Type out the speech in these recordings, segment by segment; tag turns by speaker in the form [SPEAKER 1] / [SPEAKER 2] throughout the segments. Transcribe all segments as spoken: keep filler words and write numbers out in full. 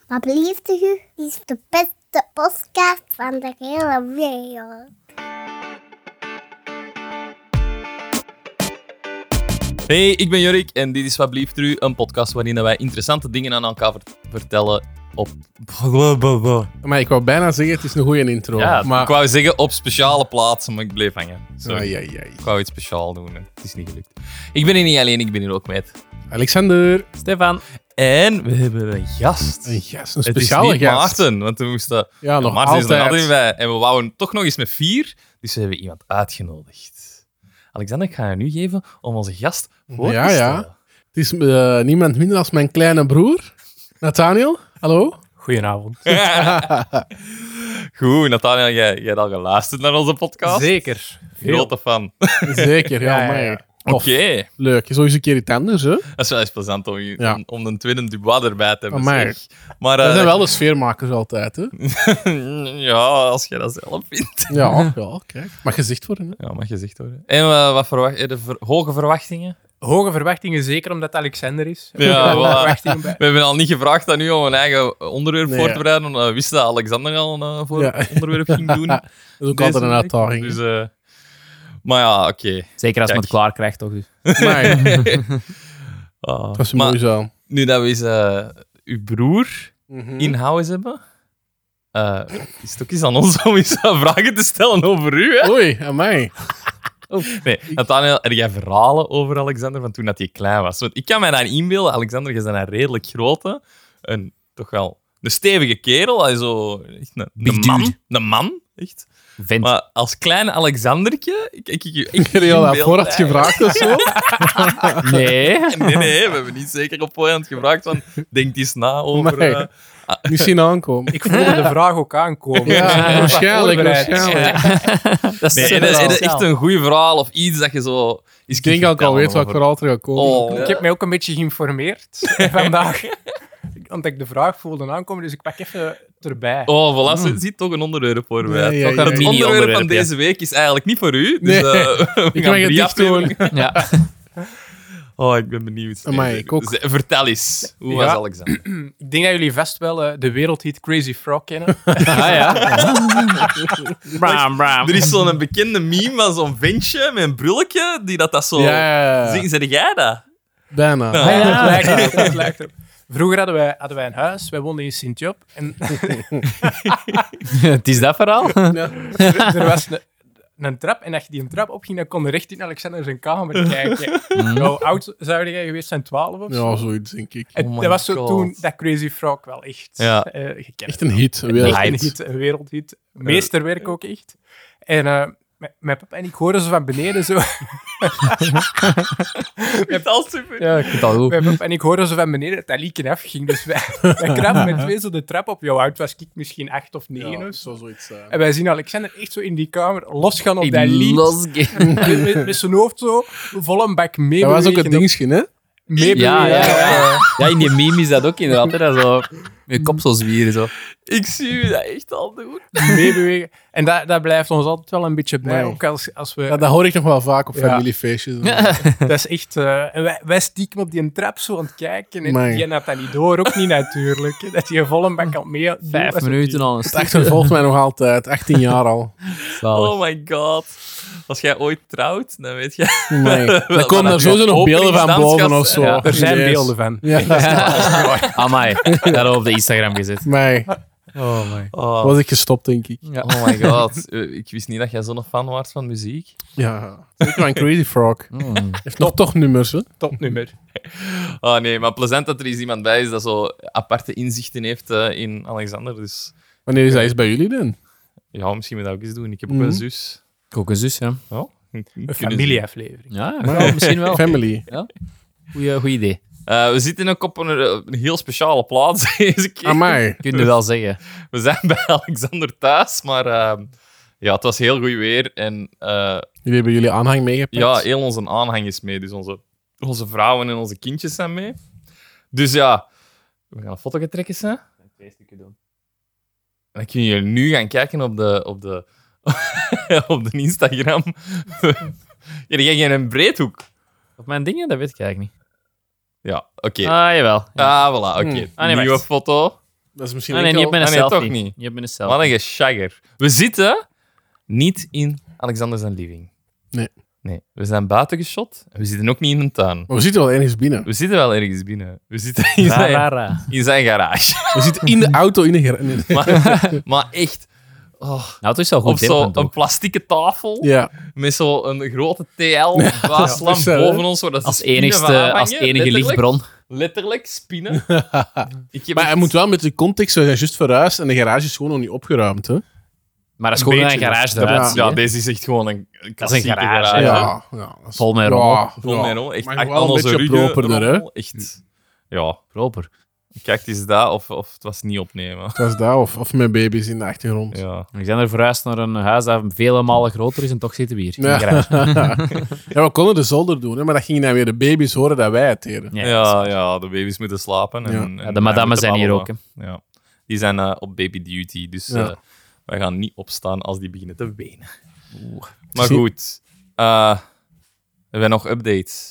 [SPEAKER 1] Wat belieft u is de beste podcast van de hele wereld.
[SPEAKER 2] Hey, ik ben Jorik en dit is Wat Blieft Er U, een podcast waarin wij interessante dingen aan elkaar ver- vertellen op...
[SPEAKER 3] Maar ik wou bijna zeggen, het is een goede intro.
[SPEAKER 2] Ja,
[SPEAKER 3] maar...
[SPEAKER 2] ik wou zeggen op speciale plaatsen, maar ik bleef hangen. Sorry.
[SPEAKER 3] Ai, ai, ai.
[SPEAKER 2] Ik wou iets speciaal doen en het is niet gelukt. Ik ben hier niet alleen, ik ben hier ook met
[SPEAKER 3] Alexander.
[SPEAKER 4] Stefan.
[SPEAKER 2] En we hebben een gast.
[SPEAKER 3] Een gast, een
[SPEAKER 2] Het is
[SPEAKER 3] speciale
[SPEAKER 2] niet
[SPEAKER 3] gast.
[SPEAKER 2] Maarten, want we moesten...
[SPEAKER 3] Ja, nog
[SPEAKER 2] Maarten is er
[SPEAKER 3] altijd.
[SPEAKER 2] altijd bij. En we wouden toch nog eens met vier, dus we hebben iemand uitgenodigd. Alexander, ik ga je nu geven om onze gast voor
[SPEAKER 3] Ja,
[SPEAKER 2] te
[SPEAKER 3] ja.
[SPEAKER 2] stellen.
[SPEAKER 3] Het is uh, niemand minder dan mijn kleine broer, Nathaniel. Hallo.
[SPEAKER 4] Goedenavond.
[SPEAKER 2] Goed, Nathaniel, jij, jij hebt al geluisterd naar onze podcast.
[SPEAKER 4] Zeker.
[SPEAKER 2] Grote fan.
[SPEAKER 3] Zeker, ja.
[SPEAKER 4] Ja, ja,
[SPEAKER 3] maar
[SPEAKER 4] ja.
[SPEAKER 2] Oké.
[SPEAKER 3] Leuk. Zo is een keer iets anders, hè?
[SPEAKER 2] Dat is wel eens plezant om, je-
[SPEAKER 3] Ja.
[SPEAKER 2] om, om een tweede Dubois erbij te hebben.
[SPEAKER 3] Amai.
[SPEAKER 2] zeg. Maar
[SPEAKER 3] Dat
[SPEAKER 2] eh,
[SPEAKER 3] zijn wel de sfeermakers altijd, hè?
[SPEAKER 2] ja, als je dat zelf vindt.
[SPEAKER 3] Ja, ja, kijk. Mag gezegd worden, hè?
[SPEAKER 2] Ja, mag gezegd worden. En eh, wat verwacht je? De ver- hoge verwachtingen?
[SPEAKER 4] Hoge verwachtingen, zeker omdat het Alexander is.
[SPEAKER 2] Ja,
[SPEAKER 4] Hoge
[SPEAKER 2] voilà.
[SPEAKER 4] verwachtingen bij.
[SPEAKER 2] We hebben al niet gevraagd aan u om een eigen onderwerp
[SPEAKER 3] Nee,
[SPEAKER 2] voor
[SPEAKER 3] ja.
[SPEAKER 2] te bereiden. Want we wisten dat Alexander al een eh, voor
[SPEAKER 3] Ja.
[SPEAKER 2] onderwerp ging doen.
[SPEAKER 3] Dat is ook
[SPEAKER 2] Deze
[SPEAKER 3] altijd een
[SPEAKER 2] week.
[SPEAKER 3] uitdaging.
[SPEAKER 2] Dus, eh, maar ja, oké.
[SPEAKER 4] Zeker als
[SPEAKER 2] Kijk.
[SPEAKER 4] men het klaar krijgt, toch? Dus.
[SPEAKER 3] Maar het
[SPEAKER 2] Ah,
[SPEAKER 3] was
[SPEAKER 2] maar
[SPEAKER 3] mooi zo.
[SPEAKER 2] nu dat we eens eh, uw broer
[SPEAKER 3] Mhm.
[SPEAKER 2] in huis hebben, eh, is het ook eens aan ons om eens vragen te stellen over u. Hè?
[SPEAKER 3] Oei, aan mij.
[SPEAKER 2] Nee, Nathaniel, heb jij verhalen over Alexander van toen dat hij klein was? Want ik kan mij dan inbeelden, Alexander, je bent een redelijk grote, een toch wel een stevige kerel, hij zo, echt een,
[SPEAKER 4] Big
[SPEAKER 2] een man,
[SPEAKER 4] dude.
[SPEAKER 2] een man, echt.
[SPEAKER 4] Vent.
[SPEAKER 2] Maar als kleine Alexandertje, ik, ik, ik, ik,
[SPEAKER 3] Ik heb je al dat voorhand gevraagd of zo?
[SPEAKER 4] Nee.
[SPEAKER 2] Nee, nee, we hebben niet zeker op voorhand gevraagd van, denk eens na over...
[SPEAKER 3] Nee.
[SPEAKER 2] eh,
[SPEAKER 3] Niet zien aankomen.
[SPEAKER 4] Ik voelde de vraag ook aankomen.
[SPEAKER 3] Ja, waarschijnlijk,
[SPEAKER 4] Voorbereid.
[SPEAKER 3] waarschijnlijk.
[SPEAKER 4] Dat is
[SPEAKER 2] nee,
[SPEAKER 4] zeker
[SPEAKER 2] dat is-
[SPEAKER 4] wel.
[SPEAKER 2] dat is echt een goed verhaal of iets dat je zo...
[SPEAKER 3] Ik denk dat ik al weet wat ik vooral terug ga komen.
[SPEAKER 2] Oh.
[SPEAKER 4] Ik heb mij ook een beetje geïnformeerd vandaag. Want ik de vraag voelde aankomen, dus ik pak even erbij.
[SPEAKER 2] Oh, voilà, mm. Ziet toch een onderwerp voor mij.
[SPEAKER 3] Ja, ja,
[SPEAKER 2] Toch,
[SPEAKER 3] ja,
[SPEAKER 2] het
[SPEAKER 3] ja.
[SPEAKER 2] onderwerp van
[SPEAKER 4] Mini-onderwerp, ja.
[SPEAKER 2] deze week is eigenlijk niet voor u. Dus
[SPEAKER 3] Nee.
[SPEAKER 2] uh, we
[SPEAKER 3] Ik
[SPEAKER 2] gaan
[SPEAKER 3] mag het
[SPEAKER 2] drie
[SPEAKER 3] dicht doen.
[SPEAKER 2] afleveringen-
[SPEAKER 4] Ja.
[SPEAKER 2] Oh, ik ben benieuwd.
[SPEAKER 3] Amai, ik ook.
[SPEAKER 2] Z- Vertel eens, hoe was
[SPEAKER 4] Ja.
[SPEAKER 2] Alexander?
[SPEAKER 4] Ik denk dat jullie vast wel uh, de wereldhit Crazy Frog kennen.
[SPEAKER 2] Ah ja?
[SPEAKER 4] Bram, bram.
[SPEAKER 2] Er is zo'n bekende meme van zo'n ventje met een brilletje, die dat, dat zo...
[SPEAKER 3] Ja,
[SPEAKER 2] Zing, zeg jij dat?
[SPEAKER 3] bijna.
[SPEAKER 2] Ja.
[SPEAKER 4] Ah, ja, het lijkt erop, het lijkt erop. Vroeger hadden wij, hadden wij een huis, wij woonden in Sint-Job. En
[SPEAKER 5] Het is dat verhaal?
[SPEAKER 3] Ja.
[SPEAKER 4] er, er was een, een trap, en als je die een trap opging, dan kon je recht in Alexander zijn kamer kijken. Hoe oud zou jij geweest zijn? twaalf of zo?
[SPEAKER 3] Ja, zoiets denk ik.
[SPEAKER 4] En
[SPEAKER 2] Oh my
[SPEAKER 4] dat was zo
[SPEAKER 2] God.
[SPEAKER 4] toen dat Crazy Frog wel echt
[SPEAKER 2] Ja.
[SPEAKER 4] eh, gekend.
[SPEAKER 3] Echt een hit. Een
[SPEAKER 4] Echt
[SPEAKER 3] wereld-
[SPEAKER 4] een hit, een wereldhit. Meesterwerk ook echt. En eh, mijn- mijn papa en ik hoorden ze van beneden zo...
[SPEAKER 2] Het al super.
[SPEAKER 5] Ja, ik vind het al goed.
[SPEAKER 4] Mijn papa en ik hoorden ze van beneden dat dat lieken afging. Dus wij, wij krabben met twee zo de trap op. Jouw oud was ik misschien acht of negen
[SPEAKER 3] Ja,
[SPEAKER 4] of zo.
[SPEAKER 3] zo zoiets. eh.
[SPEAKER 4] En wij zien Alexander echt zo in die kamer losgaan op dat
[SPEAKER 5] Ik
[SPEAKER 4] lied.
[SPEAKER 5] los-
[SPEAKER 4] Met, met, met zijn hoofd zo vol een bak mee.
[SPEAKER 3] Dat was ook het dingetje, hè?
[SPEAKER 5] Ja, ja, ja. Ja, in die meme is dat ook inderdaad. hè, Dat zo, je kop zo zwieren. Zo.
[SPEAKER 2] Ik zie u dat echt al doen.
[SPEAKER 4] meebewegen. En dat, dat blijft ons altijd wel een beetje bij.
[SPEAKER 3] Nee.
[SPEAKER 4] Ook als, als we...
[SPEAKER 3] Ja, dat hoor ik nog wel vaak op
[SPEAKER 4] Ja.
[SPEAKER 3] familiefeestjes.
[SPEAKER 4] Dat is echt... eh, en wij, wij stiekem op die trap zo aan het kijken. En
[SPEAKER 3] Amai.
[SPEAKER 4] die had dat niet door, ook niet natuurlijk. hè, Dat hij vol een bak aan mee...
[SPEAKER 5] Vijf minuten al een
[SPEAKER 3] Het
[SPEAKER 5] stuk.
[SPEAKER 3] achtervolgt mij nog altijd. achttien jaar al.
[SPEAKER 5] Zalig.
[SPEAKER 2] Oh my god. Als jij ooit trouwt, dan weet je...
[SPEAKER 3] Nee.
[SPEAKER 2] Wel,
[SPEAKER 3] Daar komen
[SPEAKER 2] dat
[SPEAKER 3] er sowieso
[SPEAKER 2] je
[SPEAKER 3] nog beelden van
[SPEAKER 2] openingsdans
[SPEAKER 3] boven
[SPEAKER 2] gaat-
[SPEAKER 3] of zo.
[SPEAKER 5] Ja,
[SPEAKER 4] Er zijn
[SPEAKER 3] Yes.
[SPEAKER 4] beelden van.
[SPEAKER 3] Ja,
[SPEAKER 5] Amai, dat op de Instagram gezet.
[SPEAKER 3] mij.
[SPEAKER 5] Oh my.
[SPEAKER 2] Oh,
[SPEAKER 3] Was ik gestopt, denk ik.
[SPEAKER 5] Ja.
[SPEAKER 2] oh my god. Eh, Ik wist niet dat jij zo'n fan was van muziek.
[SPEAKER 3] Ja. Zeker een Crazy Frog.
[SPEAKER 5] Mm.
[SPEAKER 3] Heeft nog toch nummers, hè?
[SPEAKER 4] Topnummer.
[SPEAKER 2] Oh nee, maar plezant dat er eens iemand bij is dat zo aparte inzichten heeft eh, in Alexander. Dus
[SPEAKER 3] Wanneer is dat eens bij jullie dan?
[SPEAKER 2] ja, misschien moet ik dat ook eens doen. Ik heb ook
[SPEAKER 3] Mhm.
[SPEAKER 2] een zus.
[SPEAKER 5] Ik ook een zus, ja.
[SPEAKER 2] Ja,
[SPEAKER 4] Een familieaflevering.
[SPEAKER 5] Ja, wel, misschien wel.
[SPEAKER 3] Family.
[SPEAKER 5] Goeie, goeie idee.
[SPEAKER 2] Uh, we zitten ook op een, een heel speciale plaats deze keer.
[SPEAKER 3] Amai.
[SPEAKER 5] Kun je wel zeggen.
[SPEAKER 2] We zijn bij Alexander thuis, maar uh, ja, het was heel goed weer. En uh,
[SPEAKER 3] Jullie hebben jullie aanhang meegepakt?
[SPEAKER 2] ja, heel onze aanhang is mee. Dus onze, onze vrouwen en onze kindjes zijn mee. Dus ja, we gaan een foto trekken, hè?
[SPEAKER 5] Twee stukken doen.
[SPEAKER 2] En dan kun je nu gaan kijken op de, op de, op de Instagram. Ja, dan ga je in een breedhoek.
[SPEAKER 5] Op mijn dingen, dat weet ik eigenlijk niet.
[SPEAKER 2] Ja, oké.
[SPEAKER 5] Ah, jawel. Ja.
[SPEAKER 2] Ah, voilà, oké.
[SPEAKER 3] Hmm.
[SPEAKER 5] Ah, nee,
[SPEAKER 2] Nieuwe
[SPEAKER 5] wacht.
[SPEAKER 2] foto.
[SPEAKER 3] Dat is misschien
[SPEAKER 5] Nee, nee,
[SPEAKER 3] enkel...
[SPEAKER 5] niet met een
[SPEAKER 2] Ah, nee,
[SPEAKER 5] selfie.
[SPEAKER 2] toch niet.
[SPEAKER 5] Niet met een
[SPEAKER 2] Wat
[SPEAKER 5] selfie.
[SPEAKER 2] een geschagger. We zitten niet in Alexander zijn living.
[SPEAKER 3] Nee.
[SPEAKER 2] Nee, we zijn buiten geschot. En we zitten ook niet in een tuin.
[SPEAKER 3] Maar we zitten wel ergens binnen.
[SPEAKER 2] We zitten wel ergens binnen. We zitten in
[SPEAKER 5] Ra,
[SPEAKER 2] zijn,
[SPEAKER 5] ra, ra.
[SPEAKER 2] in zijn garage.
[SPEAKER 3] We zitten in de auto in de garage.
[SPEAKER 2] maar, maar echt... Oh,
[SPEAKER 5] Nou, het is wel goed
[SPEAKER 2] op zo'n
[SPEAKER 5] dempend
[SPEAKER 2] een
[SPEAKER 5] ook.
[SPEAKER 2] plastieke tafel.
[SPEAKER 3] Ja.
[SPEAKER 2] Met zo'n grote T L-waaslamp
[SPEAKER 3] Ja, ja.
[SPEAKER 2] boven ons. Waar dat ze
[SPEAKER 5] Als,
[SPEAKER 2] spinnen
[SPEAKER 5] enigste,
[SPEAKER 2] van afhangen.
[SPEAKER 5] als enige
[SPEAKER 2] Letterlijk-
[SPEAKER 5] lichtbron.
[SPEAKER 2] Letterlijk, spinnen. Ik heb
[SPEAKER 3] Maar
[SPEAKER 2] echt-
[SPEAKER 3] hij moet wel met de context, we zijn juist verhuisd en de garage is gewoon nog niet opgeruimd. Hè?
[SPEAKER 5] Maar dat is
[SPEAKER 4] Een
[SPEAKER 5] gewoon een
[SPEAKER 4] beetje,
[SPEAKER 5] garage
[SPEAKER 3] dat-
[SPEAKER 5] eruit.
[SPEAKER 3] ja,
[SPEAKER 5] zie
[SPEAKER 2] Ja,
[SPEAKER 5] je.
[SPEAKER 2] deze is echt gewoon een, een klassieke
[SPEAKER 5] garage,
[SPEAKER 2] garage.
[SPEAKER 3] Ja, ja. dat is-
[SPEAKER 5] Vol met rommel.
[SPEAKER 3] Ja,
[SPEAKER 2] Vol
[SPEAKER 3] ja.
[SPEAKER 2] met rommel. Echt
[SPEAKER 3] Maar
[SPEAKER 2] aan
[SPEAKER 3] wel een
[SPEAKER 2] onze
[SPEAKER 3] beetje
[SPEAKER 2] ruggen
[SPEAKER 3] properder, hè?
[SPEAKER 2] rommel. Echt. Ja,
[SPEAKER 5] Proper.
[SPEAKER 2] kijk, het is dat of, of het was niet opnemen.
[SPEAKER 3] Het was dat, of, of met baby's in de achtergrond.
[SPEAKER 2] Ja.
[SPEAKER 5] We zijn er verhuisd naar een huis dat vele malen groter is en toch zitten we hier. in de
[SPEAKER 3] Ja.
[SPEAKER 5] garage.
[SPEAKER 3] Ja, we konden de zolder doen, hè, maar dat gingen dan weer de baby's horen dat wij het deden.
[SPEAKER 5] Ja,
[SPEAKER 2] Ja, ja, de baby's moeten slapen. En,
[SPEAKER 3] Ja.
[SPEAKER 2] en
[SPEAKER 5] Ja,
[SPEAKER 2] wij
[SPEAKER 5] de madammen
[SPEAKER 2] moeten
[SPEAKER 5] zijn hier ook.
[SPEAKER 2] babbelen.
[SPEAKER 5] Hè.
[SPEAKER 2] Ja. Die zijn eh, op baby duty, dus
[SPEAKER 3] Ja.
[SPEAKER 2] eh, wij gaan niet opstaan als die beginnen te wenen. Maar
[SPEAKER 3] Zie-
[SPEAKER 2] goed, eh, hebben we nog updates?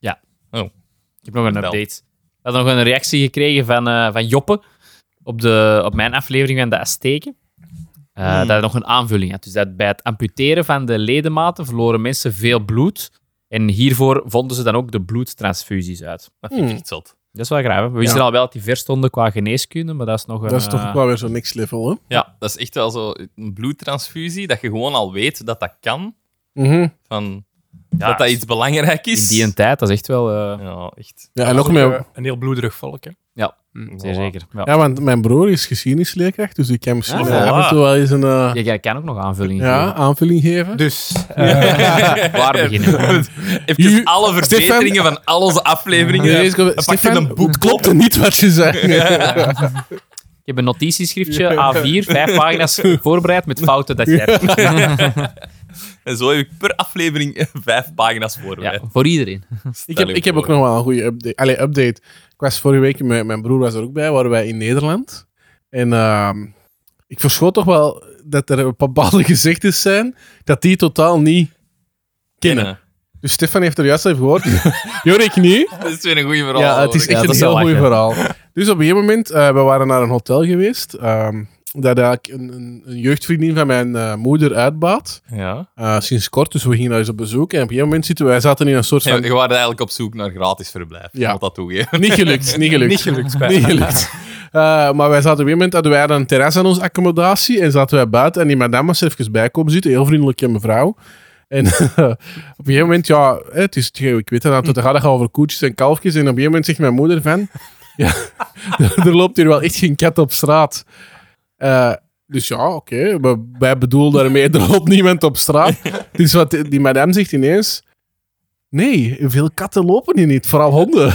[SPEAKER 5] Ik heb nog een
[SPEAKER 2] Vertel.
[SPEAKER 5] update. We hadden nog een reactie gekregen van, eh, van Joppe op, de, op mijn aflevering van de Azteken. Eh, Dat hij nog een aanvulling had. Dus dat bij het amputeren van de ledematen verloren mensen veel bloed. En hiervoor vonden ze dan ook de bloedtransfusies uit.
[SPEAKER 2] Dat vind ik
[SPEAKER 3] Hmm.
[SPEAKER 2] echt zot.
[SPEAKER 5] Dat is wel graag. hè. We wisten
[SPEAKER 3] Ja.
[SPEAKER 5] al wel dat die ver stonden qua geneeskunde, maar dat is nog een...
[SPEAKER 3] Dat is toch
[SPEAKER 5] eh,
[SPEAKER 3] wel weer zo'n next level, hè?
[SPEAKER 2] Ja, dat is echt wel zo een bloedtransfusie, dat je gewoon al weet dat dat kan.
[SPEAKER 3] Mhm.
[SPEAKER 2] Van,
[SPEAKER 5] ja,
[SPEAKER 2] dat dat iets belangrijk is.
[SPEAKER 5] in die een tijd, dat is echt wel... eh,
[SPEAKER 2] Ja, echt.
[SPEAKER 3] Ja, en
[SPEAKER 4] Dat
[SPEAKER 3] ook
[SPEAKER 4] is ook,
[SPEAKER 3] met...
[SPEAKER 4] eh, een heel bloederig volk. Hè.
[SPEAKER 5] ja,
[SPEAKER 2] Voilà.
[SPEAKER 5] zeer zeker. Ja.
[SPEAKER 3] Ja, want mijn broer is geschiedenisleerkracht, dus ik kan misschien
[SPEAKER 5] Ah,
[SPEAKER 3] eh,
[SPEAKER 2] voilà.
[SPEAKER 3] af en toe wel eens een eh,
[SPEAKER 5] Ja, jij kan ook nog aanvullingen
[SPEAKER 3] ja,
[SPEAKER 5] geven.
[SPEAKER 3] aanvulling geven.
[SPEAKER 4] Dus, eh,
[SPEAKER 5] Waar beginnen we?
[SPEAKER 2] Even
[SPEAKER 3] U-
[SPEAKER 2] alle verbeteringen van al onze afleveringen.
[SPEAKER 3] Nee, is-
[SPEAKER 2] Dan pak je
[SPEAKER 3] Stefan,
[SPEAKER 2] een boek.
[SPEAKER 3] het klopte niet wat je zei.
[SPEAKER 5] Ik heb een notitieschriftje A vier, vijf pagina's voorbereid met fouten dat je hebt.
[SPEAKER 2] En zo heb ik per aflevering eh, vijf pagina's voorbereid.
[SPEAKER 5] Ja, voor iedereen.
[SPEAKER 3] Ik heb, ik heb ook nog wel een goede update. Allee, update. Ik was vorige week, met mijn broer was er ook bij, waren wij in Nederland. En ehm, ik verschoot toch wel dat er bepaalde gezegdes zijn dat die totaal niet kennen.
[SPEAKER 2] Kennen.
[SPEAKER 3] Dus Stefan heeft er juist even gehoord. Jorik ik niet.
[SPEAKER 2] Dat is weer een goede verhaal.
[SPEAKER 3] Ja, het is
[SPEAKER 2] hoor.
[SPEAKER 3] echt
[SPEAKER 5] dat
[SPEAKER 3] een
[SPEAKER 5] is
[SPEAKER 3] heel
[SPEAKER 5] wel
[SPEAKER 3] goed
[SPEAKER 5] lachen.
[SPEAKER 3] verhaal. Dus op een gegeven moment, uh, we waren naar een hotel geweest. ehm, dat eigenlijk een, een, een jeugdvriendin van mijn uh, moeder uitbaat.
[SPEAKER 2] Ja.
[SPEAKER 3] Uh, sinds kort, dus we gingen daar eens op bezoek. En op een gegeven moment zitten wij zaten in een soort
[SPEAKER 2] Ja,
[SPEAKER 3] van...
[SPEAKER 2] je waren eigenlijk op zoek naar gratis verblijf.
[SPEAKER 3] Ja.
[SPEAKER 2] Ik moet dat toegeven.
[SPEAKER 3] Niet gelukt, niet gelukt.
[SPEAKER 4] niet gelukt, spijt.
[SPEAKER 3] Niet gelukt. Uh, maar wij zaten op een gegeven moment, hadden wij een terras aan onze accommodatie en zaten wij buiten en die madame was er even bij komen zitten, heel vriendelijke mevrouw. En uh, op een gegeven moment, ja, het is, ik weet het, het gaat over koetjes en kalfjes en op een gegeven moment zegt mijn moeder van, ja, er loopt hier wel echt geen kat op straat. Uh, dus ja, oké, okay, wij bedoelen daarmee, er loopt niemand op straat. Dus wat die madame zegt ineens, nee, veel katten lopen hier niet, vooral honden.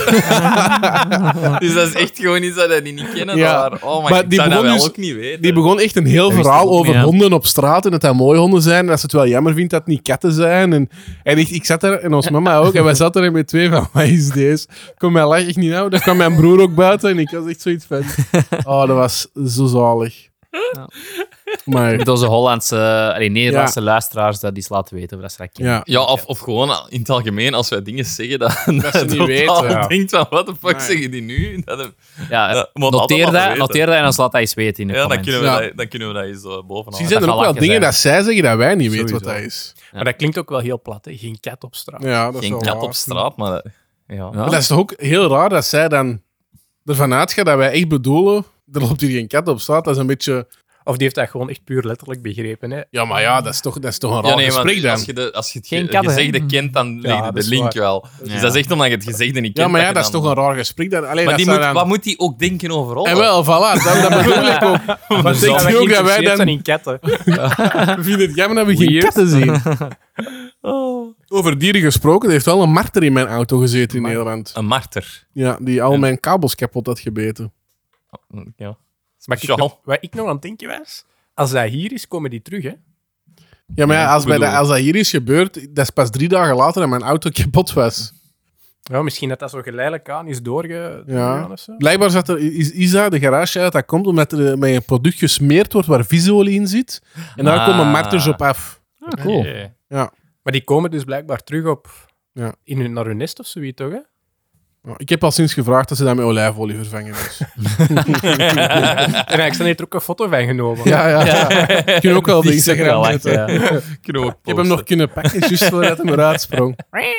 [SPEAKER 2] Dus dat is echt gewoon iets dat die niet kennen.
[SPEAKER 3] Ja.
[SPEAKER 2] Daar. Oh, maar,
[SPEAKER 3] Maar
[SPEAKER 2] ik
[SPEAKER 3] die
[SPEAKER 2] zou dat
[SPEAKER 3] begon
[SPEAKER 2] wel
[SPEAKER 3] dus-
[SPEAKER 2] ook niet weten.
[SPEAKER 3] Die begon echt een heel
[SPEAKER 5] wist
[SPEAKER 3] verhaal
[SPEAKER 5] ik ook
[SPEAKER 3] over
[SPEAKER 5] niet, ja.
[SPEAKER 3] honden op straat en dat dat mooie honden zijn en dat ze het wel jammer vindt dat het niet katten zijn. En, en ik, ik zat er, en ons mama ook, en wij zaten er met twee van, wat is deze? Ik kon mij lach echt niet nou. Daar kwam mijn broer ook buiten en ik was echt zoiets van, oh, dat was zo zalig.
[SPEAKER 5] Ja.
[SPEAKER 3] Maar,
[SPEAKER 5] Met onze Hollandse, allee, Nederlandse luisteraars dat die laten weten of dat ze dat kennen.
[SPEAKER 3] ja.
[SPEAKER 2] Ja, of, of gewoon in het algemeen, als wij dingen zeggen, dat, dat
[SPEAKER 3] ze
[SPEAKER 2] je
[SPEAKER 3] niet
[SPEAKER 2] totaal
[SPEAKER 3] weten, ja.
[SPEAKER 2] denkt van, wat de fuck
[SPEAKER 3] Nee.
[SPEAKER 2] zeggen die nu? Dat heb-
[SPEAKER 5] Ja,
[SPEAKER 2] Ja, moet altijd
[SPEAKER 5] noteer,
[SPEAKER 2] laten
[SPEAKER 5] dat,
[SPEAKER 2] weten.
[SPEAKER 5] noteer dat en ons laat dat eens weten in de
[SPEAKER 2] ja, dan
[SPEAKER 5] comments.
[SPEAKER 2] kunnen, we
[SPEAKER 3] Ja.
[SPEAKER 2] dat, dan kunnen we dat eens uh, bovenaan.
[SPEAKER 3] Misschien zijn er
[SPEAKER 5] gaat
[SPEAKER 3] ook wel
[SPEAKER 5] lachen
[SPEAKER 3] dingen
[SPEAKER 5] zijn.
[SPEAKER 3] dat zij zeggen dat wij niet weten wat
[SPEAKER 5] Sowieso.
[SPEAKER 3] dat is.
[SPEAKER 4] Maar dat klinkt ook wel heel plat, hè? Geen kat op straat.
[SPEAKER 3] Ja, dat is
[SPEAKER 2] Geen
[SPEAKER 3] wel
[SPEAKER 2] kat
[SPEAKER 3] waar.
[SPEAKER 2] op straat, maar... dat- Ja.
[SPEAKER 5] Ja.
[SPEAKER 3] Maar dat is toch ook heel raar dat zij dan ervan uitgaat dat wij echt bedoelen, er loopt hier geen kat op straat. Dat is een beetje...
[SPEAKER 4] Of die heeft dat gewoon echt puur letterlijk begrepen. Hè?
[SPEAKER 3] Ja, maar ja, dat is toch, dat is toch een raar
[SPEAKER 2] Ja, nee, maar
[SPEAKER 3] gesprek dan.
[SPEAKER 2] als je, de, als je het
[SPEAKER 5] Geen
[SPEAKER 2] ge-
[SPEAKER 5] katten, hè?
[SPEAKER 2] gezegde kent, dan leg je
[SPEAKER 4] dat
[SPEAKER 2] de
[SPEAKER 4] is
[SPEAKER 2] link
[SPEAKER 4] waar.
[SPEAKER 2] wel.
[SPEAKER 5] Ja.
[SPEAKER 2] Dus dat is echt omdat je het gezegde niet kent.
[SPEAKER 3] Ja, maar ja,
[SPEAKER 2] je
[SPEAKER 3] dat is
[SPEAKER 2] dan-
[SPEAKER 3] toch een raar gesprek. Dan, alleen,
[SPEAKER 2] Maar
[SPEAKER 3] dat
[SPEAKER 2] die
[SPEAKER 3] zij
[SPEAKER 2] moet,
[SPEAKER 3] dan...
[SPEAKER 2] wat moet die ook denken over Holland?
[SPEAKER 3] En wel, voilà, dat, dat bedoel ik ook. Wat denk je ook dat wij
[SPEAKER 4] zijn
[SPEAKER 3] dan...
[SPEAKER 4] in katten.
[SPEAKER 3] We vinden het jammer dat we geen
[SPEAKER 5] Weird.
[SPEAKER 3] katten zien.
[SPEAKER 2] Oh.
[SPEAKER 3] Over dieren gesproken, er heeft wel een marter in mijn auto gezeten in Nederland.
[SPEAKER 2] Een marter.
[SPEAKER 3] Ja, die al mijn kabels kapot had gebeten.
[SPEAKER 2] Ja.
[SPEAKER 4] Maar ik,
[SPEAKER 2] Speciaal.
[SPEAKER 4] nog- wat ik nog aan het denken was, als hij hier is, komen die terug, hè?
[SPEAKER 3] Ja, maar ja, als, bij
[SPEAKER 2] bedoel
[SPEAKER 3] de,
[SPEAKER 2] ik.
[SPEAKER 3] als dat hier is gebeurd, dat is pas drie dagen later dat mijn auto kapot was.
[SPEAKER 4] Ja, misschien dat dat zo geleidelijk aan is doorge...
[SPEAKER 3] Ja.
[SPEAKER 4] doorgegaan of zo.
[SPEAKER 3] Blijkbaar zat er, is Isa, de garage, uit, dat komt omdat er met een product gesmeerd wordt waar visolie in zit. En daar
[SPEAKER 2] Ah.
[SPEAKER 3] komen marters op af.
[SPEAKER 5] Ah, cool.
[SPEAKER 4] Oké.
[SPEAKER 3] Ja.
[SPEAKER 4] Maar die komen dus blijkbaar terug op...
[SPEAKER 3] Ja.
[SPEAKER 4] In hun, naar hun nest of zoiets, toch? Hè?
[SPEAKER 3] Ja, ik heb al sinds gevraagd dat ze dat met olijfolie vervangen. Dus.
[SPEAKER 4] En ik sta hier ook een foto van genomen.
[SPEAKER 3] ja, ja. ja. Ik kan ook wel op
[SPEAKER 5] Die is ook
[SPEAKER 3] Instagram
[SPEAKER 5] wel echt,
[SPEAKER 3] zetten.
[SPEAKER 5] ja.
[SPEAKER 3] Ik heb hem nog kunnen pakken, juist voordat hij eruit sprong.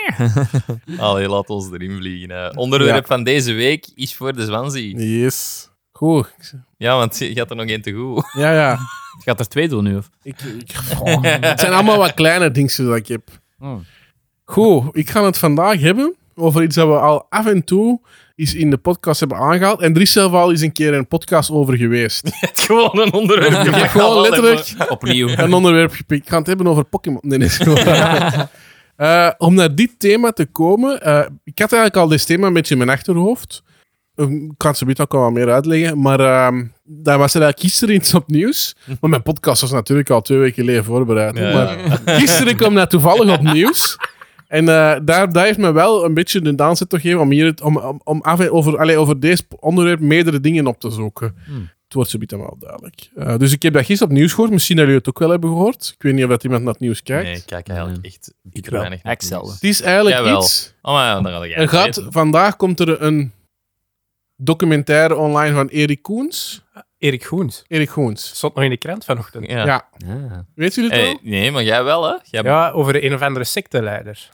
[SPEAKER 2] Allee, laat ons erin vliegen. Hè. Onderwerp
[SPEAKER 3] Ja.
[SPEAKER 2] van deze week is voor de Zwanzi.
[SPEAKER 3] Yes. Goed.
[SPEAKER 2] Ja, want je had er nog één te goed.
[SPEAKER 3] Ja, ja.
[SPEAKER 5] Je gaat er twee doen nu, of?
[SPEAKER 3] Ik, ik, oh, het zijn allemaal wat kleine dingetjes dat ik heb.
[SPEAKER 5] Hmm.
[SPEAKER 3] Goed, ik ga het vandaag hebben over iets dat we al af en toe eens in de podcast hebben aangehaald. En er is zelf al eens een keer een podcast over geweest.
[SPEAKER 2] Het is gewoon een onderwerp.
[SPEAKER 3] Ik heb gewoon letterlijk
[SPEAKER 5] Opnieuw.
[SPEAKER 3] een onderwerp gepikt. Ik ga het hebben over Pokémon. Nee, nee, is gewoon... Uh, om naar dit thema te komen... Uh, ik had eigenlijk al dit thema een beetje in mijn achterhoofd. Uh, ik kan het zo meteen ook wel wat meer uitleggen. Maar uh, daar was er eigenlijk gisteren iets op nieuws. Maar mijn podcast was natuurlijk al twee weken geleden voorbereid. hè.
[SPEAKER 2] Ja.
[SPEAKER 3] Maar gisteren kwam dat toevallig op nieuws. En uh, daar, daar heeft me wel een beetje de aanzet toch gegeven om, hier het, om, om, om af, over, allez, over deze onderwerp meerdere dingen op te zoeken.
[SPEAKER 5] Hmm.
[SPEAKER 3] Het wordt zo meteen wel duidelijk. Uh, dus ik heb dat gisteren op nieuws gehoord. Misschien dat jullie het ook wel hebben gehoord. Ik weet niet of dat iemand naar het nieuws kijkt.
[SPEAKER 2] Nee, ik kijk eigenlijk echt
[SPEAKER 3] Ik
[SPEAKER 2] te
[SPEAKER 3] wel.
[SPEAKER 2] weinig naar
[SPEAKER 5] Ik zelf.
[SPEAKER 2] nieuws.
[SPEAKER 3] Het is eigenlijk
[SPEAKER 2] Jawel.
[SPEAKER 3] iets...
[SPEAKER 2] Oh, maar ja, dan ga jij
[SPEAKER 3] Er
[SPEAKER 2] het
[SPEAKER 3] gaat,
[SPEAKER 2] weten.
[SPEAKER 3] vandaag komt er een documentaire online van Erik Koens.
[SPEAKER 4] Erik Goens.
[SPEAKER 3] Erik Koens.
[SPEAKER 4] Stond nog in de krant vanochtend.
[SPEAKER 2] Ja.
[SPEAKER 3] Ja.
[SPEAKER 5] Ah.
[SPEAKER 3] Weet jullie het
[SPEAKER 2] Eh,
[SPEAKER 3] wel?
[SPEAKER 2] nee, maar jij wel, hè? Jij...
[SPEAKER 4] Ja, over een of andere secteleider.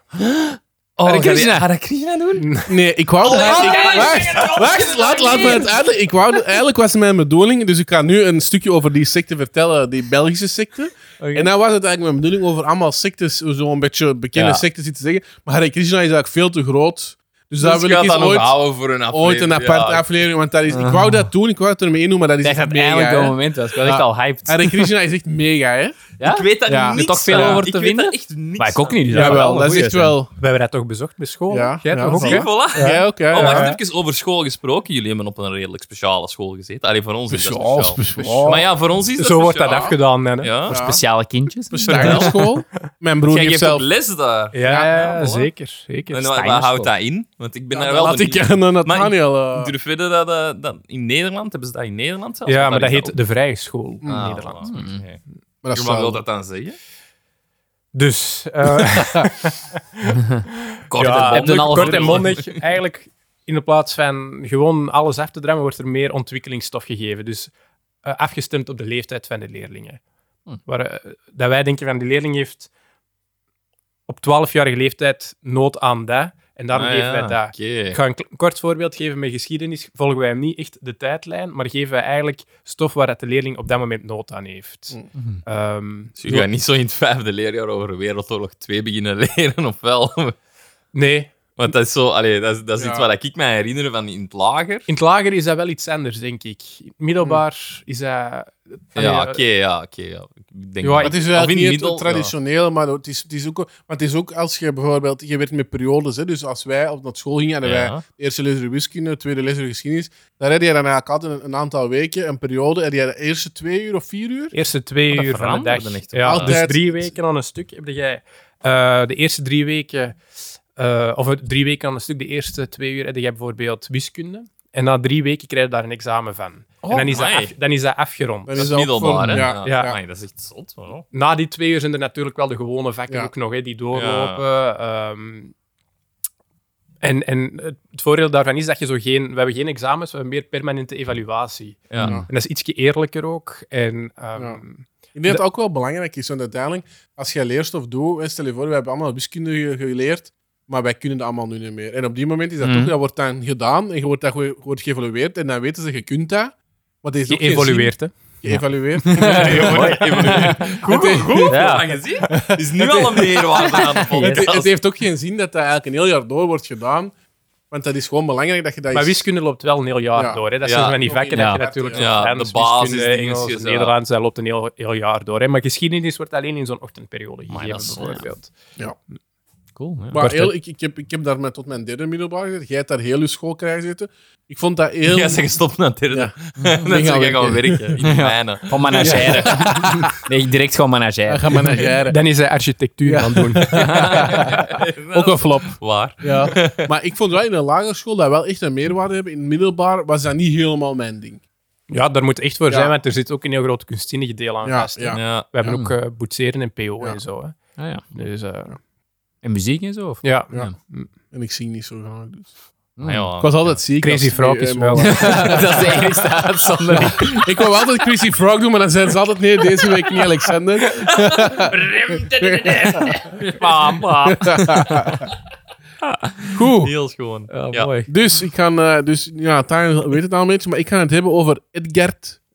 [SPEAKER 2] Oh,
[SPEAKER 5] Hare
[SPEAKER 2] ga je
[SPEAKER 5] Krishna.
[SPEAKER 2] Hare Krishna doen?
[SPEAKER 3] Nee, ik wou...
[SPEAKER 2] Oh,
[SPEAKER 3] ik,
[SPEAKER 2] ja,
[SPEAKER 3] wacht, wacht, laat, laat me het uitleggen. Ik wou, eigenlijk was het mijn bedoeling, dus ik ga nu een stukje over die secte vertellen, die Belgische secte. En dan was het eigenlijk mijn bedoeling over allemaal sectes, zo'n beetje bekende
[SPEAKER 2] Ja.
[SPEAKER 3] sectes iets te zeggen. Maar Hare Krishna is eigenlijk veel te groot. Dus,
[SPEAKER 2] Dus
[SPEAKER 3] daar wil
[SPEAKER 2] je
[SPEAKER 3] ik
[SPEAKER 2] gaat
[SPEAKER 3] eens
[SPEAKER 2] dat nog
[SPEAKER 3] ooit,
[SPEAKER 2] houden voor een aflevering.
[SPEAKER 3] ooit een aparte
[SPEAKER 2] Ja.
[SPEAKER 3] aflevering, want dat is, ik wou dat doen, ik wou het ermee in doen, maar dat is
[SPEAKER 5] Dat
[SPEAKER 3] echt
[SPEAKER 5] gaat
[SPEAKER 3] mega,
[SPEAKER 5] eindelijk dat
[SPEAKER 3] hè.
[SPEAKER 5] moment was. Ik was
[SPEAKER 3] Ja.
[SPEAKER 5] echt al hyped.
[SPEAKER 3] Hare Krishna is echt mega, hè.
[SPEAKER 5] Ja?
[SPEAKER 2] Ik weet daar
[SPEAKER 3] Ja.
[SPEAKER 2] niks
[SPEAKER 5] Er is toch veel
[SPEAKER 2] van.
[SPEAKER 5] over te
[SPEAKER 2] Ik weet
[SPEAKER 5] vinden?
[SPEAKER 2] daar echt niks
[SPEAKER 5] Maar ik ook
[SPEAKER 2] van.
[SPEAKER 5] niet. Dus
[SPEAKER 3] Jawel,
[SPEAKER 5] wel
[SPEAKER 3] dat
[SPEAKER 5] een
[SPEAKER 3] is echt
[SPEAKER 5] goeie
[SPEAKER 3] wel...
[SPEAKER 4] We hebben dat toch bezocht met school?
[SPEAKER 3] Ja,
[SPEAKER 4] Jij
[SPEAKER 3] ja,
[SPEAKER 4] toch ook?
[SPEAKER 3] zie
[SPEAKER 2] Zie
[SPEAKER 3] je?
[SPEAKER 2] je, voilà.
[SPEAKER 3] Jij ook, hè?
[SPEAKER 2] Oh, wacht
[SPEAKER 3] Ja.
[SPEAKER 2] even over school gesproken. Jullie hebben op een redelijk speciale school gezeten. Allee, voor ons is dat
[SPEAKER 3] Speciaal,
[SPEAKER 2] speciaal.
[SPEAKER 3] speciaal.
[SPEAKER 2] Maar ja, voor zijn. Is dat
[SPEAKER 4] Zo wordt dat
[SPEAKER 2] speciaal.
[SPEAKER 4] afgedaan, hè?
[SPEAKER 2] Ja.
[SPEAKER 5] zijn.
[SPEAKER 3] Ja.
[SPEAKER 5] Speciale kindjes.
[SPEAKER 3] Steinerschool. Mijn broer
[SPEAKER 2] Jij
[SPEAKER 3] heeft
[SPEAKER 2] geeft ook
[SPEAKER 3] zelf...
[SPEAKER 2] les daar.
[SPEAKER 4] Ja,
[SPEAKER 3] Ja,
[SPEAKER 4] ja,
[SPEAKER 2] voilà.
[SPEAKER 4] zeker. zeker.
[SPEAKER 2] En wat, wat
[SPEAKER 5] Steinerschool.
[SPEAKER 2] houdt dat in? Want ik ben
[SPEAKER 3] Ja,
[SPEAKER 2] daar
[SPEAKER 3] dan
[SPEAKER 2] wel
[SPEAKER 3] laat ik
[SPEAKER 2] benieuwd.
[SPEAKER 3] aan Nathaniel...
[SPEAKER 2] Maar
[SPEAKER 3] eh,
[SPEAKER 2] ik durf weten dat, dat, dat in Nederland, hebben ze dat in Nederland zelfs?
[SPEAKER 4] Ja,
[SPEAKER 2] Want
[SPEAKER 4] maar dat
[SPEAKER 2] daar
[SPEAKER 4] heet
[SPEAKER 2] is
[SPEAKER 4] de Vrije School in
[SPEAKER 2] Ah,
[SPEAKER 4] Nederland.
[SPEAKER 2] voilà. Oké.
[SPEAKER 3] maar dat is
[SPEAKER 2] Maar wil
[SPEAKER 3] wel...
[SPEAKER 2] dat dan zeggen?
[SPEAKER 4] Dus, eh,
[SPEAKER 2] Kort
[SPEAKER 4] ja,
[SPEAKER 2] en
[SPEAKER 5] heb je een half
[SPEAKER 4] kort en
[SPEAKER 5] uur.
[SPEAKER 4] mondig. Eigenlijk, in de plaats van gewoon alles af te drammen, wordt er meer ontwikkelingsstof gegeven. Dus eh, afgestemd op de leeftijd van de leerlingen.
[SPEAKER 5] Hm.
[SPEAKER 4] Waar, eh, dat wij denken van, die leerling heeft op twaalfjarige leeftijd nood aan dat. En daarom
[SPEAKER 2] Ah,
[SPEAKER 4] geven
[SPEAKER 2] ja,
[SPEAKER 4] wij dat.
[SPEAKER 2] oké.
[SPEAKER 4] Ik ga een kl- kort voorbeeld geven met geschiedenis. Volgen wij hem niet echt de tijdlijn, maar geven wij eigenlijk stof waar dat de leerling op dat moment nood aan heeft.
[SPEAKER 3] Mm.
[SPEAKER 4] Ehm,
[SPEAKER 2] Dus je gaat niet zo in het vijfde leerjaar over Wereldoorlog twee beginnen leren, of wel?
[SPEAKER 4] nee,
[SPEAKER 2] Want dat is zo, allee, dat is, dat is
[SPEAKER 3] Ja.
[SPEAKER 2] iets wat ik me herinner van in het lager.
[SPEAKER 4] in het lager is dat wel iets anders, denk ik. In het middelbaar is dat...
[SPEAKER 2] Ja,
[SPEAKER 4] Allee,
[SPEAKER 2] oké, ja, oké. ja. Ik denk
[SPEAKER 4] Ja,
[SPEAKER 2] dat-
[SPEAKER 3] Het is
[SPEAKER 2] of
[SPEAKER 3] wel
[SPEAKER 2] in
[SPEAKER 3] niet
[SPEAKER 2] middel,
[SPEAKER 3] het traditionele, maar het is, het is ook... Maar het is ook als je bijvoorbeeld... Je werkt met periodes, hè. Dus als wij op naar school gingen, hadden
[SPEAKER 2] Ja.
[SPEAKER 3] wij de eerste les wiskunde, tweede les geschiedenis. Daar had je dan eigenlijk altijd een, een aantal weken, een periode. En die had de eerste twee uur of vier uur.
[SPEAKER 4] Eerste twee
[SPEAKER 2] dat
[SPEAKER 4] uur van de
[SPEAKER 2] veranderde
[SPEAKER 4] dag.
[SPEAKER 2] echt
[SPEAKER 4] Ja,
[SPEAKER 3] altijd.
[SPEAKER 4] dus drie weken aan een stuk heb jij... eh, de eerste drie weken... eh, of drie weken aan een stuk, de eerste twee uur heb jij bijvoorbeeld wiskunde. En na drie weken krijg je daar een examen van. en dan is, dat
[SPEAKER 2] amai.
[SPEAKER 4] af- dan is dat afgerond.
[SPEAKER 3] Dan
[SPEAKER 2] Dat
[SPEAKER 3] is
[SPEAKER 2] is
[SPEAKER 3] dat ook
[SPEAKER 2] middelbaar,
[SPEAKER 3] voor-
[SPEAKER 2] hè?
[SPEAKER 3] ja,
[SPEAKER 4] ja.
[SPEAKER 2] Amai, dat is echt zot. Hoor.
[SPEAKER 4] Na die twee uur zijn er natuurlijk wel de gewone vakken
[SPEAKER 3] Ja.
[SPEAKER 4] ook nog, hè, die doorlopen. Ehm, en, en het voordeel daarvan is dat je zo geen... We hebben geen examens, we hebben meer permanente evaluatie.
[SPEAKER 2] Ja.
[SPEAKER 3] Ja.
[SPEAKER 4] En dat is ietsje eerlijker ook. En, ehm,
[SPEAKER 3] Ja. Ik denk dat het ook wel belangrijk is, want uiteindelijk, als je leerstof doet, hè, stel je voor, we hebben allemaal wiskunde ge- geleerd, maar wij kunnen dat allemaal nu niet meer. En op die moment is dat
[SPEAKER 5] Mhm.
[SPEAKER 3] toch, dat wordt dan gedaan en je wordt, dat ge- wordt geëvalueerd en dan weten ze, je kunt dat. Maar het is ook geen
[SPEAKER 4] geëvolueerd, hè.
[SPEAKER 3] zin- Geëvalueerd.
[SPEAKER 2] Goed, goed, goed.
[SPEAKER 5] Ja.
[SPEAKER 2] Ja. Gezien? Het is nu al een meerwaarde aan de
[SPEAKER 3] het,
[SPEAKER 2] podcast.
[SPEAKER 3] het heeft ook geen zin dat dat eigenlijk een heel jaar door wordt gedaan, want dat is gewoon belangrijk dat je dat
[SPEAKER 4] Maar
[SPEAKER 3] is-
[SPEAKER 4] wiskunde loopt wel een heel jaar
[SPEAKER 3] Ja.
[SPEAKER 4] door. Hè. Dat
[SPEAKER 2] Ja.
[SPEAKER 4] zijn van die vakken
[SPEAKER 5] Ja.
[SPEAKER 4] dat je natuurlijk...
[SPEAKER 2] Ja,
[SPEAKER 4] Frans,
[SPEAKER 2] de basis
[SPEAKER 4] wiskunde,
[SPEAKER 2] dingetjes,
[SPEAKER 4] Engels,
[SPEAKER 2] ja.
[SPEAKER 4] Nederlands, dat loopt een heel, heel jaar door. Hè. Maar geschiedenis wordt alleen in zo'n ochtendperiode
[SPEAKER 5] Maar
[SPEAKER 4] gegeven,
[SPEAKER 5] dat is,
[SPEAKER 4] bijvoorbeeld.
[SPEAKER 5] Cool. Ja.
[SPEAKER 3] Maar
[SPEAKER 4] Kort,
[SPEAKER 3] heel,
[SPEAKER 4] hè.
[SPEAKER 3] ik, ik, heb, ik heb daar met tot mijn derde middelbaar gezeten. Jij hebt daar heel je school krijgen zitten. Ik vond dat heel...
[SPEAKER 2] Jij zegt gestopt naar het derde.
[SPEAKER 3] Ja.
[SPEAKER 2] Dan
[SPEAKER 3] Ben
[SPEAKER 2] zeg
[SPEAKER 3] gaan
[SPEAKER 2] je gaan
[SPEAKER 3] werken.
[SPEAKER 2] werken in de mijnen.
[SPEAKER 5] Gewoon manageren. Nee, direct gewoon manageren.
[SPEAKER 3] Ja, ga maar naar jaren.
[SPEAKER 4] Dan is hij architectuur
[SPEAKER 3] Ja.
[SPEAKER 4] aan het doen.
[SPEAKER 3] Ook een flop.
[SPEAKER 2] Waar?
[SPEAKER 3] Ja. Maar ik vond wel in een lagere school dat wel echt een meerwaarde hebben. In het middelbaar was dat niet helemaal mijn ding.
[SPEAKER 4] Ja, daar moet echt voor
[SPEAKER 3] Ja.
[SPEAKER 4] zijn, want er zit ook een heel groot kunstzinnige deel aan
[SPEAKER 3] Ja,
[SPEAKER 4] vast. hè.
[SPEAKER 3] ja.
[SPEAKER 2] Ja.
[SPEAKER 4] We hebben
[SPEAKER 5] Ja.
[SPEAKER 4] ook eh, boetseren en P O
[SPEAKER 3] Ja.
[SPEAKER 4] en zo. Hè.
[SPEAKER 5] Ah, ja.
[SPEAKER 4] Dus eh,
[SPEAKER 5] En muziek en zo? Of?
[SPEAKER 4] ja.
[SPEAKER 3] Ja. En ik zie niet zo graag. Dus.
[SPEAKER 2] Ah, ja.
[SPEAKER 3] Ik was altijd ziek.
[SPEAKER 4] Crazy
[SPEAKER 3] als-
[SPEAKER 4] Frog is
[SPEAKER 3] eh,
[SPEAKER 4] wel...
[SPEAKER 5] Dat is de enige uitzondering.
[SPEAKER 3] Ik wou altijd Crazy Frog doen, maar dan zijn ze altijd... Nee, deze week niet Alexander.
[SPEAKER 5] Mama.
[SPEAKER 3] Goed.
[SPEAKER 2] Heel schoon.
[SPEAKER 4] Ja,
[SPEAKER 2] Ja.
[SPEAKER 4] mooi.
[SPEAKER 3] Dus ik ga... eh, dus, ja, Tijn weet het al een beetje, maar ik ga het hebben over Edgar...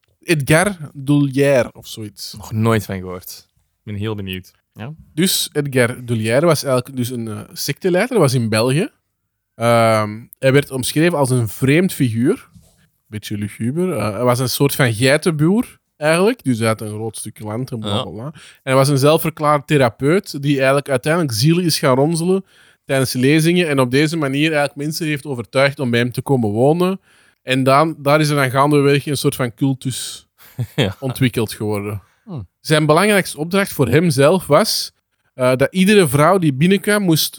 [SPEAKER 3] Edgar Dullier of zoiets.
[SPEAKER 2] Nog nooit van gehoord. Ik ben heel benieuwd.
[SPEAKER 3] Dus Edgar Dullier was eigenlijk dus een uh, secteleider. Dat was in België. Ehm, hij werd omschreven als een vreemd figuur. Beetje luguber. Uh, hij was een soort van geitenboer, eigenlijk. Dus hij had een groot stuk land en bla bla bla. En hij was een zelfverklaard therapeut die eigenlijk uiteindelijk ziel is gaan ronselen tijdens lezingen en op deze manier eigenlijk mensen heeft overtuigd om bij hem te komen wonen. En dan, daar is er dan gaandeweg een soort van cultus
[SPEAKER 2] Ja.
[SPEAKER 3] ontwikkeld geworden.
[SPEAKER 5] Hmm.
[SPEAKER 3] Zijn belangrijkste opdracht voor hemzelf was uh, dat iedere vrouw die binnenkwam moest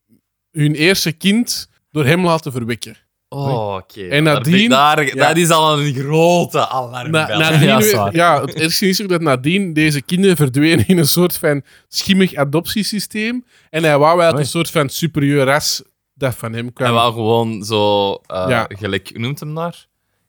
[SPEAKER 3] hun eerste kind door hem laten verwekken.
[SPEAKER 2] Oh, oké.
[SPEAKER 3] En
[SPEAKER 2] Daar-
[SPEAKER 3] nadien-
[SPEAKER 2] Daar,
[SPEAKER 3] ja.
[SPEAKER 2] Dat is al een grote alarmbel.
[SPEAKER 3] Na, nadien,
[SPEAKER 5] Ja, dat is
[SPEAKER 3] weer-
[SPEAKER 5] waar.
[SPEAKER 3] ja, het ergste is ook dat nadien deze kinderen verdwenen in een soort van schimmig adoptiesysteem. En hij wou eigenlijk
[SPEAKER 5] Oei.
[SPEAKER 3] een soort van superieur ras dat van hem kwam.
[SPEAKER 2] Hij wou gewoon zo... eh,
[SPEAKER 3] Ja.
[SPEAKER 2] Gelijk, hoe noemt hem daar?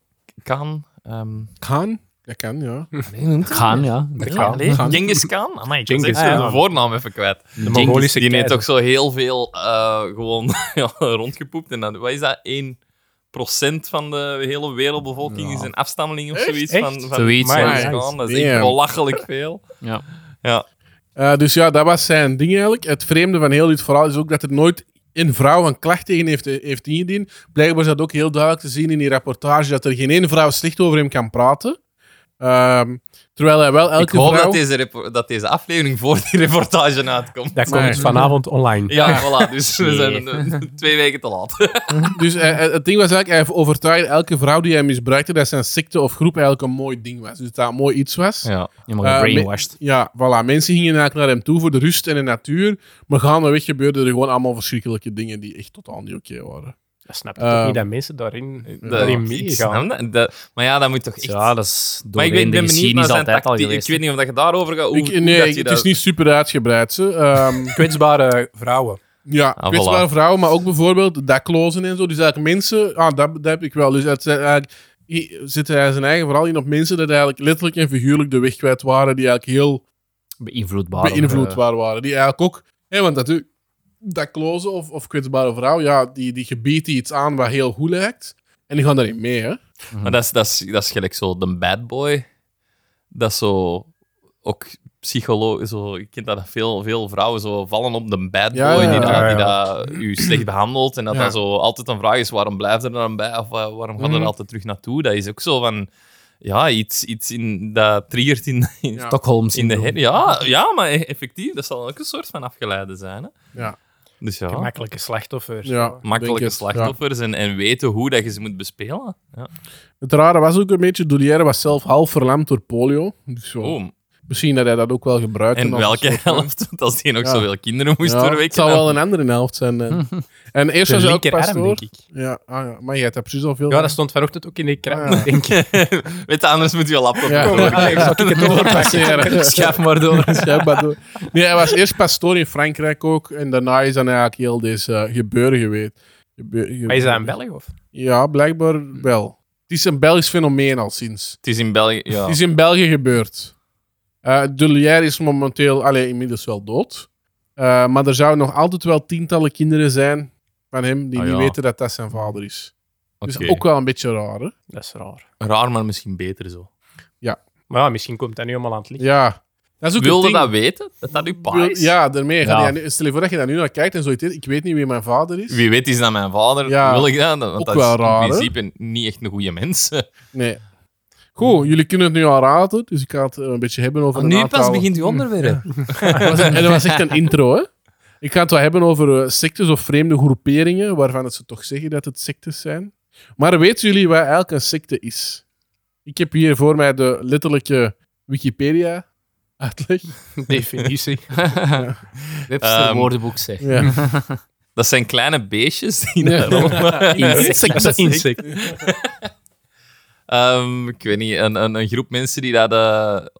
[SPEAKER 2] Khan? ehm
[SPEAKER 3] Khan? Dat kan, ja.
[SPEAKER 2] nee, hoe noemt hij
[SPEAKER 5] Gaan,
[SPEAKER 2] hem?
[SPEAKER 5] ja.
[SPEAKER 2] Ja, nee,
[SPEAKER 3] Khan.
[SPEAKER 2] Genghis Khan? Amai, ik was
[SPEAKER 4] Genghis
[SPEAKER 2] echt zo
[SPEAKER 4] Khan.
[SPEAKER 2] de voornaam even kwijt.
[SPEAKER 4] De Mongolische
[SPEAKER 2] Die heeft
[SPEAKER 4] keizer.
[SPEAKER 2] ook zo heel veel eh, gewoon ja, rondgepoept. En dan, wat is dat? één procent van de hele wereldbevolking is een afstammeling of
[SPEAKER 3] Echt?
[SPEAKER 2] zoiets
[SPEAKER 4] Echt?
[SPEAKER 2] van, van
[SPEAKER 5] Zoiets,
[SPEAKER 2] Genghis
[SPEAKER 3] ja.
[SPEAKER 2] Khan. Dat is echt
[SPEAKER 3] Damn.
[SPEAKER 2] belachelijk veel.
[SPEAKER 5] Ja.
[SPEAKER 2] Ja.
[SPEAKER 3] Uh, dus ja, dat was zijn ding eigenlijk. Het vreemde van heel dit verhaal is ook dat er nooit een vrouw een klacht tegen heeft, heeft ingediend. Blijkbaar is dat ook heel duidelijk te zien in die rapportage dat er geen één vrouw slecht over hem kan praten. Ehm, terwijl hij wel elke
[SPEAKER 2] Ik hoop
[SPEAKER 3] vrouw...
[SPEAKER 2] dat deze, repo- dat deze aflevering voor die reportage uitkomt.
[SPEAKER 4] Dat
[SPEAKER 3] Maar-
[SPEAKER 4] komt vanavond online.
[SPEAKER 2] Ja, voilà. Dus we zijn eh, twee weken te laat.
[SPEAKER 3] Dus eh, het ding was eigenlijk, hij heeft overtuigd elke vrouw die hij misbruikte dat zijn secte of groep eigenlijk een mooi ding was. Dus dat het mooi iets was.
[SPEAKER 2] Ja.
[SPEAKER 5] Je mag
[SPEAKER 3] Eh,
[SPEAKER 5] brainwashed.
[SPEAKER 3] me- Ja, voilà. Mensen gingen eigenlijk naar hem toe voor de rust en de natuur. Maar gaandeweg gebeurden er gewoon allemaal verschrikkelijke dingen die echt totaal niet oké waren.
[SPEAKER 4] Dat snap ik
[SPEAKER 3] Eh,
[SPEAKER 4] ook niet dat mensen daarin,
[SPEAKER 2] Dat-
[SPEAKER 4] daarin
[SPEAKER 2] ik
[SPEAKER 4] meegaan.
[SPEAKER 2] snap dat. Dat- Maar ja, dat moet toch echt...
[SPEAKER 5] Ja, dat is door
[SPEAKER 2] maar ik ben,
[SPEAKER 5] de
[SPEAKER 2] ben benieuwd
[SPEAKER 5] geschiedenis
[SPEAKER 2] naar zijn
[SPEAKER 5] altijd al
[SPEAKER 2] tactiek.
[SPEAKER 5] geweest.
[SPEAKER 2] Ik weet niet of dat je daarover gaat. Hoe,
[SPEAKER 3] Ik,
[SPEAKER 2] hoe
[SPEAKER 3] nee,
[SPEAKER 2] dat
[SPEAKER 3] het
[SPEAKER 2] je
[SPEAKER 3] is
[SPEAKER 2] dat...
[SPEAKER 3] niet super uitgebreid. Ze. Ehm,
[SPEAKER 4] Kwetsbare vrouwen.
[SPEAKER 3] ja,
[SPEAKER 2] Ah,
[SPEAKER 3] kwetsbare
[SPEAKER 2] voilà.
[SPEAKER 3] vrouwen, maar ook bijvoorbeeld daklozen en zo. Dus eigenlijk mensen... Ah, dat, dat heb ik wel. Dus het zijn eigenlijk... i- zit hij zijn eigen vooral in op mensen dat eigenlijk letterlijk en figuurlijk de weg kwijt waren, die eigenlijk heel
[SPEAKER 5] Beïnvloedbaar. of,
[SPEAKER 3] beïnvloedbaar waren. Die eigenlijk ook... Hè, want dat, daklozen of, of kwetsbare vrouw, ja, die, die gebied die iets aan wat heel goed lijkt. En die gaan daarin mee, hè.
[SPEAKER 2] Maar dat is, dat, is, dat is gelijk zo de bad boy. Dat is zo... Ook psycholoog... Zo, ik ken dat veel, veel vrouwen zo vallen op de bad boy
[SPEAKER 3] Ja, ja,
[SPEAKER 2] die, dat,
[SPEAKER 4] ja,
[SPEAKER 2] die
[SPEAKER 4] ja.
[SPEAKER 2] dat u slecht behandelt. En dat
[SPEAKER 3] Ja.
[SPEAKER 2] dat zo altijd een vraag is, waarom blijft er dan bij? Of wa- waarom gaat er
[SPEAKER 3] Mhm.
[SPEAKER 2] altijd terug naartoe? Dat is ook zo van... Ja, iets, iets in, dat triggert in, in,
[SPEAKER 3] Ja.
[SPEAKER 5] Stockholm
[SPEAKER 2] in de
[SPEAKER 5] syndroom.
[SPEAKER 2] her. Ja, ja, maar e- effectief, dat zal ook een soort van afgeleide zijn. Hè?
[SPEAKER 3] Ja.
[SPEAKER 2] Dus ja,
[SPEAKER 4] Gemakkelijke slachtoffers.
[SPEAKER 3] Ja, denk
[SPEAKER 2] makkelijke
[SPEAKER 3] het,
[SPEAKER 2] slachtoffers en, en weten hoe dat je ze moet bespelen. Ja.
[SPEAKER 3] Het rare was ook een beetje, Dullier was zelf half verlamd door polio. Dus zo,
[SPEAKER 2] Oh,
[SPEAKER 3] misschien dat hij dat ook wel gebruikte.
[SPEAKER 2] en
[SPEAKER 3] als een
[SPEAKER 2] welke
[SPEAKER 3] soort van-
[SPEAKER 2] helft? Want als die nog
[SPEAKER 3] Ja.
[SPEAKER 2] zoveel kinderen moest
[SPEAKER 3] Ja,
[SPEAKER 2] verwekken...
[SPEAKER 3] het zal
[SPEAKER 2] dan-
[SPEAKER 3] wel een andere helft zijn. Dan. En eerst
[SPEAKER 4] De
[SPEAKER 3] was hij ook
[SPEAKER 4] linkerarm,
[SPEAKER 3] pastoor.
[SPEAKER 4] denk ik.
[SPEAKER 3] Ja, ah, ja, maar jij hebt daar precies al veel.
[SPEAKER 4] Ja, dat stond vanochtend ook in de krant,
[SPEAKER 3] Ah, ja.
[SPEAKER 4] denk ik.
[SPEAKER 2] Weet je, anders moet je laptop
[SPEAKER 3] Ja.
[SPEAKER 2] komen.
[SPEAKER 4] Ah, ik zal ik het overpasseren.
[SPEAKER 5] Schrijf maar door.
[SPEAKER 3] Schrijf maar door. Nee, hij was eerst pastoor in Frankrijk ook. En daarna is dan eigenlijk heel deze eh, gebeuren geweest. Gebe- gebe-
[SPEAKER 4] Maar is dat in België, of?
[SPEAKER 3] Ja, blijkbaar wel. Het is een Belgisch fenomeen al sinds.
[SPEAKER 2] Het is in België... Ja.
[SPEAKER 3] Het is in België gebeurd. Uh, Dullier is momenteel allee, inmiddels wel dood. Uh, maar er zouden nog altijd wel tientallen kinderen zijn van hem die
[SPEAKER 2] Ah,
[SPEAKER 3] niet
[SPEAKER 2] ja.
[SPEAKER 3] weten dat dat zijn vader is.
[SPEAKER 2] Oké.
[SPEAKER 3] Dus ook wel een beetje raar, hè?
[SPEAKER 4] Dat is raar.
[SPEAKER 2] Raar, maar misschien beter zo.
[SPEAKER 4] Maar ja, misschien komt dat nu allemaal aan het licht.
[SPEAKER 3] Ja. Dat is ook
[SPEAKER 2] Wilde
[SPEAKER 3] het ding.
[SPEAKER 2] dat weten? Dat dat uw pa
[SPEAKER 3] Wil-
[SPEAKER 2] is?
[SPEAKER 3] Ja, daarmee. Ga
[SPEAKER 5] Ja.
[SPEAKER 3] je nu- stel je voor dat je daar nu naar kijkt en zoiets. Ik weet niet wie mijn vader is.
[SPEAKER 2] Wie weet is dat mijn vader?
[SPEAKER 3] Ja,
[SPEAKER 2] Wil ik dat? Want
[SPEAKER 3] ook
[SPEAKER 2] dat
[SPEAKER 3] wel
[SPEAKER 2] is
[SPEAKER 3] raar, hè?
[SPEAKER 2] in principe niet echt een goede mens.
[SPEAKER 3] Nee. Goed, jullie kunnen het nu al raden. Dus ik ga het eh, een beetje hebben over een
[SPEAKER 2] nu
[SPEAKER 3] aantal...
[SPEAKER 2] pas begint uw onderwerp.
[SPEAKER 3] Dat was- en dat was echt een intro, hè? Ik ga het wel hebben over eh, sectes of vreemde groeperingen, waarvan het ze toch zeggen dat het sectes zijn. Maar weten jullie wat eigenlijk een secte is? Ik heb hier voor mij de letterlijke Wikipedia-uitleg.
[SPEAKER 4] Definitie.
[SPEAKER 5] Webster
[SPEAKER 2] Ehm,
[SPEAKER 5] woordenboek zegt.
[SPEAKER 3] Ja.
[SPEAKER 2] Dat zijn kleine beestjes die
[SPEAKER 3] Ja.
[SPEAKER 2] daarom...
[SPEAKER 5] Insecten.
[SPEAKER 4] Insect.
[SPEAKER 2] Ehm, ik weet niet, een, een, een groep mensen die dat... eh,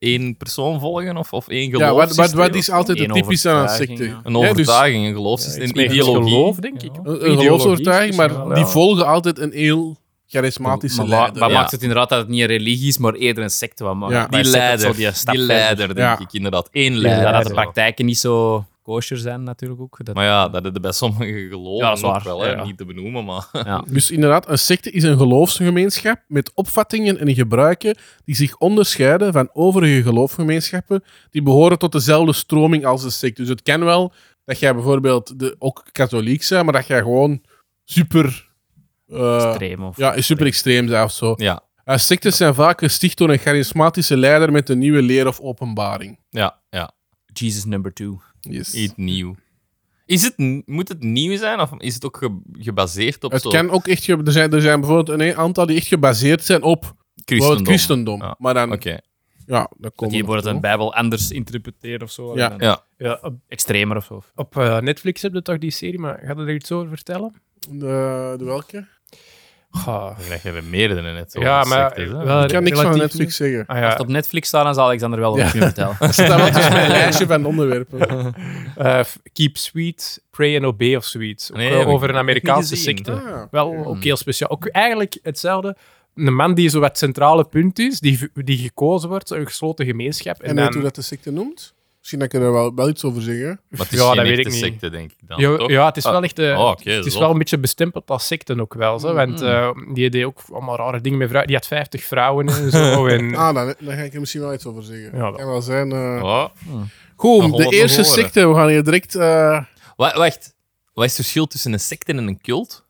[SPEAKER 2] één persoon volgen of, of één
[SPEAKER 3] Ja,
[SPEAKER 2] geloofssysteem.
[SPEAKER 3] wat, wat, wat is
[SPEAKER 2] of zo?
[SPEAKER 3] altijd
[SPEAKER 5] Eén
[SPEAKER 3] het typische aan een
[SPEAKER 5] overtuiging,
[SPEAKER 3] secte?
[SPEAKER 5] ja.
[SPEAKER 2] Een
[SPEAKER 3] Ja, dus
[SPEAKER 2] overtuiging, een geloofssysteem,
[SPEAKER 4] Iets meer
[SPEAKER 2] ideologie.
[SPEAKER 4] geloof, denk ik.
[SPEAKER 3] een,
[SPEAKER 4] ook.
[SPEAKER 3] een
[SPEAKER 4] Ideologie
[SPEAKER 3] geloofsovertuiging, maar
[SPEAKER 4] misschien wel,
[SPEAKER 3] die
[SPEAKER 4] ja.
[SPEAKER 3] volgen altijd een heel charismatische
[SPEAKER 5] Maar wa-
[SPEAKER 3] leider.
[SPEAKER 5] wat
[SPEAKER 2] Ja.
[SPEAKER 5] maakt het inderdaad dat het niet een religie is, maar eerder een secte? Wat maakt
[SPEAKER 3] Ja.
[SPEAKER 5] bij
[SPEAKER 2] Die
[SPEAKER 5] secten
[SPEAKER 2] leider,
[SPEAKER 5] zo die, stap
[SPEAKER 2] die
[SPEAKER 5] verder.
[SPEAKER 2] leider, denk
[SPEAKER 3] Ja.
[SPEAKER 2] ik inderdaad. Eén
[SPEAKER 5] Ja,
[SPEAKER 2] leider.
[SPEAKER 5] dat de
[SPEAKER 2] Zo.
[SPEAKER 5] praktijken niet zo kosher zijn, natuurlijk ook. Dat,
[SPEAKER 2] Maar ja, dat is bij sommige geloven
[SPEAKER 5] Ja, dat is
[SPEAKER 2] nog
[SPEAKER 5] waar.
[SPEAKER 2] wel, hè.
[SPEAKER 5] Ja, ja.
[SPEAKER 2] Niet te benoemen, maar...
[SPEAKER 5] ja.
[SPEAKER 3] Dus inderdaad, een secte is een geloofsgemeenschap met opvattingen en gebruiken die zich onderscheiden van overige geloofsgemeenschappen die behoren tot dezelfde stroming als de secte. Dus het kan wel dat jij bijvoorbeeld de, ook katholiek bent, maar dat jij gewoon super... eh,
[SPEAKER 5] Extreem of...
[SPEAKER 3] ja, super extreem bent of zo.
[SPEAKER 2] Ja,
[SPEAKER 3] Uh, sectes zijn vaak gesticht door een charismatische leider met een nieuwe leer of openbaring.
[SPEAKER 2] ja, ja.
[SPEAKER 5] Jesus number two.
[SPEAKER 3] Yes.
[SPEAKER 2] Iets nieuw. Is het, n- moet het nieuw zijn of is het ook ge- gebaseerd op
[SPEAKER 3] Het
[SPEAKER 2] zo
[SPEAKER 3] kan ook echt... ge- Er zijn, er zijn bijvoorbeeld een aantal die echt gebaseerd zijn op bijvoorbeeld
[SPEAKER 2] christendom?
[SPEAKER 3] christendom.
[SPEAKER 2] Ja.
[SPEAKER 3] Maar dan...
[SPEAKER 2] Oké.
[SPEAKER 3] Ja, dat
[SPEAKER 5] Dat
[SPEAKER 3] komt
[SPEAKER 5] die bijvoorbeeld een Bijbel anders interpreteren of zo.
[SPEAKER 3] Ja.
[SPEAKER 5] en dan
[SPEAKER 2] Ja.
[SPEAKER 4] Ja, op,
[SPEAKER 5] Extremer of zo.
[SPEAKER 4] op eh, Netflix heb je toch die serie, maar ga je er iets over vertellen?
[SPEAKER 3] De, de welke?
[SPEAKER 4] Goh.
[SPEAKER 2] Dan krijg je er meerdere net. over
[SPEAKER 4] Ja, maar...
[SPEAKER 2] sectes, hè.
[SPEAKER 4] wel
[SPEAKER 3] Ik kan niks van
[SPEAKER 4] relatief
[SPEAKER 3] Netflix zeggen.
[SPEAKER 4] Ah,
[SPEAKER 5] Als
[SPEAKER 4] ja.
[SPEAKER 5] het op Netflix staat, dan zal Alexander wel
[SPEAKER 3] Ja.
[SPEAKER 5] wat kunnen vertellen.
[SPEAKER 3] Dat staat wel tussen mijn lijstje van onderwerpen.
[SPEAKER 4] Eh, Keep Sweet, Pray and Obey of zoiets. Ook,
[SPEAKER 2] Nee,
[SPEAKER 4] eh,
[SPEAKER 2] heb ik
[SPEAKER 4] over een
[SPEAKER 2] niet
[SPEAKER 4] Amerikaanse
[SPEAKER 2] gezien.
[SPEAKER 4] secte.
[SPEAKER 3] Ah.
[SPEAKER 4] Wel, ook heel speciaal. Ook eigenlijk hetzelfde. Een man die zo wat centrale punt is, die, die gekozen wordt, een gesloten gemeenschap. En,
[SPEAKER 3] En
[SPEAKER 4] dan,
[SPEAKER 3] weet hoe dat de secte noemt? Misschien dat ik er wel, wel iets over zeggen.
[SPEAKER 2] Maar het is
[SPEAKER 4] Ja,
[SPEAKER 2] geen
[SPEAKER 4] dat weet
[SPEAKER 2] echte
[SPEAKER 4] ik niet.
[SPEAKER 2] secte, denk ik dan,
[SPEAKER 4] ja,
[SPEAKER 2] toch?
[SPEAKER 4] ja, het is
[SPEAKER 2] Ah.
[SPEAKER 4] wel echt... eh,
[SPEAKER 2] Oh, oké,
[SPEAKER 4] het is
[SPEAKER 2] zo.
[SPEAKER 4] wel een beetje bestempeld als secte ook wel. Zo, want eh, die deed ook allemaal rare dingen met vrouwen. Die had vijftig vrouwen en zo. En,
[SPEAKER 3] Ah, dan, dan ga ik er misschien wel iets over zeggen.
[SPEAKER 4] Ja,
[SPEAKER 3] dat kan wel zijn. eh.
[SPEAKER 2] Oh.
[SPEAKER 3] Goed,
[SPEAKER 2] Dan gaan we
[SPEAKER 3] de
[SPEAKER 2] het
[SPEAKER 3] eerste
[SPEAKER 2] nog horen.
[SPEAKER 3] secte. We gaan hier direct... eh,
[SPEAKER 2] Wa- Wacht, wat is het verschil tussen een secte en een cult?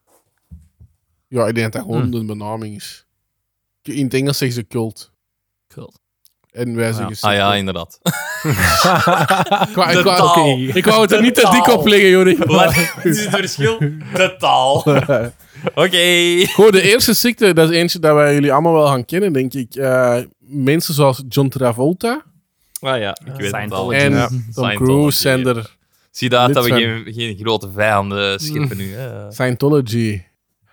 [SPEAKER 3] Ja, ik denk dat dat gewoon
[SPEAKER 2] Hm.
[SPEAKER 3] de benaming is. In het Engels zeggen ze cult.
[SPEAKER 5] Cult.
[SPEAKER 3] En wij zeggen
[SPEAKER 2] Ah
[SPEAKER 3] secte.
[SPEAKER 2] ja, inderdaad.
[SPEAKER 3] Ik wou, ik,
[SPEAKER 2] De
[SPEAKER 3] wou,
[SPEAKER 2] taal.
[SPEAKER 3] ik wou het er niet te
[SPEAKER 2] De
[SPEAKER 3] dik
[SPEAKER 2] taal.
[SPEAKER 3] op leggen, Jorik.
[SPEAKER 2] Wat is het verschil? De taal. Oké.
[SPEAKER 3] Goed, de eerste secte, dat is eentje dat wij jullie allemaal wel gaan kennen, denk ik. Eh, mensen zoals John Travolta
[SPEAKER 2] Ah ja, ik weet het al.
[SPEAKER 5] Scientology.
[SPEAKER 3] en
[SPEAKER 5] Ja.
[SPEAKER 3] Tom
[SPEAKER 2] Scientology,
[SPEAKER 3] Cruise zijn er.
[SPEAKER 2] Zie dat,
[SPEAKER 3] Dit
[SPEAKER 2] dat we
[SPEAKER 3] zijn-
[SPEAKER 2] geen, geen grote vijanden schippen nu. Hè.
[SPEAKER 3] Scientology.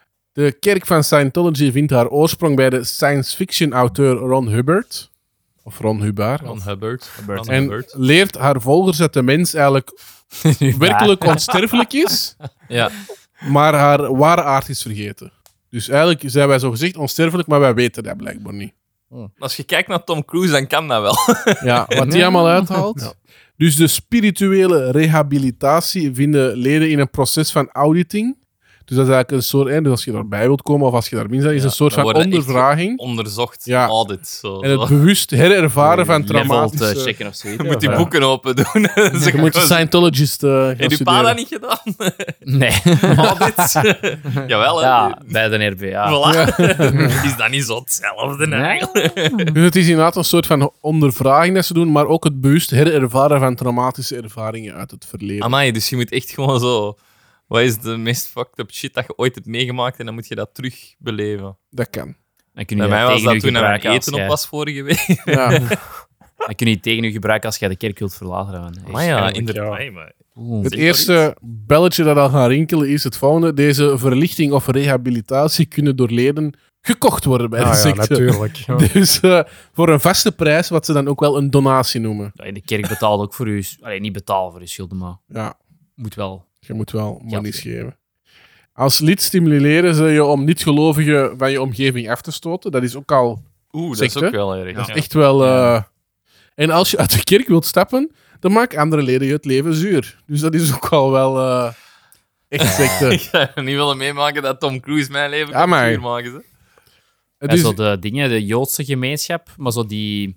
[SPEAKER 3] De kerk van Scientology vindt haar oorsprong bij de science fiction auteur Ron Hubbard. Of Ron Hubbard.
[SPEAKER 2] Ron Hubbard. Ron
[SPEAKER 3] En
[SPEAKER 2] Hubbard.
[SPEAKER 3] leert haar volgers dat de mens eigenlijk werkelijk onsterfelijk is,
[SPEAKER 2] Ja.
[SPEAKER 3] maar haar ware aard is vergeten. Dus eigenlijk zijn wij zo gezegd onsterfelijk, maar wij weten dat blijkbaar niet.
[SPEAKER 2] Als je kijkt naar Tom Cruise, dan kan dat wel.
[SPEAKER 3] Ja, wat die allemaal uithaalt. Dus de spirituele rehabilitatie vinden leden in een proces van auditing. Dus dat is eigenlijk een soort, hè, dus als je daarbij wilt komen of als je daar bent, is
[SPEAKER 2] Ja,
[SPEAKER 3] een soort
[SPEAKER 2] dan
[SPEAKER 3] van
[SPEAKER 2] worden echt
[SPEAKER 3] ondervraging.
[SPEAKER 2] Onderzocht,
[SPEAKER 3] Ja.
[SPEAKER 2] audit. Zo,
[SPEAKER 3] En het
[SPEAKER 2] zo.
[SPEAKER 3] bewust herervaren van
[SPEAKER 5] Level te
[SPEAKER 3] traumatische...
[SPEAKER 5] checken of zoiets.
[SPEAKER 2] Je moet die
[SPEAKER 3] Ja.
[SPEAKER 2] boeken open doen.
[SPEAKER 3] Je moet de Scientologist uh, gaan
[SPEAKER 2] Heb je pa
[SPEAKER 3] studeren.
[SPEAKER 2] dat niet gedaan?
[SPEAKER 5] Nee.
[SPEAKER 2] Audits? Jawel, hè.
[SPEAKER 5] Ja, bij de R B A.
[SPEAKER 2] Voilà. Is dat niet zo hetzelfde eigenlijk?
[SPEAKER 3] Dus het is inderdaad een soort van ondervraging dat ze doen, maar ook het bewust herervaren van traumatische ervaringen uit het verleden.
[SPEAKER 2] Amai, dus je moet echt gewoon zo... Wat is de meest fucked up shit dat je ooit hebt meegemaakt en dan moet je dat terug beleven.
[SPEAKER 3] Dat kan.
[SPEAKER 5] Dan kun je
[SPEAKER 2] Bij mij was
[SPEAKER 5] tegen
[SPEAKER 2] dat
[SPEAKER 5] je
[SPEAKER 2] toen aan het
[SPEAKER 5] gebruiken als
[SPEAKER 2] eten op
[SPEAKER 5] jij-
[SPEAKER 2] was vorige week.
[SPEAKER 3] Ja.
[SPEAKER 5] Dan kun je het tegen je gebruiken als jij de kerk wilt verlaten. Dan. Echt.
[SPEAKER 2] Maar ja,
[SPEAKER 4] Eigenlijk,
[SPEAKER 2] inderdaad.
[SPEAKER 4] ja.
[SPEAKER 2] Amai, maar-
[SPEAKER 5] Oeh.
[SPEAKER 3] Het
[SPEAKER 2] Zeg
[SPEAKER 3] eerste belletje dat al gaat rinkelen is het volgende. Deze verlichting of rehabilitatie kunnen door leden gekocht worden bij de
[SPEAKER 4] Ah, ja,
[SPEAKER 3] secte.
[SPEAKER 4] natuurlijk. Ja.
[SPEAKER 3] Dus eh, voor een vaste prijs, wat ze dan ook wel een donatie noemen.
[SPEAKER 5] Ja, de kerk betaalt ook voor je... Allee, niet betalen voor je schulden, maar
[SPEAKER 3] Ja,
[SPEAKER 5] moet wel.
[SPEAKER 3] je moet wel monies
[SPEAKER 5] geven.
[SPEAKER 3] geven. Als lid stimuleren ze je om niet-gelovigen van je omgeving af te stoten. Dat is ook al
[SPEAKER 2] Oeh, dat
[SPEAKER 3] Secte?
[SPEAKER 2] is ook wel erg.
[SPEAKER 3] dat is
[SPEAKER 2] ja.
[SPEAKER 3] echt wel... eh, En als je uit de kerk wilt stappen, dan maken andere leden je het leven zuur. Dus dat is ook al wel eh, echt secte.
[SPEAKER 2] Ik zou niet willen meemaken dat Tom Cruise mijn leven
[SPEAKER 3] Ah,
[SPEAKER 2] kan
[SPEAKER 3] maar-
[SPEAKER 2] zuur maken. Ze.
[SPEAKER 3] Het
[SPEAKER 5] En
[SPEAKER 3] is,
[SPEAKER 5] zo de dingen, de Joodse gemeenschap, maar zo die...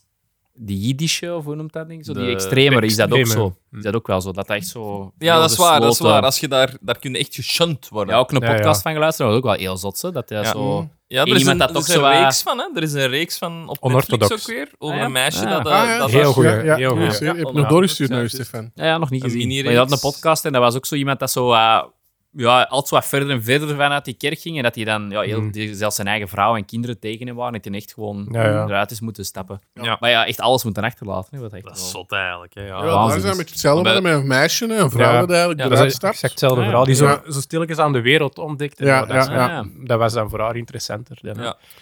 [SPEAKER 5] Die Jiddische, of hoe noemt dat ding? Zo die
[SPEAKER 2] De
[SPEAKER 5] extremere, is dat ook
[SPEAKER 4] extreme.
[SPEAKER 5] zo? Is dat ook wel zo? Dat dat echt zo...
[SPEAKER 2] Ja,
[SPEAKER 5] heel
[SPEAKER 2] dat is waar. Dat is
[SPEAKER 5] gesloten-
[SPEAKER 2] waar. Als je daar, daar kun je echt geshunt worden.
[SPEAKER 5] Ja, ook een
[SPEAKER 4] Ja,
[SPEAKER 5] podcast
[SPEAKER 4] ja.
[SPEAKER 5] van geluisterd, dat was ook wel heel zot, hè, dat hij
[SPEAKER 2] Ja.
[SPEAKER 5] zo...
[SPEAKER 2] Ja, er
[SPEAKER 5] Eén
[SPEAKER 2] is
[SPEAKER 5] iemand
[SPEAKER 2] een,
[SPEAKER 5] dat
[SPEAKER 2] er
[SPEAKER 5] toch
[SPEAKER 2] is een
[SPEAKER 5] zo, eh,
[SPEAKER 2] reeks van, hè. Er is een reeks van op
[SPEAKER 4] Onorthodox.
[SPEAKER 2] Netflix ook weer, over
[SPEAKER 5] Ah, ja?
[SPEAKER 2] een meisje
[SPEAKER 5] Ah.
[SPEAKER 2] dat... eh,
[SPEAKER 3] Ah, ja.
[SPEAKER 2] dat
[SPEAKER 4] Heel
[SPEAKER 2] dat-
[SPEAKER 4] goed.
[SPEAKER 3] ja, ja,
[SPEAKER 4] heel
[SPEAKER 3] ja,
[SPEAKER 4] goed.
[SPEAKER 3] zeker.
[SPEAKER 2] Ja,
[SPEAKER 3] Je hebt
[SPEAKER 2] ja,
[SPEAKER 3] nog
[SPEAKER 2] ja.
[SPEAKER 3] doorgestuurd
[SPEAKER 2] Ja,
[SPEAKER 3] naar je,
[SPEAKER 2] juist.
[SPEAKER 3] Stefan.
[SPEAKER 5] Ja, ja, nog niet
[SPEAKER 2] Een
[SPEAKER 5] gezien.
[SPEAKER 2] mini-reeks.
[SPEAKER 5] Maar je had een podcast en dat was ook zo iemand dat zo... eh, ja, altijd wat verder en verder vanuit die kerk ging. En dat hij dan ja, heel,
[SPEAKER 4] Mm.
[SPEAKER 5] die, zelfs zijn eigen vrouw en kinderen tegen hem waren. En hij echt gewoon
[SPEAKER 4] Ja, ja.
[SPEAKER 5] eruit is moeten stappen.
[SPEAKER 2] Ja.
[SPEAKER 5] Maar ja, echt alles moeten achterlaten. Hè, wat echt
[SPEAKER 2] Dat is
[SPEAKER 5] wel-
[SPEAKER 2] zot eigenlijk, hè. Ja.
[SPEAKER 3] Ja,
[SPEAKER 5] waanzin
[SPEAKER 3] daar
[SPEAKER 5] is-
[SPEAKER 3] zijn we met hetzelfde
[SPEAKER 2] Maar bij-
[SPEAKER 3] met een meisje, hè, een vrouw
[SPEAKER 4] Ja.
[SPEAKER 3] dat eigenlijk
[SPEAKER 2] Ja,
[SPEAKER 4] Dat
[SPEAKER 3] eruit
[SPEAKER 4] is
[SPEAKER 3] stapt.
[SPEAKER 4] exact hetzelfde
[SPEAKER 5] Ah,
[SPEAKER 4] verhaal. Die zo,
[SPEAKER 3] ja.
[SPEAKER 4] zo stilletjes aan de wereld ontdekte.
[SPEAKER 3] Ja,
[SPEAKER 4] Ja, dat, is-
[SPEAKER 3] ja,
[SPEAKER 5] ja.
[SPEAKER 4] dat was dan voor haar interessanter. Dan,
[SPEAKER 2] Ja.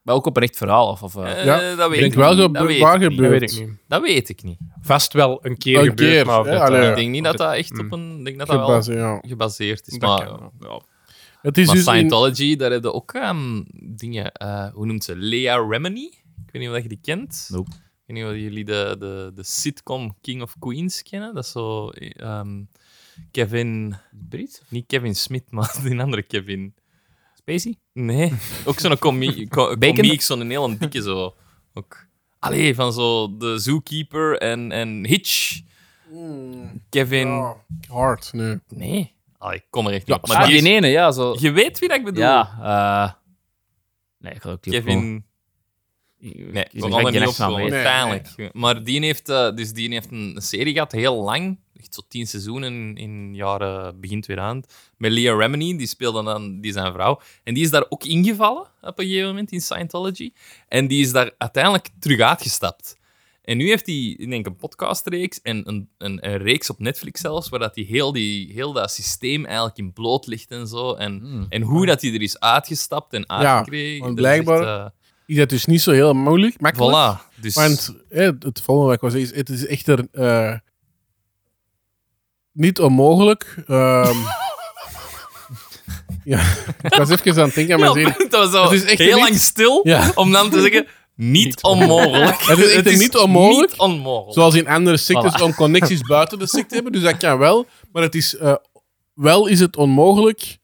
[SPEAKER 5] Maar ook op een echt verhaal. Of, of, uh,
[SPEAKER 2] Eh,
[SPEAKER 3] Ja,
[SPEAKER 2] dat weet
[SPEAKER 3] denk
[SPEAKER 2] ik
[SPEAKER 3] wel
[SPEAKER 2] niet.
[SPEAKER 3] gebe-
[SPEAKER 2] Dat weet
[SPEAKER 3] waar
[SPEAKER 2] ik niet.
[SPEAKER 3] gebeurt.
[SPEAKER 4] Dat weet ik niet.
[SPEAKER 2] Dat weet ik niet.
[SPEAKER 4] Vast wel een keer
[SPEAKER 3] Een
[SPEAKER 4] gebeurd,
[SPEAKER 3] keer,
[SPEAKER 4] maar of
[SPEAKER 3] hè?
[SPEAKER 4] dat,
[SPEAKER 3] Allee.
[SPEAKER 4] eh,
[SPEAKER 2] ik denk niet
[SPEAKER 4] of
[SPEAKER 2] dat dat echt op een... Ik denk dat dat wel
[SPEAKER 3] Gebaseerd, ja.
[SPEAKER 2] gebaseerd is.
[SPEAKER 4] Dat
[SPEAKER 2] Maar,
[SPEAKER 4] kan,
[SPEAKER 2] ja.
[SPEAKER 3] Het is
[SPEAKER 2] maar
[SPEAKER 3] dus in-
[SPEAKER 2] Scientology, daar heb je ook ehm, dingen... eh, hoe noemt ze? Leah Remini? Ik weet niet of je die kent.
[SPEAKER 5] Nope.
[SPEAKER 2] Ik weet niet of jullie de, de, de sitcom King of Queens kennen. Dat is zo... ehm, Kevin...
[SPEAKER 5] Brits?
[SPEAKER 2] Niet Kevin Smith, maar die andere Kevin.
[SPEAKER 5] Spacey?
[SPEAKER 2] Nee, ook zo'n comie, co
[SPEAKER 5] Bacon?
[SPEAKER 2] komiek, zo'n heel dikke zo. Ook. Allee, van zo de Zookeeper en, en Hitch. Kevin...
[SPEAKER 3] Ja, hard, nee.
[SPEAKER 2] Nee. Allee, ik kom er echt niet
[SPEAKER 3] Ja,
[SPEAKER 2] op. Maar
[SPEAKER 5] Ah,
[SPEAKER 2] die
[SPEAKER 5] die
[SPEAKER 2] is-
[SPEAKER 5] ene, ja. Zo.
[SPEAKER 2] Je weet wie dat ik bedoel.
[SPEAKER 5] Ja. Uh, nee, ik ga ook niet opkomen.
[SPEAKER 2] Kevin...
[SPEAKER 5] Ik-
[SPEAKER 2] Nee,
[SPEAKER 5] ik
[SPEAKER 2] we
[SPEAKER 5] ga
[SPEAKER 2] gaan er
[SPEAKER 5] geen
[SPEAKER 2] niet op
[SPEAKER 5] achternaam
[SPEAKER 2] komen,
[SPEAKER 5] weten.
[SPEAKER 3] Nee,
[SPEAKER 2] uiteindelijk. Maar die heeft, eh, dus die heeft een serie gehad, heel lang. Echt zo tien seizoenen in jaren begin tweeduizend. Met Leah Remini, die speelde dan die zijn vrouw. En die is daar ook ingevallen op een gegeven moment in Scientology. En die is daar uiteindelijk terug uitgestapt. En nu heeft hij, ik denk, een podcastreeks en een, een, een reeks op Netflix zelfs, waar dat hij heel, die, heel dat systeem eigenlijk in bloot ligt en zo. En,
[SPEAKER 5] Hmm.
[SPEAKER 2] en hoe dat hij er is uitgestapt en uitgekregen.
[SPEAKER 3] want
[SPEAKER 2] dat is echt,
[SPEAKER 3] blijkbaar-
[SPEAKER 2] eh,
[SPEAKER 3] Is dat dus niet zo heel moeilijk, makkelijk?
[SPEAKER 2] voilà. Dus,
[SPEAKER 3] Want hè, het volgende wat ik wil zeggen is, het is echter eh, niet onmogelijk. ehm, ja, ik was even aan het denken aan mijn
[SPEAKER 2] Ja,
[SPEAKER 3] zin.
[SPEAKER 2] dat was zo
[SPEAKER 3] Het is echt
[SPEAKER 2] heel
[SPEAKER 3] niet-
[SPEAKER 2] lang stil,
[SPEAKER 3] Ja.
[SPEAKER 2] om dan te zeggen, niet onmogelijk.
[SPEAKER 3] Het is echt niet onmogelijk.
[SPEAKER 2] Niet onmogelijk.
[SPEAKER 3] Zoals in andere sectes
[SPEAKER 5] Voilà.
[SPEAKER 3] om connecties buiten de secte te hebben. Dus dat kan wel. Maar het is, eh, wel is het onmogelijk.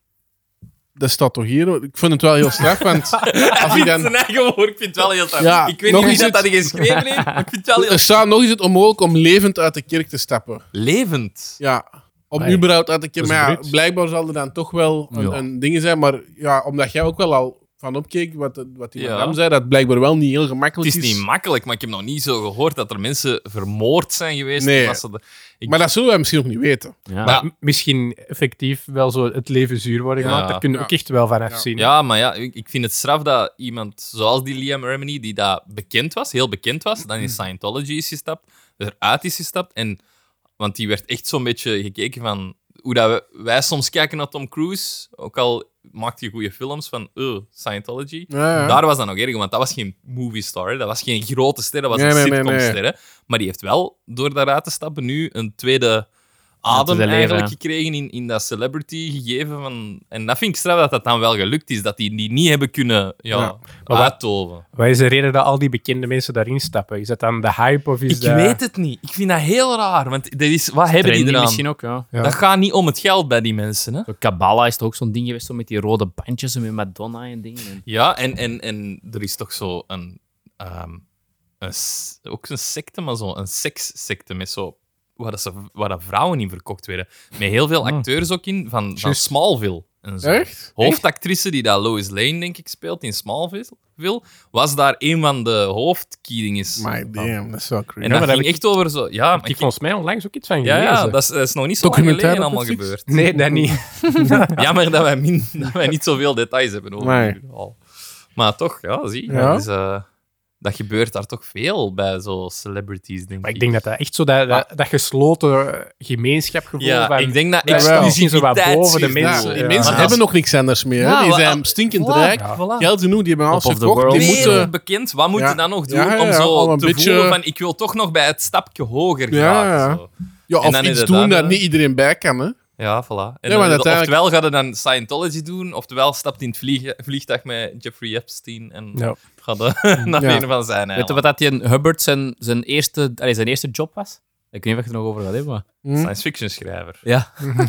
[SPEAKER 3] Dat staat toch hier? Ik vind het wel heel straf, want als ik dan...
[SPEAKER 2] zijn eigen woord, ik vind het wel heel straf.
[SPEAKER 3] Ja,
[SPEAKER 2] ik weet
[SPEAKER 3] nog
[SPEAKER 2] niet wie
[SPEAKER 3] eens
[SPEAKER 2] dat, dat
[SPEAKER 3] het-
[SPEAKER 2] geschreven heeft, maar ik vind het wel heel
[SPEAKER 3] Er staat nog eens het onmogelijk om levend uit de kerk te stappen.
[SPEAKER 2] levend.
[SPEAKER 3] Ja, om
[SPEAKER 4] Amai.
[SPEAKER 3] überhaupt uit de kerk.
[SPEAKER 4] Dat is
[SPEAKER 3] Maar ja,
[SPEAKER 4] Brits.
[SPEAKER 3] blijkbaar zal er dan toch wel een,
[SPEAKER 5] Ja.
[SPEAKER 3] een ding zijn. Maar ja, omdat jij ook wel al van opkeek, wat, wat die
[SPEAKER 2] Ja.
[SPEAKER 3] madame zei, dat blijkbaar wel niet heel
[SPEAKER 2] Het
[SPEAKER 3] gemakkelijk
[SPEAKER 2] is niet makkelijk, maar ik heb nog niet zo gehoord dat er mensen vermoord zijn geweest.
[SPEAKER 3] Nee.
[SPEAKER 2] omdat ze de- ik-
[SPEAKER 3] Maar dat zullen wij misschien ook niet weten.
[SPEAKER 5] Ja.
[SPEAKER 2] Maar-
[SPEAKER 4] M- misschien effectief wel zo het leven zuur worden
[SPEAKER 2] Ja.
[SPEAKER 4] gemaakt. Daar kun je
[SPEAKER 3] Ja.
[SPEAKER 4] ook echt wel van
[SPEAKER 3] Ja.
[SPEAKER 4] afzien.
[SPEAKER 2] Ja, maar ja, ik, ik vind het straf dat iemand zoals die Liam Remini, die dat bekend was, heel bekend was, dan in Scientology is gestapt, eruit is gestapt. En, want die werd echt zo'n beetje gekeken van hoe dat we, wij soms kijken naar Tom Cruise, ook al maakt hij goede films van uh, Scientology.
[SPEAKER 3] Ja, ja.
[SPEAKER 2] Daar was dat nog erger, want dat was geen movie star, hè. Dat was geen grote ster, dat was
[SPEAKER 3] Nee,
[SPEAKER 2] een
[SPEAKER 3] nee, nee,
[SPEAKER 2] sitcomster.
[SPEAKER 3] nee.
[SPEAKER 2] hè. Maar die heeft wel, door daaruit te stappen, nu een tweede adem
[SPEAKER 5] tweede leven,
[SPEAKER 2] eigenlijk
[SPEAKER 5] ja.
[SPEAKER 2] gekregen in, in dat celebrity gegeven. Van, en dat vind ik straf dat dat dan wel gelukt is, dat die die niet hebben kunnen ja,
[SPEAKER 3] Ja.
[SPEAKER 4] wat-
[SPEAKER 2] uittoven.
[SPEAKER 4] Wat is de reden dat al die bekende mensen daarin stappen? Is dat dan de hype of is
[SPEAKER 2] Ik
[SPEAKER 4] dat...
[SPEAKER 2] weet het niet. Ik vind dat heel raar, want dat is, wat hebben die
[SPEAKER 5] Trendy
[SPEAKER 2] eraan?
[SPEAKER 5] misschien ook, ja.
[SPEAKER 4] Ja.
[SPEAKER 2] Dat gaat niet om het geld bij die mensen. Hè?
[SPEAKER 5] Zo Kabbalah is toch ook zo'n ding geweest, zo met die rode bandjes en met Madonna en dingen. En...
[SPEAKER 2] Ja, en, en, en er is toch zo een, ehm, een s- ook zo'n secte, maar zo een sekssecte met zo waar, dat ze, waar dat vrouwen in verkocht werden. Met heel veel acteurs ook in, van, van
[SPEAKER 4] Juist.
[SPEAKER 2] Smallville. En zo.
[SPEAKER 3] Echt?
[SPEAKER 2] Hoofdactrice die dat Lois Lane, denk ik, speelt in Smallville, was daar een van de hoofdkieringjes.
[SPEAKER 3] My damn, dat is wel
[SPEAKER 2] En
[SPEAKER 3] crazy.
[SPEAKER 2] dat
[SPEAKER 4] maar
[SPEAKER 2] ging
[SPEAKER 4] daar heb
[SPEAKER 2] echt over zo... Ja,
[SPEAKER 4] Heb
[SPEAKER 2] maar
[SPEAKER 4] je
[SPEAKER 2] ik-
[SPEAKER 4] volgens mij onlangs ook iets van
[SPEAKER 2] ja,
[SPEAKER 4] gelezen?
[SPEAKER 2] ja dat, is, dat is nog niet zo lang
[SPEAKER 3] Documentaire
[SPEAKER 2] geleden
[SPEAKER 3] op
[SPEAKER 2] allemaal
[SPEAKER 3] Netflix?
[SPEAKER 2] gebeurd.
[SPEAKER 4] Nee, dat niet.
[SPEAKER 2] Jammer dat wij, min, dat wij niet zoveel details hebben over
[SPEAKER 3] Nee.
[SPEAKER 2] die verhaal. Maar toch, ja, zie.
[SPEAKER 3] Ja.
[SPEAKER 2] Dat, is, eh, dat gebeurt daar toch veel bij zo celebrities, denk
[SPEAKER 4] Maar
[SPEAKER 2] ik.
[SPEAKER 4] ik denk dat dat echt zo dat, dat, dat gesloten gemeenschapgevoel
[SPEAKER 2] ja,
[SPEAKER 4] van...
[SPEAKER 2] ik denk dat
[SPEAKER 4] Ja, wel. Misschien zo wat boven de
[SPEAKER 2] exclusiviteitsgevoel-
[SPEAKER 4] mensen.
[SPEAKER 3] Ja, die
[SPEAKER 4] Ja.
[SPEAKER 3] mensen
[SPEAKER 2] Maar
[SPEAKER 3] hebben
[SPEAKER 2] als-
[SPEAKER 3] nog niks anders meer. hè.
[SPEAKER 2] Ja,
[SPEAKER 3] die
[SPEAKER 2] wel,
[SPEAKER 3] zijn
[SPEAKER 2] ah,
[SPEAKER 3] stinkend
[SPEAKER 2] voilà,
[SPEAKER 3] rijk.
[SPEAKER 2] voilà.
[SPEAKER 3] Geld genoeg, die hebben alles
[SPEAKER 5] Top of the
[SPEAKER 3] verkocht.
[SPEAKER 5] world.
[SPEAKER 3] Die
[SPEAKER 2] Wereld
[SPEAKER 3] moeten...
[SPEAKER 2] bekend, wat moet
[SPEAKER 3] Ja.
[SPEAKER 2] je dan nog doen
[SPEAKER 3] Ja, ja,
[SPEAKER 2] om
[SPEAKER 3] ja,
[SPEAKER 2] zo
[SPEAKER 3] om een
[SPEAKER 2] te
[SPEAKER 3] beetje-
[SPEAKER 2] voelen van ik wil toch nog bij het stapje hoger
[SPEAKER 3] Ja,
[SPEAKER 2] geraken.
[SPEAKER 3] ja.
[SPEAKER 2] Zo.
[SPEAKER 3] Ja,
[SPEAKER 2] En
[SPEAKER 3] of
[SPEAKER 2] dan
[SPEAKER 3] iets
[SPEAKER 2] is het
[SPEAKER 3] doen
[SPEAKER 2] dan,
[SPEAKER 3] dat
[SPEAKER 2] hè.
[SPEAKER 3] niet iedereen bij kan. Hè.
[SPEAKER 2] Ja, voilà. En
[SPEAKER 3] maar
[SPEAKER 2] dan,
[SPEAKER 3] uiteindelijk-
[SPEAKER 2] oftewel gaat je dan Scientology doen, oftewel stapt in het vlieg- vliegtuig met Jeffrey Epstein en
[SPEAKER 4] Ja.
[SPEAKER 2] gaat eh, naar
[SPEAKER 3] Ja.
[SPEAKER 2] een van zijn
[SPEAKER 5] Weet je
[SPEAKER 2] eiland.
[SPEAKER 5] wat dat die een Hubbard zijn, zijn, eerste, allee, zijn eerste job was? Ik weet niet of je het er nog over gaat hebben, maar...
[SPEAKER 3] Hm?
[SPEAKER 2] Science fiction schrijver.
[SPEAKER 5] Ja.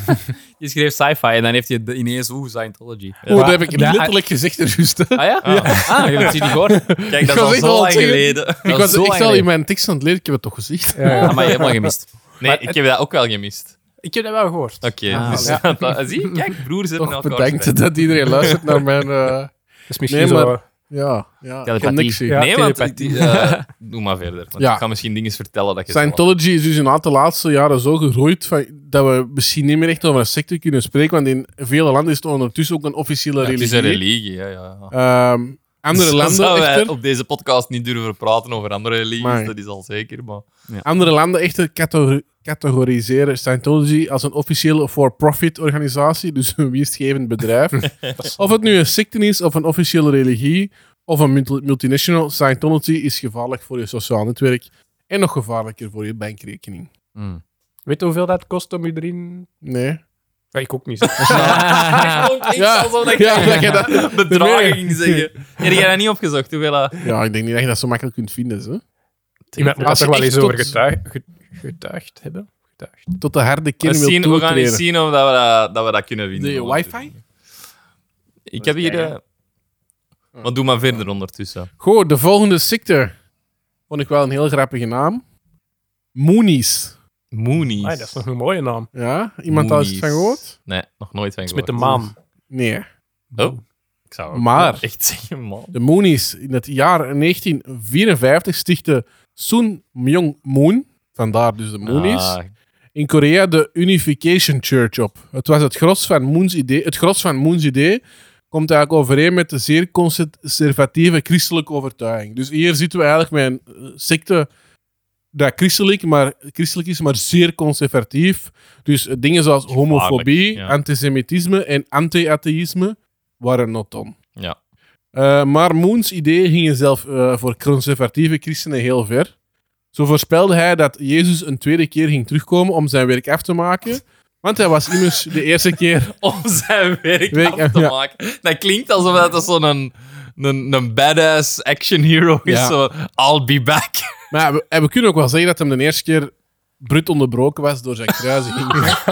[SPEAKER 5] Die schreef sci-fi en dan heeft hij de- ineens, oeh, Scientology.
[SPEAKER 3] Oh, dat heb ik
[SPEAKER 4] Ja,
[SPEAKER 3] letterlijk gezegd er juist. hè.
[SPEAKER 5] Ah ja? Ah, je hebt het niet gehoord.
[SPEAKER 2] Kijk, dat
[SPEAKER 3] was
[SPEAKER 2] is al
[SPEAKER 3] echt
[SPEAKER 2] zo
[SPEAKER 3] al
[SPEAKER 2] lang
[SPEAKER 3] zeggen-
[SPEAKER 2] geleden.
[SPEAKER 3] Ik
[SPEAKER 5] Dat
[SPEAKER 3] was
[SPEAKER 5] is zo
[SPEAKER 3] echt
[SPEAKER 5] lang
[SPEAKER 3] al in
[SPEAKER 5] geleden.
[SPEAKER 3] mijn tekst aan het leren. Ik heb het toch gezegd.
[SPEAKER 4] Ja, ja.
[SPEAKER 5] Ah, maar je hebt helemaal gemist.
[SPEAKER 2] Nee,
[SPEAKER 4] Maar
[SPEAKER 2] ik
[SPEAKER 4] het-
[SPEAKER 2] heb dat ook wel gemist.
[SPEAKER 4] Ik heb dat wel gehoord.
[SPEAKER 2] Oké,
[SPEAKER 5] Ah,
[SPEAKER 2] dus,
[SPEAKER 4] ja.
[SPEAKER 2] dat- zie, kijk, broers zitten
[SPEAKER 3] Toch
[SPEAKER 2] elkaar
[SPEAKER 3] bedankt dat iedereen luistert naar mijn... eh,
[SPEAKER 4] Dat is misschien
[SPEAKER 3] Nee,
[SPEAKER 4] zo...
[SPEAKER 3] maar- ja, ja
[SPEAKER 5] Telepathie.
[SPEAKER 3] connectie.
[SPEAKER 4] Ja.
[SPEAKER 2] Nee, want
[SPEAKER 4] telepathie.
[SPEAKER 2] die, eh, doe maar verder. Want
[SPEAKER 3] Ja.
[SPEAKER 2] ik ga misschien dingen vertellen dat je zelf-
[SPEAKER 3] Scientology is dus in een aantal laatste jaren zo gegroeid van, dat we misschien niet meer echt over een secte kunnen spreken, want in vele landen is het ondertussen ook een officiële
[SPEAKER 2] Ja, het
[SPEAKER 3] religie.
[SPEAKER 2] is een religie, ja. ja.
[SPEAKER 3] Ehm, andere
[SPEAKER 2] Dus dan
[SPEAKER 3] landen
[SPEAKER 2] zouden wij
[SPEAKER 3] echter,
[SPEAKER 2] op deze podcast niet durven praten over andere religies,
[SPEAKER 3] Maar-
[SPEAKER 2] dat is al zeker. Maar...
[SPEAKER 3] andere landen echter categor- categoriseren Scientology als een officiële for-profit organisatie, dus een winstgevend bedrijf. Of het nu een secte is of een officiële religie, of een multi- multinational. Scientology is gevaarlijk voor je sociaal netwerk en nog gevaarlijker voor je bankrekening.
[SPEAKER 5] Mm.
[SPEAKER 4] Weet je hoeveel dat kost om je erin...
[SPEAKER 3] Nee.
[SPEAKER 4] Ja, ik ook niet.
[SPEAKER 2] Ja,
[SPEAKER 3] Ja,
[SPEAKER 2] alsof dat
[SPEAKER 3] ja,
[SPEAKER 2] je
[SPEAKER 3] dat je dat-
[SPEAKER 2] bedragen ging zeggen. Heb jij dat niet opgezocht? Hoeveel dat...
[SPEAKER 3] Ja, ik denk niet dat je dat zo makkelijk kunt vinden. Zo.
[SPEAKER 4] Iemand moet
[SPEAKER 3] Als
[SPEAKER 4] dat
[SPEAKER 3] je
[SPEAKER 4] toch wel
[SPEAKER 3] echt
[SPEAKER 4] eens over
[SPEAKER 3] tot-
[SPEAKER 4] getuig, ge- getuigd hebben? Getuigd.
[SPEAKER 3] Tot de harde
[SPEAKER 2] We,
[SPEAKER 3] kern wil
[SPEAKER 2] zien, we gaan eens
[SPEAKER 3] toetreden.
[SPEAKER 2] zien of dat we dat, dat we dat kunnen vinden.
[SPEAKER 3] De wifi?
[SPEAKER 2] Ik heb hier... eh, Maar doe maar verder ondertussen.
[SPEAKER 3] Goed, de volgende secte vond ik wel een heel grappige naam. Moonies.
[SPEAKER 2] Moonies.
[SPEAKER 4] Ah, dat is nog een mooie naam.
[SPEAKER 3] Ja, iemand al eens
[SPEAKER 2] Moonies.
[SPEAKER 3] van gehoord?
[SPEAKER 2] Nee, nog nooit van
[SPEAKER 4] Dat is met
[SPEAKER 2] gehoord.
[SPEAKER 4] de maan.
[SPEAKER 3] Nee.
[SPEAKER 2] Oh, ik zou ook
[SPEAKER 3] Maar-
[SPEAKER 2] echt zeggen, man.
[SPEAKER 3] De Moonies. In het jaar negentien vierenvijftig stichtte Sun Myung Moon, vandaar dus de Moonies,
[SPEAKER 2] Ah,
[SPEAKER 3] in Korea de Unification Church op. Het was het gros van Moons idee. Het gros van Moons idee komt eigenlijk overeen met de zeer conservatieve christelijke overtuiging. Dus hier zitten we eigenlijk met een eh, secte dat christelijk, maar, christelijk is, maar zeer conservatief. Dus eh, dingen zoals homofobie,
[SPEAKER 2] ja.
[SPEAKER 3] antisemitisme en anti-atheïsme waren not on.
[SPEAKER 2] ja.
[SPEAKER 3] Uh, maar Moons ideeën gingen zelf uh, voor conservatieve christenen heel ver. Zo voorspelde hij dat Jezus een tweede keer ging terugkomen om zijn werk af te maken. Want hij was immers de eerste keer...
[SPEAKER 2] Om zijn werk
[SPEAKER 3] Werk,
[SPEAKER 2] af te
[SPEAKER 3] ja.
[SPEAKER 2] maken. Dat klinkt alsof dat zo'n een, een, een badass action hero is.
[SPEAKER 3] Ja.
[SPEAKER 2] Zo, I'll be back.
[SPEAKER 3] Maar ja, we, en we kunnen ook wel zeggen dat hij de eerste keer brut onderbroken was door zijn kruisiging.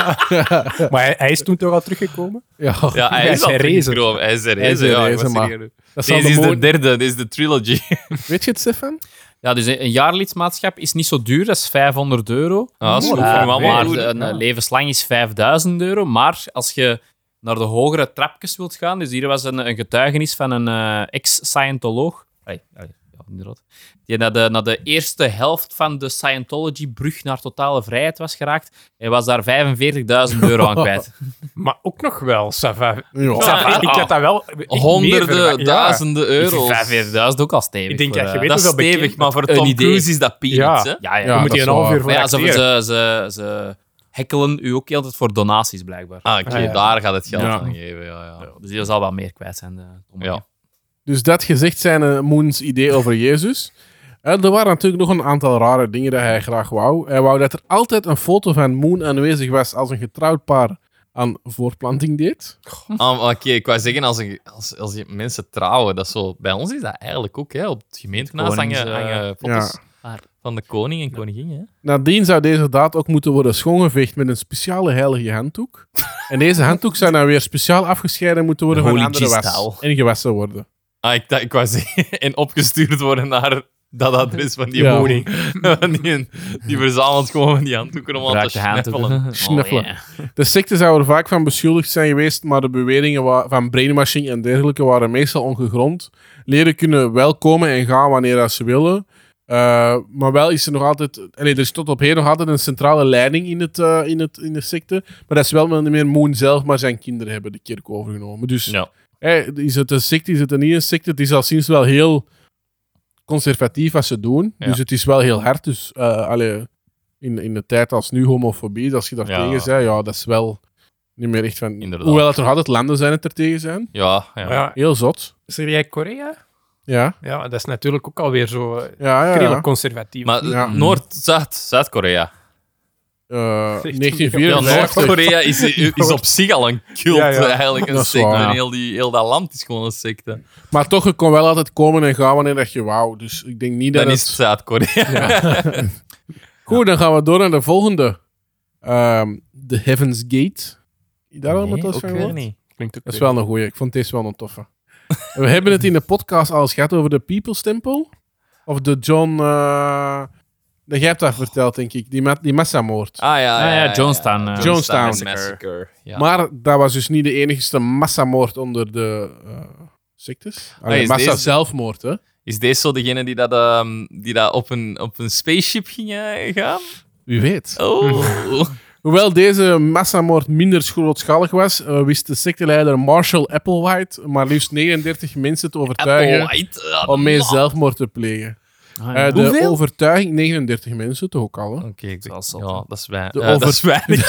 [SPEAKER 4] Maar hij, hij is toen toch al teruggekomen?
[SPEAKER 3] ja,
[SPEAKER 2] Ja, hij
[SPEAKER 4] Hij
[SPEAKER 2] is
[SPEAKER 4] is
[SPEAKER 2] al
[SPEAKER 4] herrezen.
[SPEAKER 2] teruggekomen. Hij is
[SPEAKER 3] Hij is
[SPEAKER 2] herrezen, ja. ik
[SPEAKER 3] herrezen,
[SPEAKER 2] was
[SPEAKER 3] maar-
[SPEAKER 2] serieus.
[SPEAKER 3] dat zal
[SPEAKER 2] Deze
[SPEAKER 3] de
[SPEAKER 2] is de
[SPEAKER 3] moon-
[SPEAKER 2] derde, dit is de trilogy.
[SPEAKER 3] Weet je het, Stefan?
[SPEAKER 5] Ja, dus een jaarlidmaatschap is niet zo duur, dat is vijfhonderd euro.
[SPEAKER 2] Ah, dat is
[SPEAKER 5] Eh,
[SPEAKER 2] goed voor hem allemaal
[SPEAKER 5] maar
[SPEAKER 2] doen.
[SPEAKER 5] de- een levenslang is vijfduizend euro. Maar als je naar de hogere trapjes wilt gaan, dus hier was een, een getuigenis van een eh, ex-Scientoloog. Ai, ai, ja, inderdaad. Die naar de, naar de eerste helft van de Scientology-brug naar totale vrijheid was geraakt. Hij was daar vijfenveertigduizend euro aan kwijt.
[SPEAKER 4] Maar ook nog wel, Sava.
[SPEAKER 3] Ja.
[SPEAKER 4] Sava, ik had dat wel... echt meer
[SPEAKER 2] Honderden,
[SPEAKER 4] verwacht. Ja.
[SPEAKER 2] duizenden
[SPEAKER 5] Ik vind
[SPEAKER 2] euro's.
[SPEAKER 5] vijfenveertigduizend ook al stevig.
[SPEAKER 4] Ik denk
[SPEAKER 5] voor,
[SPEAKER 4] dat je
[SPEAKER 5] eh,
[SPEAKER 4] weet
[SPEAKER 2] Dat is
[SPEAKER 4] hoeveel
[SPEAKER 2] stevig,
[SPEAKER 4] bekend-
[SPEAKER 2] maar voor
[SPEAKER 5] een
[SPEAKER 2] Tom
[SPEAKER 5] idee.
[SPEAKER 2] Cruise is dat peanuts,
[SPEAKER 4] Ja.
[SPEAKER 2] hè?
[SPEAKER 5] Ja, ja.
[SPEAKER 3] Ja,
[SPEAKER 4] Dan moet
[SPEAKER 3] dat
[SPEAKER 4] je
[SPEAKER 3] is
[SPEAKER 4] een half
[SPEAKER 3] waar.
[SPEAKER 4] uur voor
[SPEAKER 5] Maar ja, ze,
[SPEAKER 4] acteren.
[SPEAKER 5] ze, ze, ze hekkelen u ook altijd voor donaties, blijkbaar.
[SPEAKER 2] Ah, oké,
[SPEAKER 4] Ah, ja.
[SPEAKER 2] daar gaat het geld
[SPEAKER 3] Ja.
[SPEAKER 2] aan geven. Ja, ja.
[SPEAKER 5] Dus die zal wel meer kwijt zijn. De Tom.
[SPEAKER 2] Ja.
[SPEAKER 3] Dus dat gezegd zijn uh, Moons idee over Jezus. Uh, er waren natuurlijk nog een aantal rare dingen dat hij graag wou. Hij wou dat er altijd een foto van Moon aanwezig was als een getrouwd paar aan voortplanting deed.
[SPEAKER 2] Ah, Oké, ik wou zeggen, als, een, als, als je mensen trouwen, dat is zo... Bij ons is dat eigenlijk ook, hè. Op het gemeentehuis
[SPEAKER 5] Konings,
[SPEAKER 2] hangen,
[SPEAKER 5] eh,
[SPEAKER 2] hangen foto's
[SPEAKER 3] Ja.
[SPEAKER 2] van de koning en koningin, hè.
[SPEAKER 3] Nadien zou deze daad ook moeten worden schoongeveegd met een speciale heilige handdoek. En deze handdoek zou dan weer speciaal afgescheiden moeten worden
[SPEAKER 5] De
[SPEAKER 3] van
[SPEAKER 5] Holy
[SPEAKER 3] andere was
[SPEAKER 5] G-style.
[SPEAKER 3] en gewassen worden.
[SPEAKER 2] Ah, ik, dacht- ik wou zeggen, en opgestuurd worden naar dat adres van die
[SPEAKER 3] Ja.
[SPEAKER 2] woning. die, die verzamelt gewoon van die handdoeken om aan te
[SPEAKER 5] Gebruik de hand.
[SPEAKER 2] snuffelen.
[SPEAKER 3] Snuffelen.
[SPEAKER 5] Oh, ja.
[SPEAKER 3] De secte zou er vaak van beschuldigd zijn geweest, maar de beweringen wa- van brainwashing en dergelijke waren meestal ongegrond. Leren kunnen wel komen en gaan wanneer dat ze willen. Uh, maar wel is er nog altijd... Allee, er is tot op heden nog altijd een centrale leiding in, het, uh, in, het, in de secte. Maar dat is wel niet meer Moon zelf, maar zijn kinderen hebben de kerk overgenomen. Dus
[SPEAKER 2] Ja.
[SPEAKER 3] hey, is het een secte, is het een niet een secte? Het is al sinds wel heel conservatief wat ze doen.
[SPEAKER 2] Ja.
[SPEAKER 3] Dus het is wel heel hard. Dus uh, allee, in, in de tijd als nu homofobie, als je daar
[SPEAKER 2] Ja.
[SPEAKER 3] tegen zei, ja, dat is wel niet meer echt van...
[SPEAKER 2] Inderdaad.
[SPEAKER 3] Hoewel het nog altijd landen zijn het er tegen zijn.
[SPEAKER 2] Ja, ja.
[SPEAKER 4] Ja.
[SPEAKER 3] Heel zot.
[SPEAKER 4] Zeg jij Korea?
[SPEAKER 3] Ja,
[SPEAKER 4] Ja, dat is natuurlijk ook alweer zo eh,
[SPEAKER 3] ja, ja.
[SPEAKER 4] redelijk
[SPEAKER 3] ja.
[SPEAKER 4] conservatief.
[SPEAKER 2] Maar
[SPEAKER 3] Ja.
[SPEAKER 2] Noord, Zuid, Zuid-Korea.
[SPEAKER 3] Uh,
[SPEAKER 4] Zegt
[SPEAKER 3] negentien
[SPEAKER 2] Ja,
[SPEAKER 3] vierenvijftig.
[SPEAKER 2] Noord-Korea is, is op zich al een cult,
[SPEAKER 4] Ja, ja.
[SPEAKER 2] eigenlijk een
[SPEAKER 3] Dat is
[SPEAKER 2] secte.
[SPEAKER 3] waar.
[SPEAKER 2] En heel, die, heel dat land is gewoon een secte.
[SPEAKER 3] Maar toch, je kon wel altijd komen en gaan wanneer dat je wou. Dus ik denk niet dat
[SPEAKER 2] Dan
[SPEAKER 3] het...
[SPEAKER 2] is het Zuid-Korea.
[SPEAKER 3] Goed, dan gaan we door naar de volgende. Ehm The Heaven's Gate. Daar al
[SPEAKER 2] Nee,
[SPEAKER 3] met ons
[SPEAKER 2] ook
[SPEAKER 3] van
[SPEAKER 2] weer
[SPEAKER 3] gehoord?
[SPEAKER 2] niet.
[SPEAKER 4] Klinkt ook
[SPEAKER 3] Dat is
[SPEAKER 4] weer-
[SPEAKER 3] wel een goeie. Ik vond deze wel een toffe. We hebben het in de podcast al eens gehad over de People's Temple. Of de John... eh dat jij hebt dat verteld, denk ik. Die, ma die massamoord.
[SPEAKER 2] Ah ja,
[SPEAKER 5] Ah, ja, Jonestown, eh.
[SPEAKER 3] Jonestown.
[SPEAKER 2] Massacre. Ja.
[SPEAKER 3] Maar dat was dus niet de enigste massamoord onder de uh, sectes. Allee,
[SPEAKER 2] is
[SPEAKER 3] massa
[SPEAKER 2] deze-
[SPEAKER 3] zelfmoord, hè.
[SPEAKER 2] Is deze zo degene die, dat, ehm, die dat op, een, op een spaceship ging eh, gaan?
[SPEAKER 3] Wie weet.
[SPEAKER 2] Oh.
[SPEAKER 3] Hoewel deze massamoord minder grootschalig was, uh, wist de secteleider Marshall Applewhite maar liefst negenendertig mensen te overtuigen
[SPEAKER 2] Applewhite. Ah,
[SPEAKER 3] om mee
[SPEAKER 2] nou.
[SPEAKER 3] zelfmoord te plegen.
[SPEAKER 5] Ah, ja.
[SPEAKER 3] Eh, de
[SPEAKER 5] Hoeveel?
[SPEAKER 3] overtuiging, negenendertig mensen, toch ook al. Hè?
[SPEAKER 2] Oké, ik
[SPEAKER 5] Dat is
[SPEAKER 2] denk-
[SPEAKER 5] zot,
[SPEAKER 2] ja,
[SPEAKER 5] hè.
[SPEAKER 2] dat is weinig.
[SPEAKER 3] De
[SPEAKER 2] Eh, dat
[SPEAKER 3] over-
[SPEAKER 2] is weinig.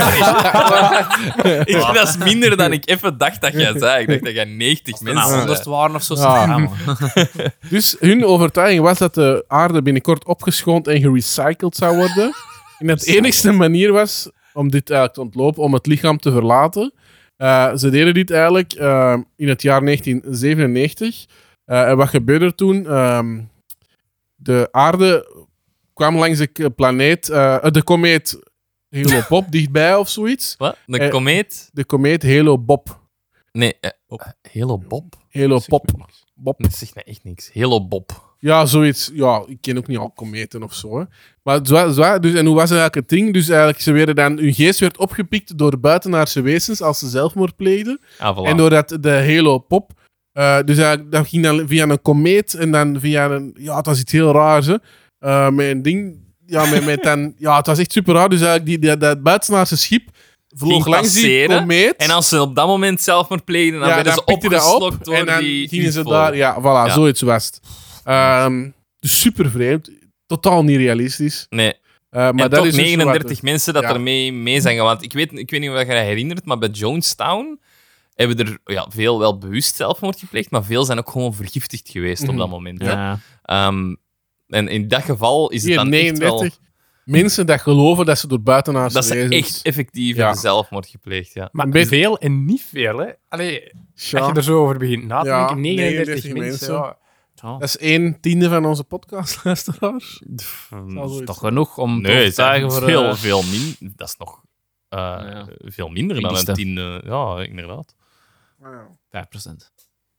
[SPEAKER 2] Ik vind dat is minder dan ik even dacht dat jij zei. Ik dacht dat jij negentig
[SPEAKER 5] Nou,
[SPEAKER 2] mensen
[SPEAKER 5] honderd
[SPEAKER 2] zei.
[SPEAKER 5] waren of zo.
[SPEAKER 3] Ja.
[SPEAKER 5] Ja, man.
[SPEAKER 3] Dus hun overtuiging was dat de aarde binnenkort opgeschoond en gerecycled zou worden. En dat de enigste manier was om dit eigenlijk te ontlopen, om het lichaam te verlaten. Uh, ze deden dit eigenlijk uh, in het jaar negentien zevenennegentig. Uh, en wat gebeurde er toen? Um, de aarde kwam langs de planeet, uh, de komeet Hale-Bopp dichtbij of zoiets.
[SPEAKER 2] Wat? De
[SPEAKER 3] Eh,
[SPEAKER 2] komeet?
[SPEAKER 3] De komeet Hale-Bopp.
[SPEAKER 2] Nee, eh, Halo Bob?
[SPEAKER 3] Hale-Bopp. Bob.
[SPEAKER 2] Dat zegt mij echt niks. Halo Bob.
[SPEAKER 3] Ja, zoiets. Ja, ik ken ook niet al kometen of zo. Hè. Maar zo, zo, dus, en hoe was eigenlijk het ding? Dus eigenlijk, ze werden dan, hun geest werd opgepikt door buitenaardse wezens als ze zelfmoord pleegden.
[SPEAKER 2] Ah, voilà.
[SPEAKER 3] En doordat de Halo-Pop... Uh, dus eigenlijk, dat ging dan via een komeet en dan via een... Ja, het was iets heel raars, hè. Uh, met een ding... Ja, met, met dan... Ja, het was echt super raar. Dus eigenlijk, die, die, dat buitenaardse schip vloog
[SPEAKER 2] Ging
[SPEAKER 3] langs die
[SPEAKER 2] passeren.
[SPEAKER 3] komeet.
[SPEAKER 2] En als ze op dat moment zelfmoord pleegden, dan
[SPEAKER 3] ja,
[SPEAKER 2] werden
[SPEAKER 3] dan
[SPEAKER 2] ze
[SPEAKER 3] pikte dat
[SPEAKER 2] opgeslokt
[SPEAKER 3] op
[SPEAKER 2] door
[SPEAKER 3] en dan
[SPEAKER 2] die
[SPEAKER 3] gingen ze
[SPEAKER 2] U F O.
[SPEAKER 3] daar... Ja, voilà,
[SPEAKER 2] Ja.
[SPEAKER 3] zoiets was het. Um, dus super vreemd. Totaal niet realistisch.
[SPEAKER 2] Nee.
[SPEAKER 3] Uh, maar
[SPEAKER 2] En
[SPEAKER 3] dat
[SPEAKER 2] toch
[SPEAKER 3] is dus
[SPEAKER 2] negenendertig
[SPEAKER 3] wat-
[SPEAKER 2] mensen dat
[SPEAKER 3] Ja.
[SPEAKER 2] ermee mee zijn gaan. Want ik weet, ik weet niet of je je herinnert, maar bij Jonestown hebben er ja, veel wel bewust zelfmoord gepleegd, maar veel zijn ook gewoon vergiftigd geweest
[SPEAKER 3] Mhm.
[SPEAKER 2] op dat moment. Hè.
[SPEAKER 5] Ja.
[SPEAKER 2] Ehm, en in dat geval is het
[SPEAKER 3] Hier,
[SPEAKER 2] dan echt wel...
[SPEAKER 3] negenendertig mensen dat geloven dat ze door buitenaardse
[SPEAKER 2] Dat ze
[SPEAKER 3] wezens...
[SPEAKER 2] echt effectief
[SPEAKER 3] Ja.
[SPEAKER 2] hebben zelfmoord gepleegd, ja.
[SPEAKER 4] Maar
[SPEAKER 3] Een beetje-
[SPEAKER 4] veel en niet veel, hè. Allee,
[SPEAKER 3] Tja,
[SPEAKER 4] als je er zo over begint na te
[SPEAKER 3] Ja,
[SPEAKER 4] denken, negenendertig
[SPEAKER 3] negenendertig
[SPEAKER 4] mensen.
[SPEAKER 3] mensen.
[SPEAKER 4] Ja.
[SPEAKER 5] Oh,
[SPEAKER 3] dat is een tiende van onze podcastluisteraars. Zal
[SPEAKER 5] dat
[SPEAKER 3] zoiets
[SPEAKER 5] is toch
[SPEAKER 3] zijn.
[SPEAKER 5] genoeg om te
[SPEAKER 2] Nee, het zijn
[SPEAKER 5] overtuigen voor...
[SPEAKER 2] veel,
[SPEAKER 5] eh,
[SPEAKER 2] veel min. Dat is nog eh,
[SPEAKER 5] Ja.
[SPEAKER 2] veel minder dan een
[SPEAKER 5] Tienste.
[SPEAKER 2] tiende. Ja, inderdaad.
[SPEAKER 5] vijf procent.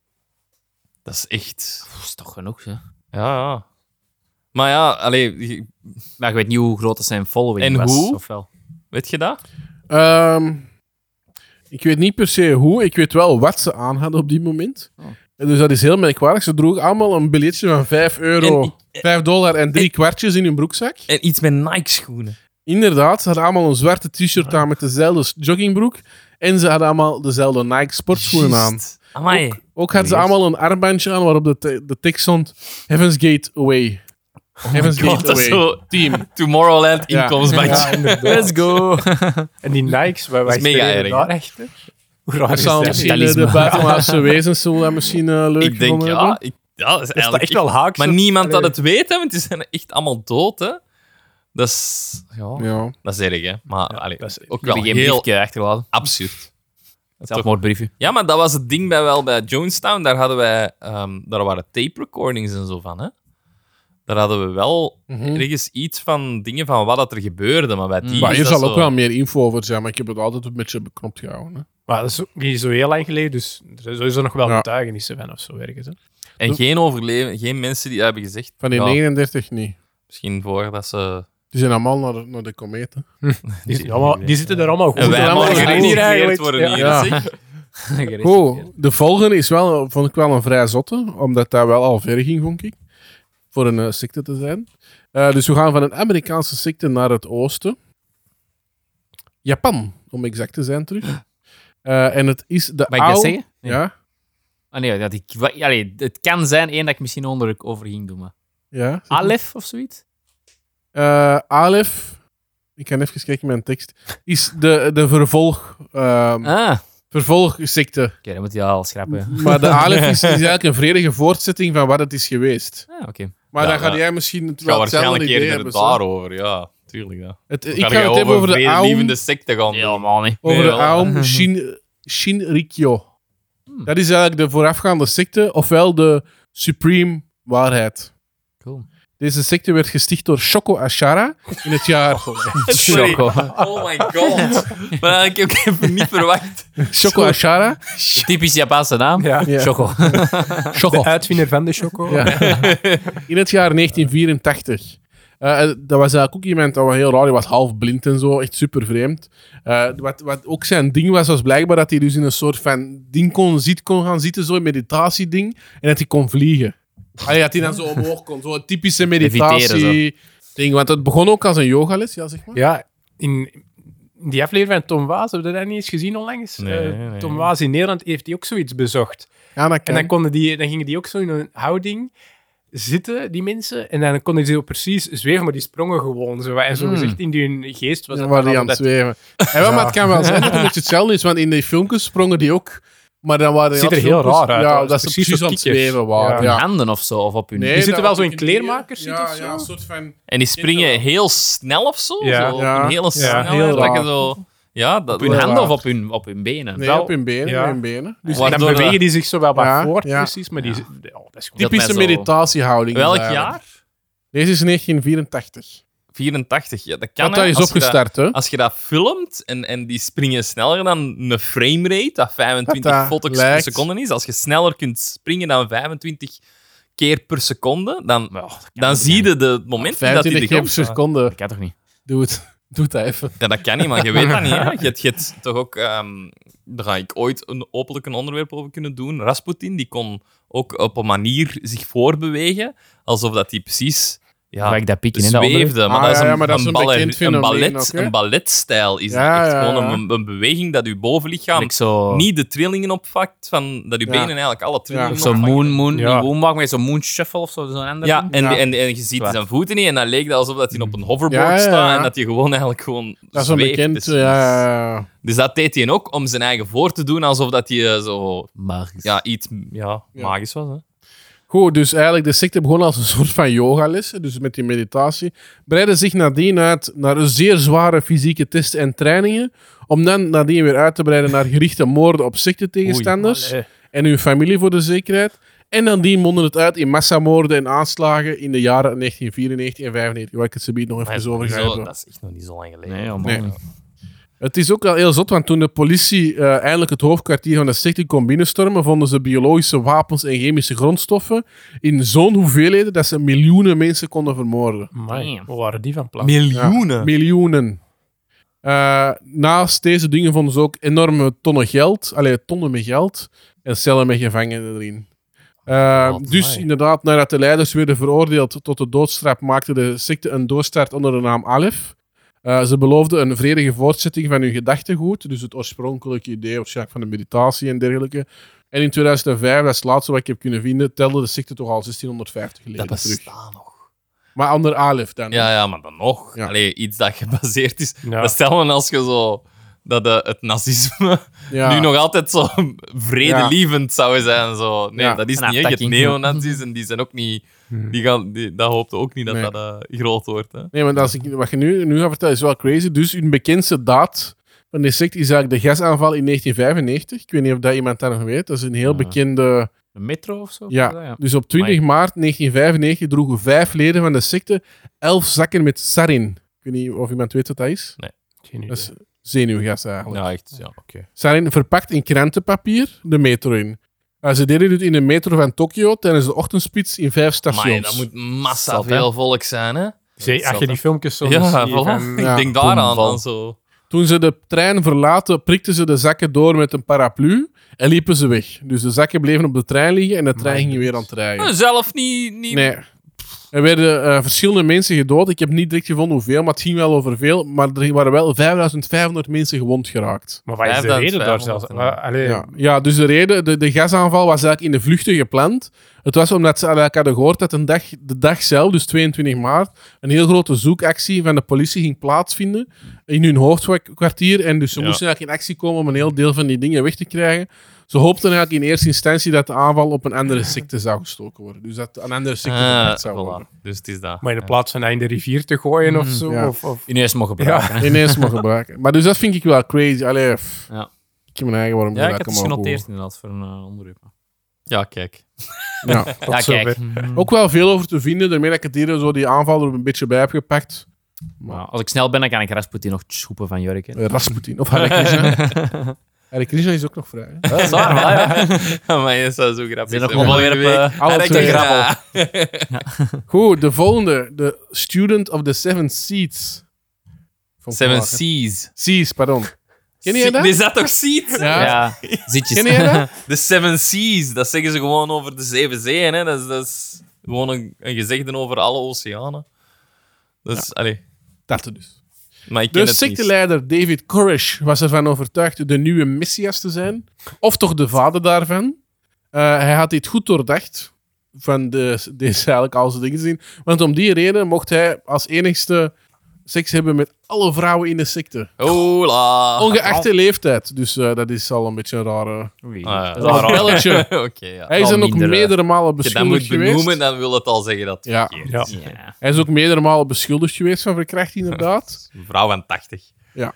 [SPEAKER 2] Dat is echt...
[SPEAKER 5] Dat is toch genoeg, hè?
[SPEAKER 2] Ja, ja. Maar ja, allee, je-
[SPEAKER 5] Maar ik weet niet hoe groot dat zijn following
[SPEAKER 2] En
[SPEAKER 5] was.
[SPEAKER 2] hoe?
[SPEAKER 5] Of wel?
[SPEAKER 2] weet je dat?
[SPEAKER 3] Ehm, ik weet niet per se hoe. Ik weet wel wat ze aan hadden op die moment.
[SPEAKER 5] Oh.
[SPEAKER 3] En dus dat is heel merkwaardig. Ze droegen allemaal een biljetje van vijf euro,
[SPEAKER 2] En
[SPEAKER 3] vijf dollar en drie kwartjes in hun broekzak.
[SPEAKER 2] En iets met Nike-schoenen.
[SPEAKER 3] Inderdaad, ze hadden allemaal een zwarte t-shirt aan met dezelfde joggingbroek. En ze hadden allemaal dezelfde Nike sportschoenen aan.
[SPEAKER 2] Juist. Amai.
[SPEAKER 3] Ook hadden ze
[SPEAKER 2] Yes.
[SPEAKER 3] allemaal een armbandje aan waarop de, te- de tekst stond Heaven's Gate Away. Heaven's
[SPEAKER 2] God,
[SPEAKER 3] Gate
[SPEAKER 2] dat is
[SPEAKER 3] Away.
[SPEAKER 2] zo
[SPEAKER 3] Team.
[SPEAKER 2] Tomorrowland
[SPEAKER 3] Ja.
[SPEAKER 2] inkomstbandje.
[SPEAKER 4] Ja, inderdaad.
[SPEAKER 5] Let's go!
[SPEAKER 4] En die Nikes, waar
[SPEAKER 2] Dat
[SPEAKER 4] wij
[SPEAKER 2] is mega
[SPEAKER 4] spelen
[SPEAKER 2] erg,
[SPEAKER 4] daar
[SPEAKER 2] hè?
[SPEAKER 4] echt, hè? Hoe raar
[SPEAKER 3] Dat
[SPEAKER 4] is
[SPEAKER 3] zal
[SPEAKER 4] dat?
[SPEAKER 3] misschien eh, de
[SPEAKER 5] Kapitalisme.
[SPEAKER 3] buitenlandse wezens zullen dat misschien eh, leuk
[SPEAKER 2] Ik denk,
[SPEAKER 3] gevonden
[SPEAKER 2] ja,
[SPEAKER 3] hebben.
[SPEAKER 2] ik, ja, dat is
[SPEAKER 4] Dat is
[SPEAKER 2] eigenlijk
[SPEAKER 4] echt wel haaks.
[SPEAKER 2] Maar
[SPEAKER 4] op-
[SPEAKER 2] niemand
[SPEAKER 4] Allee.
[SPEAKER 2] dat het weet, hè, want die zijn echt allemaal dood, hè. Dat is... Ja,
[SPEAKER 3] Ja.
[SPEAKER 2] dat is erg, hè. Maar allee,
[SPEAKER 4] dat is-
[SPEAKER 2] ook
[SPEAKER 5] Ik heb
[SPEAKER 2] wel
[SPEAKER 5] geen
[SPEAKER 2] heel
[SPEAKER 5] briefje achtergelaten.
[SPEAKER 2] absurd.
[SPEAKER 5] Zelfmoordbriefje.
[SPEAKER 2] Ja, maar dat was het ding bij, wel bij Jonestown. Daar hadden wij... ehm, daar waren tape recordings en zo van, hè. Daar hadden we wel
[SPEAKER 3] Mhm.
[SPEAKER 2] ergens iets van dingen van wat dat er gebeurde, maar bij die
[SPEAKER 3] Maar
[SPEAKER 2] is
[SPEAKER 3] hier
[SPEAKER 2] dat
[SPEAKER 3] zal ook
[SPEAKER 2] zo-
[SPEAKER 3] wel meer info over zijn, maar ik heb het altijd een beetje beknopt gehouden. Hè.
[SPEAKER 4] Maar dat is ook niet zo heel lang geleden, dus er zijn sowieso nog wel
[SPEAKER 3] Ja.
[SPEAKER 4] getuigenissen van of zo ergens. Hè.
[SPEAKER 2] En geen overleven, geen mensen die hebben gezegd...
[SPEAKER 3] Van die
[SPEAKER 2] ja,
[SPEAKER 3] negenendertig niet.
[SPEAKER 2] misschien voordat ze...
[SPEAKER 3] Die zijn allemaal naar de, naar de kometen.
[SPEAKER 4] Die, zitten allemaal, die zitten er allemaal goed.
[SPEAKER 2] En wij
[SPEAKER 3] allemaal
[SPEAKER 2] mogen
[SPEAKER 3] goed.
[SPEAKER 2] geregisseerd worden
[SPEAKER 4] Ja.
[SPEAKER 2] hier,
[SPEAKER 3] Ja.
[SPEAKER 2] zeg.
[SPEAKER 3] Oh, de volgende is wel, vond ik wel een vrij zotte, omdat dat wel al ver ging, vond ik. Voor een uh, secte te zijn. Uh, dus we gaan van een Amerikaanse secte naar het oosten. Japan, om exact te zijn terug. Uh, en het is de
[SPEAKER 5] Mag ik dat
[SPEAKER 3] oude-
[SPEAKER 5] zeggen? Nee.
[SPEAKER 3] Ja,
[SPEAKER 5] Ah, nee, dat ik, wa- allee, het kan zijn één dat ik misschien onder over ging doen. Maar.
[SPEAKER 3] ja.
[SPEAKER 5] Aleph of zoiets?
[SPEAKER 3] Uh, Aleph, ik kan even kijken in mijn tekst, is de, de vervolg, um,
[SPEAKER 5] Ah, oké,
[SPEAKER 3] vervolgsecte.
[SPEAKER 5] dan moet je al schrappen.
[SPEAKER 3] Maar de Aleph is, is eigenlijk een vredige voortzetting van wat het is geweest.
[SPEAKER 5] Ah, oké.
[SPEAKER 3] Maar
[SPEAKER 2] Ja,
[SPEAKER 3] dan ga
[SPEAKER 2] ja.
[SPEAKER 3] jij misschien het
[SPEAKER 2] Ik ga
[SPEAKER 3] wel hetzelfde
[SPEAKER 2] waarschijnlijk
[SPEAKER 3] idee
[SPEAKER 2] eerder
[SPEAKER 3] hebben. zo.
[SPEAKER 2] daarover, ja. Tuurlijk, ja.
[SPEAKER 3] Het, ik
[SPEAKER 2] Ga
[SPEAKER 3] ga
[SPEAKER 2] je
[SPEAKER 3] het hebben over de
[SPEAKER 2] vredelievende
[SPEAKER 3] Aum,
[SPEAKER 2] secte gaan doen.
[SPEAKER 5] Helemaal niet.
[SPEAKER 3] over
[SPEAKER 2] Nee,
[SPEAKER 3] de
[SPEAKER 2] wel.
[SPEAKER 3] Aum Shin, Shinrikyo.
[SPEAKER 5] Hmm.
[SPEAKER 3] Dat is eigenlijk de voorafgaande secte, ofwel de supreme waarheid.
[SPEAKER 5] Cool.
[SPEAKER 3] Deze secte werd gesticht door Shoko Ashara in het jaar...
[SPEAKER 2] Sorry.
[SPEAKER 5] Choco.
[SPEAKER 2] Oh my god. Maar dat had ik ook even niet verwacht.
[SPEAKER 3] Shoko Ashara.
[SPEAKER 5] Typisch Japanse naam.
[SPEAKER 4] Ja.
[SPEAKER 3] Ja.
[SPEAKER 5] Choco.
[SPEAKER 3] Shoko.
[SPEAKER 4] De uitvinder van de choco.
[SPEAKER 3] Ja. In het jaar negentien vierentachtig. Uh, dat was eigenlijk ook iemand dat was heel raar. Die was half blind en zo. Echt super vreemd. Uh, wat, wat ook zijn ding was, was blijkbaar dat hij dus in een soort van ding kon, zit, kon gaan zitten. Zo'n meditatieding. En dat hij kon vliegen. Allee, dat hij dan zo omhoog kon. Zo'n typische meditatie-ding. Want het begon ook als een yogales, ja, zeg maar.
[SPEAKER 4] Ja, in, in die aflevering van Tom Waas, hebben we dat niet eens gezien onlangs?
[SPEAKER 2] Nee,
[SPEAKER 4] Eh,
[SPEAKER 2] nee.
[SPEAKER 4] Tom Waas in Nederland heeft die ook zoiets bezocht.
[SPEAKER 3] Ja, dat
[SPEAKER 4] En
[SPEAKER 3] kan.
[SPEAKER 4] dan, konden die, dan gingen die ook zo in een houding. zitten, die mensen. En dan konden ze zo precies zweven, maar die sprongen gewoon zo. En zo
[SPEAKER 5] Mm.
[SPEAKER 4] gezegd in hun geest was
[SPEAKER 3] Ja,
[SPEAKER 4] dat
[SPEAKER 3] waar
[SPEAKER 4] dan
[SPEAKER 3] die aan het
[SPEAKER 4] altijd-
[SPEAKER 3] zweven. En wel, maar het kan wel zijn dat het een beetje hetzelfde is, want in die filmpjes sprongen die ook. Maar dan waren die
[SPEAKER 4] Ziet er
[SPEAKER 3] als
[SPEAKER 4] heel
[SPEAKER 3] filmpjes-
[SPEAKER 4] raar uit,
[SPEAKER 3] Ja,
[SPEAKER 4] hoor.
[SPEAKER 3] dat ze
[SPEAKER 4] Precies
[SPEAKER 3] precies
[SPEAKER 4] zo
[SPEAKER 3] aan het
[SPEAKER 4] kikkers.
[SPEAKER 3] zweven waren.
[SPEAKER 4] Ja.
[SPEAKER 5] Op
[SPEAKER 3] Ja.
[SPEAKER 5] hun handen of zo, of op hun...
[SPEAKER 3] Nee,
[SPEAKER 4] Die zitten
[SPEAKER 3] dat
[SPEAKER 4] wel zo in
[SPEAKER 3] ook
[SPEAKER 4] kleermakers
[SPEAKER 3] Ja,
[SPEAKER 4] zitten of
[SPEAKER 3] ja, een
[SPEAKER 4] zo.
[SPEAKER 3] soort van...
[SPEAKER 2] En die springen heel snel of zo.
[SPEAKER 4] Ja.
[SPEAKER 2] zo op
[SPEAKER 3] Ja.
[SPEAKER 2] een hele
[SPEAKER 3] Ja,
[SPEAKER 2] snelheid.
[SPEAKER 4] heel
[SPEAKER 2] dat je
[SPEAKER 3] raar.
[SPEAKER 2] zo... Ja, dat...
[SPEAKER 5] Op hun
[SPEAKER 3] Wel
[SPEAKER 5] handen of
[SPEAKER 3] raar.
[SPEAKER 5] op hun, op hun benen.
[SPEAKER 3] Nee,
[SPEAKER 4] Wel,
[SPEAKER 3] op hun benen.
[SPEAKER 4] ja.
[SPEAKER 3] op hun benen. Dus
[SPEAKER 2] Wow.
[SPEAKER 4] En dan
[SPEAKER 2] Waardoor
[SPEAKER 4] bewegen
[SPEAKER 2] dat-
[SPEAKER 4] die zich zo wel wat
[SPEAKER 3] Ja,
[SPEAKER 4] voort,
[SPEAKER 3] ja.
[SPEAKER 4] precies. Maar die...
[SPEAKER 5] Ja.
[SPEAKER 4] Oh, dat is goed.
[SPEAKER 5] Dat
[SPEAKER 3] typische
[SPEAKER 5] mij zo-
[SPEAKER 3] meditatiehouding. is
[SPEAKER 2] Welk
[SPEAKER 3] eigenlijk.
[SPEAKER 2] jaar?
[SPEAKER 3] Deze is negentien vierentachtig.
[SPEAKER 2] vierentachtig. Ja, dat kan,
[SPEAKER 3] Dat
[SPEAKER 2] hè.
[SPEAKER 3] dat is
[SPEAKER 2] Als je dat-
[SPEAKER 3] opgestart, hè?
[SPEAKER 2] Als je dat filmt en, en die springen sneller dan een framerate, dat vijfentwintig
[SPEAKER 3] Dat dat
[SPEAKER 2] foto's per
[SPEAKER 3] lijkt.
[SPEAKER 2] seconde is, als je sneller kunt springen dan vijfentwintig keer per seconde, dan,
[SPEAKER 5] Ja, dat kan
[SPEAKER 2] dan
[SPEAKER 5] toch
[SPEAKER 2] zie
[SPEAKER 5] niet?
[SPEAKER 2] je de moment dat die de
[SPEAKER 3] vijfentwintig keer per
[SPEAKER 2] grond staat.
[SPEAKER 3] seconde.
[SPEAKER 5] Dat kan toch niet?
[SPEAKER 3] Doe het. Doe het even.
[SPEAKER 2] Ja, dat kan niet, maar je weet dat niet. Hè? Je, hebt, je hebt toch ook... ehm, daar ga ik ooit een openlijk een onderwerp over kunnen doen. Rasputin, die kon ook op een manier zich voorbewegen, alsof dat hij precies... Ja,
[SPEAKER 5] Ga ik dat pikken, hè, dat
[SPEAKER 2] zweefde.
[SPEAKER 5] onderwerp?
[SPEAKER 2] Maar
[SPEAKER 3] Ah,
[SPEAKER 2] dat is
[SPEAKER 3] ja,
[SPEAKER 2] een,
[SPEAKER 3] ja, maar dat is
[SPEAKER 2] een,
[SPEAKER 3] een
[SPEAKER 2] ballet-
[SPEAKER 3] bekend
[SPEAKER 2] een,
[SPEAKER 3] fenomeen
[SPEAKER 2] ballet,
[SPEAKER 3] ook, hè?
[SPEAKER 2] een balletstijl. Is
[SPEAKER 3] Ja,
[SPEAKER 2] dat echt
[SPEAKER 3] ja,
[SPEAKER 2] gewoon
[SPEAKER 3] ja.
[SPEAKER 2] een, een beweging dat je bovenlichaam
[SPEAKER 5] Ik zo...
[SPEAKER 2] niet de trillingen opvakt, van, dat je
[SPEAKER 3] Ja.
[SPEAKER 2] benen eigenlijk alle trillingen
[SPEAKER 3] Ja.
[SPEAKER 5] Zo
[SPEAKER 2] opvangen.
[SPEAKER 5] moon, moon,
[SPEAKER 4] Ja.
[SPEAKER 5] die moonwalk met zo'n moon shuffle of zo, zo'n ander
[SPEAKER 2] Ja,
[SPEAKER 5] ding.
[SPEAKER 2] en,
[SPEAKER 3] Ja.
[SPEAKER 2] En, en je ziet
[SPEAKER 5] Zwaar.
[SPEAKER 2] zijn voeten niet en dan leek dat alsof dat hij op een hoverboard
[SPEAKER 3] Ja, ja, ja.
[SPEAKER 2] staat en dat hij gewoon eigenlijk gewoon
[SPEAKER 3] Dat is een
[SPEAKER 2] zweeft.
[SPEAKER 3] bekend...
[SPEAKER 2] Dus,
[SPEAKER 3] Ja, ja, ja.
[SPEAKER 2] dus dat deed hij ook om zijn eigen voor te doen, alsof dat hij eh, zo
[SPEAKER 5] Magisch.
[SPEAKER 2] ja, iets ja,
[SPEAKER 3] Ja.
[SPEAKER 2] magisch was. Hè?
[SPEAKER 3] Goed, dus eigenlijk de secte begon als een soort van yogalessen, dus met die meditatie. Breidde zich nadien uit naar een zeer zware fysieke testen en trainingen, om dan nadien weer uit te breiden naar gerichte moorden op secte-tegenstanders
[SPEAKER 4] Allee.
[SPEAKER 3] en hun familie voor de zekerheid. En nadien mondde het uit in massamoorden en aanslagen in de jaren negentien vierennegentig en vijfennegentig, waar ik het subiet nog
[SPEAKER 2] Maar
[SPEAKER 3] even over
[SPEAKER 2] zo-
[SPEAKER 3] ga hebben.
[SPEAKER 2] dat is echt nog niet zo lang geleden.
[SPEAKER 5] Nee, man.
[SPEAKER 3] Nee. Het is ook wel heel zot, want toen de politie eh, eindelijk het hoofdkwartier van de secte kon binnenstormen, vonden ze biologische wapens en chemische grondstoffen in zo'n hoeveelheden dat ze miljoenen mensen konden vermoorden.
[SPEAKER 4] Amai,
[SPEAKER 5] Damn.
[SPEAKER 4] hoe waren die van plan?
[SPEAKER 2] Miljoenen.
[SPEAKER 3] Miljoenen. Eh, naast deze dingen vonden ze ook enorme tonnen geld, allee, tonnen met geld en cellen met gevangenen erin. Eh,
[SPEAKER 2] Wat
[SPEAKER 3] dus
[SPEAKER 4] mooi.
[SPEAKER 3] inderdaad, nadat de leiders werden veroordeeld tot de doodstraf, maakte de secte een doorstart onder de naam Aleph. Eh, ze beloofden een vredige voortzetting van hun gedachtegoed, dus het oorspronkelijke idee waarschijnlijk van de meditatie en dergelijke. En in tweeduizend vijf, dat is het laatste wat ik heb kunnen vinden, telde de secte toch al zestienhonderdvijftig leden
[SPEAKER 2] Dat
[SPEAKER 3] terug.
[SPEAKER 2] bestaat nog.
[SPEAKER 3] Maar onder Aleph dan.
[SPEAKER 2] Ja, ja, maar dan nog.
[SPEAKER 3] Ja.
[SPEAKER 2] Allee, iets dat gebaseerd is.
[SPEAKER 4] Ja.
[SPEAKER 2] Dat stel je als je zo... Dat de, het nazisme
[SPEAKER 3] Ja.
[SPEAKER 2] nu nog altijd zo vredelievend zou zijn. Zo. Nee,
[SPEAKER 3] Ja.
[SPEAKER 2] dat is
[SPEAKER 5] Een
[SPEAKER 2] niet. Hè. Je hebt
[SPEAKER 5] attacking.
[SPEAKER 2] neonazis en die zijn ook niet... Die gaan, die, dat hoopt ook niet dat
[SPEAKER 3] Nee.
[SPEAKER 2] dat eh, groot wordt. Hè.
[SPEAKER 3] Nee, maar als ik, wat je nu, nu gaat vertellen is wel crazy. Dus hun bekendste daad van de secte is eigenlijk de gasaanval in negentien vijfennegentig. Ik weet niet of dat iemand dat nog weet. Dat is een heel
[SPEAKER 5] Ja.
[SPEAKER 3] bekende...
[SPEAKER 5] Een metro of zo?
[SPEAKER 3] Ja,
[SPEAKER 5] ja.
[SPEAKER 3] dus op twintig maart negentien vijfennegentig droegen vijf leden van de secte elf zakken met sarin. Ik weet niet of iemand weet wat dat is.
[SPEAKER 4] Geen idee.
[SPEAKER 3] Dat is zenuwgas eigenlijk.
[SPEAKER 2] Ja, echt. Ja, oké.
[SPEAKER 3] Sarin verpakt in krantenpapier de metro in. Uh, ze deden dit in de metro van Tokio tijdens de ochtendspits in vijf stations.
[SPEAKER 2] Maar dat moet massa
[SPEAKER 5] Zat, hè?
[SPEAKER 2] veel volk zijn, hè?
[SPEAKER 4] Zee, als je die filmpjes zo
[SPEAKER 2] Ja,
[SPEAKER 4] ziet
[SPEAKER 2] voilà.
[SPEAKER 4] van-
[SPEAKER 3] Ja.
[SPEAKER 2] Ik denk daaraan
[SPEAKER 5] Boom, val.
[SPEAKER 2] dan zo.
[SPEAKER 3] Toen ze de trein verlaten, prikten ze de zakken door met een paraplu en liepen ze weg. Dus de zakken bleven op de trein liggen en de trein
[SPEAKER 4] My
[SPEAKER 3] ging weer
[SPEAKER 4] goodness.
[SPEAKER 3] aan het rijden.
[SPEAKER 2] Eh, Zelf niet... niet...
[SPEAKER 3] Nee. Er werden eh, verschillende mensen gedood. Ik heb niet direct gevonden hoeveel, maar het ging wel over veel. Maar er waren wel vijfduizend vijfhonderd mensen gewond geraakt.
[SPEAKER 4] Maar wat is de
[SPEAKER 2] vijfduizend
[SPEAKER 4] reden daar zelfs?
[SPEAKER 2] vijfhonderd,
[SPEAKER 4] Allee,
[SPEAKER 3] Ja, ja, dus de reden, de, de gasaanval was eigenlijk in de vluchten gepland. Het was omdat ze eigenlijk hadden gehoord dat een dag, de dag zelf, dus tweeëntwintig maart, een heel grote zoekactie van de politie ging plaatsvinden in hun hoofdkwartier. En dus ze
[SPEAKER 2] Ja.
[SPEAKER 3] moesten eigenlijk in actie komen om een heel deel van die dingen weg te krijgen. Ze hoopten eigenlijk in eerste instantie dat de aanval op een andere secte zou gestoken worden. Dus dat een andere secte
[SPEAKER 2] Ah,
[SPEAKER 3] verdacht zou worden.
[SPEAKER 2] voilà. Dus het is dat.
[SPEAKER 4] Maar in de plaats van dat in de rivier te gooien of zo.
[SPEAKER 3] Ja.
[SPEAKER 4] Of, of...
[SPEAKER 5] Ineens mogen gebruiken. hè.
[SPEAKER 3] Ineens mag gebruiken. Maar dus dat vind ik wel crazy. Allee, pff.
[SPEAKER 5] Ja.
[SPEAKER 3] Ik heb mijn eigen waarom
[SPEAKER 5] Ja, ik
[SPEAKER 3] dat
[SPEAKER 5] heb het
[SPEAKER 3] allemaal
[SPEAKER 5] genoteerd
[SPEAKER 3] goed.
[SPEAKER 5] inderdaad voor een uh, onderwerp.
[SPEAKER 2] Ja, kijk.
[SPEAKER 3] Ja.
[SPEAKER 5] Ja,
[SPEAKER 4] zover.
[SPEAKER 5] kijk.
[SPEAKER 3] Ook wel veel over te vinden. Daarmee dat ik het hier zo die aanval er een beetje bij heb gepakt.
[SPEAKER 5] Maar als ik snel ben, dan kan ik Rasputin nog schoepen van Jurk. hè.
[SPEAKER 3] Eh, Rasputin. Of Hare Krishna. Hare Krishna is ook nog vrij. hè?
[SPEAKER 5] Dat is waar, wel, ja.
[SPEAKER 2] Maar je is zo grappig.
[SPEAKER 5] Zijn nog
[SPEAKER 2] zijn.
[SPEAKER 5] onderwerpen?
[SPEAKER 2] Volgende week-
[SPEAKER 3] Alle
[SPEAKER 2] Hare
[SPEAKER 3] twee.
[SPEAKER 2] Krishna.
[SPEAKER 3] Goed, de volgende. De Student of the Seven Seats. Vond ik
[SPEAKER 2] Seven
[SPEAKER 3] wel lachen.
[SPEAKER 2] Seas.
[SPEAKER 3] Seas, pardon. Ken je dat?
[SPEAKER 2] Is dat toch Seas?
[SPEAKER 3] Ja.
[SPEAKER 5] Ja, zitjes.
[SPEAKER 3] Ken je dat?
[SPEAKER 2] De Seven Seas, dat zeggen ze gewoon over de zeven zeeën. Hè. Dat, is, dat is gewoon een, een gezegde over alle oceanen. Dus, allee.
[SPEAKER 3] Dat dus.
[SPEAKER 2] Maar ik ken
[SPEAKER 3] De
[SPEAKER 2] het niet.
[SPEAKER 3] secteleider David Koresh was ervan overtuigd de nieuwe Messias te zijn. Of toch de vader daarvan. Eh, hij had dit goed doordacht. van de, deze eigenlijk al zijn dingen zien. Want om die reden mocht hij als enigste seks hebben met alle vrouwen in de secte.
[SPEAKER 2] Hola.
[SPEAKER 3] Ongeacht de leeftijd. Dus uh, dat is al een beetje een rare...
[SPEAKER 5] Oei,
[SPEAKER 2] Ah, ja.
[SPEAKER 5] dat is wel
[SPEAKER 3] Een
[SPEAKER 5] raar.
[SPEAKER 3] belletje.
[SPEAKER 2] Oké, ja.
[SPEAKER 3] Hij is
[SPEAKER 5] Al
[SPEAKER 3] dan ook
[SPEAKER 5] minder,
[SPEAKER 3] meerdere malen
[SPEAKER 2] Als je dat moet
[SPEAKER 3] beschuldigd geweest.
[SPEAKER 2] benoemen, dan wil het al zeggen dat het
[SPEAKER 3] Ja.
[SPEAKER 2] verkeerd
[SPEAKER 4] Ja.
[SPEAKER 2] is.
[SPEAKER 5] Ja.
[SPEAKER 3] Hij is ook meerdere malen beschuldigd geweest van verkrachting, inderdaad.
[SPEAKER 2] Een vrouw van tachtig.
[SPEAKER 3] Ja.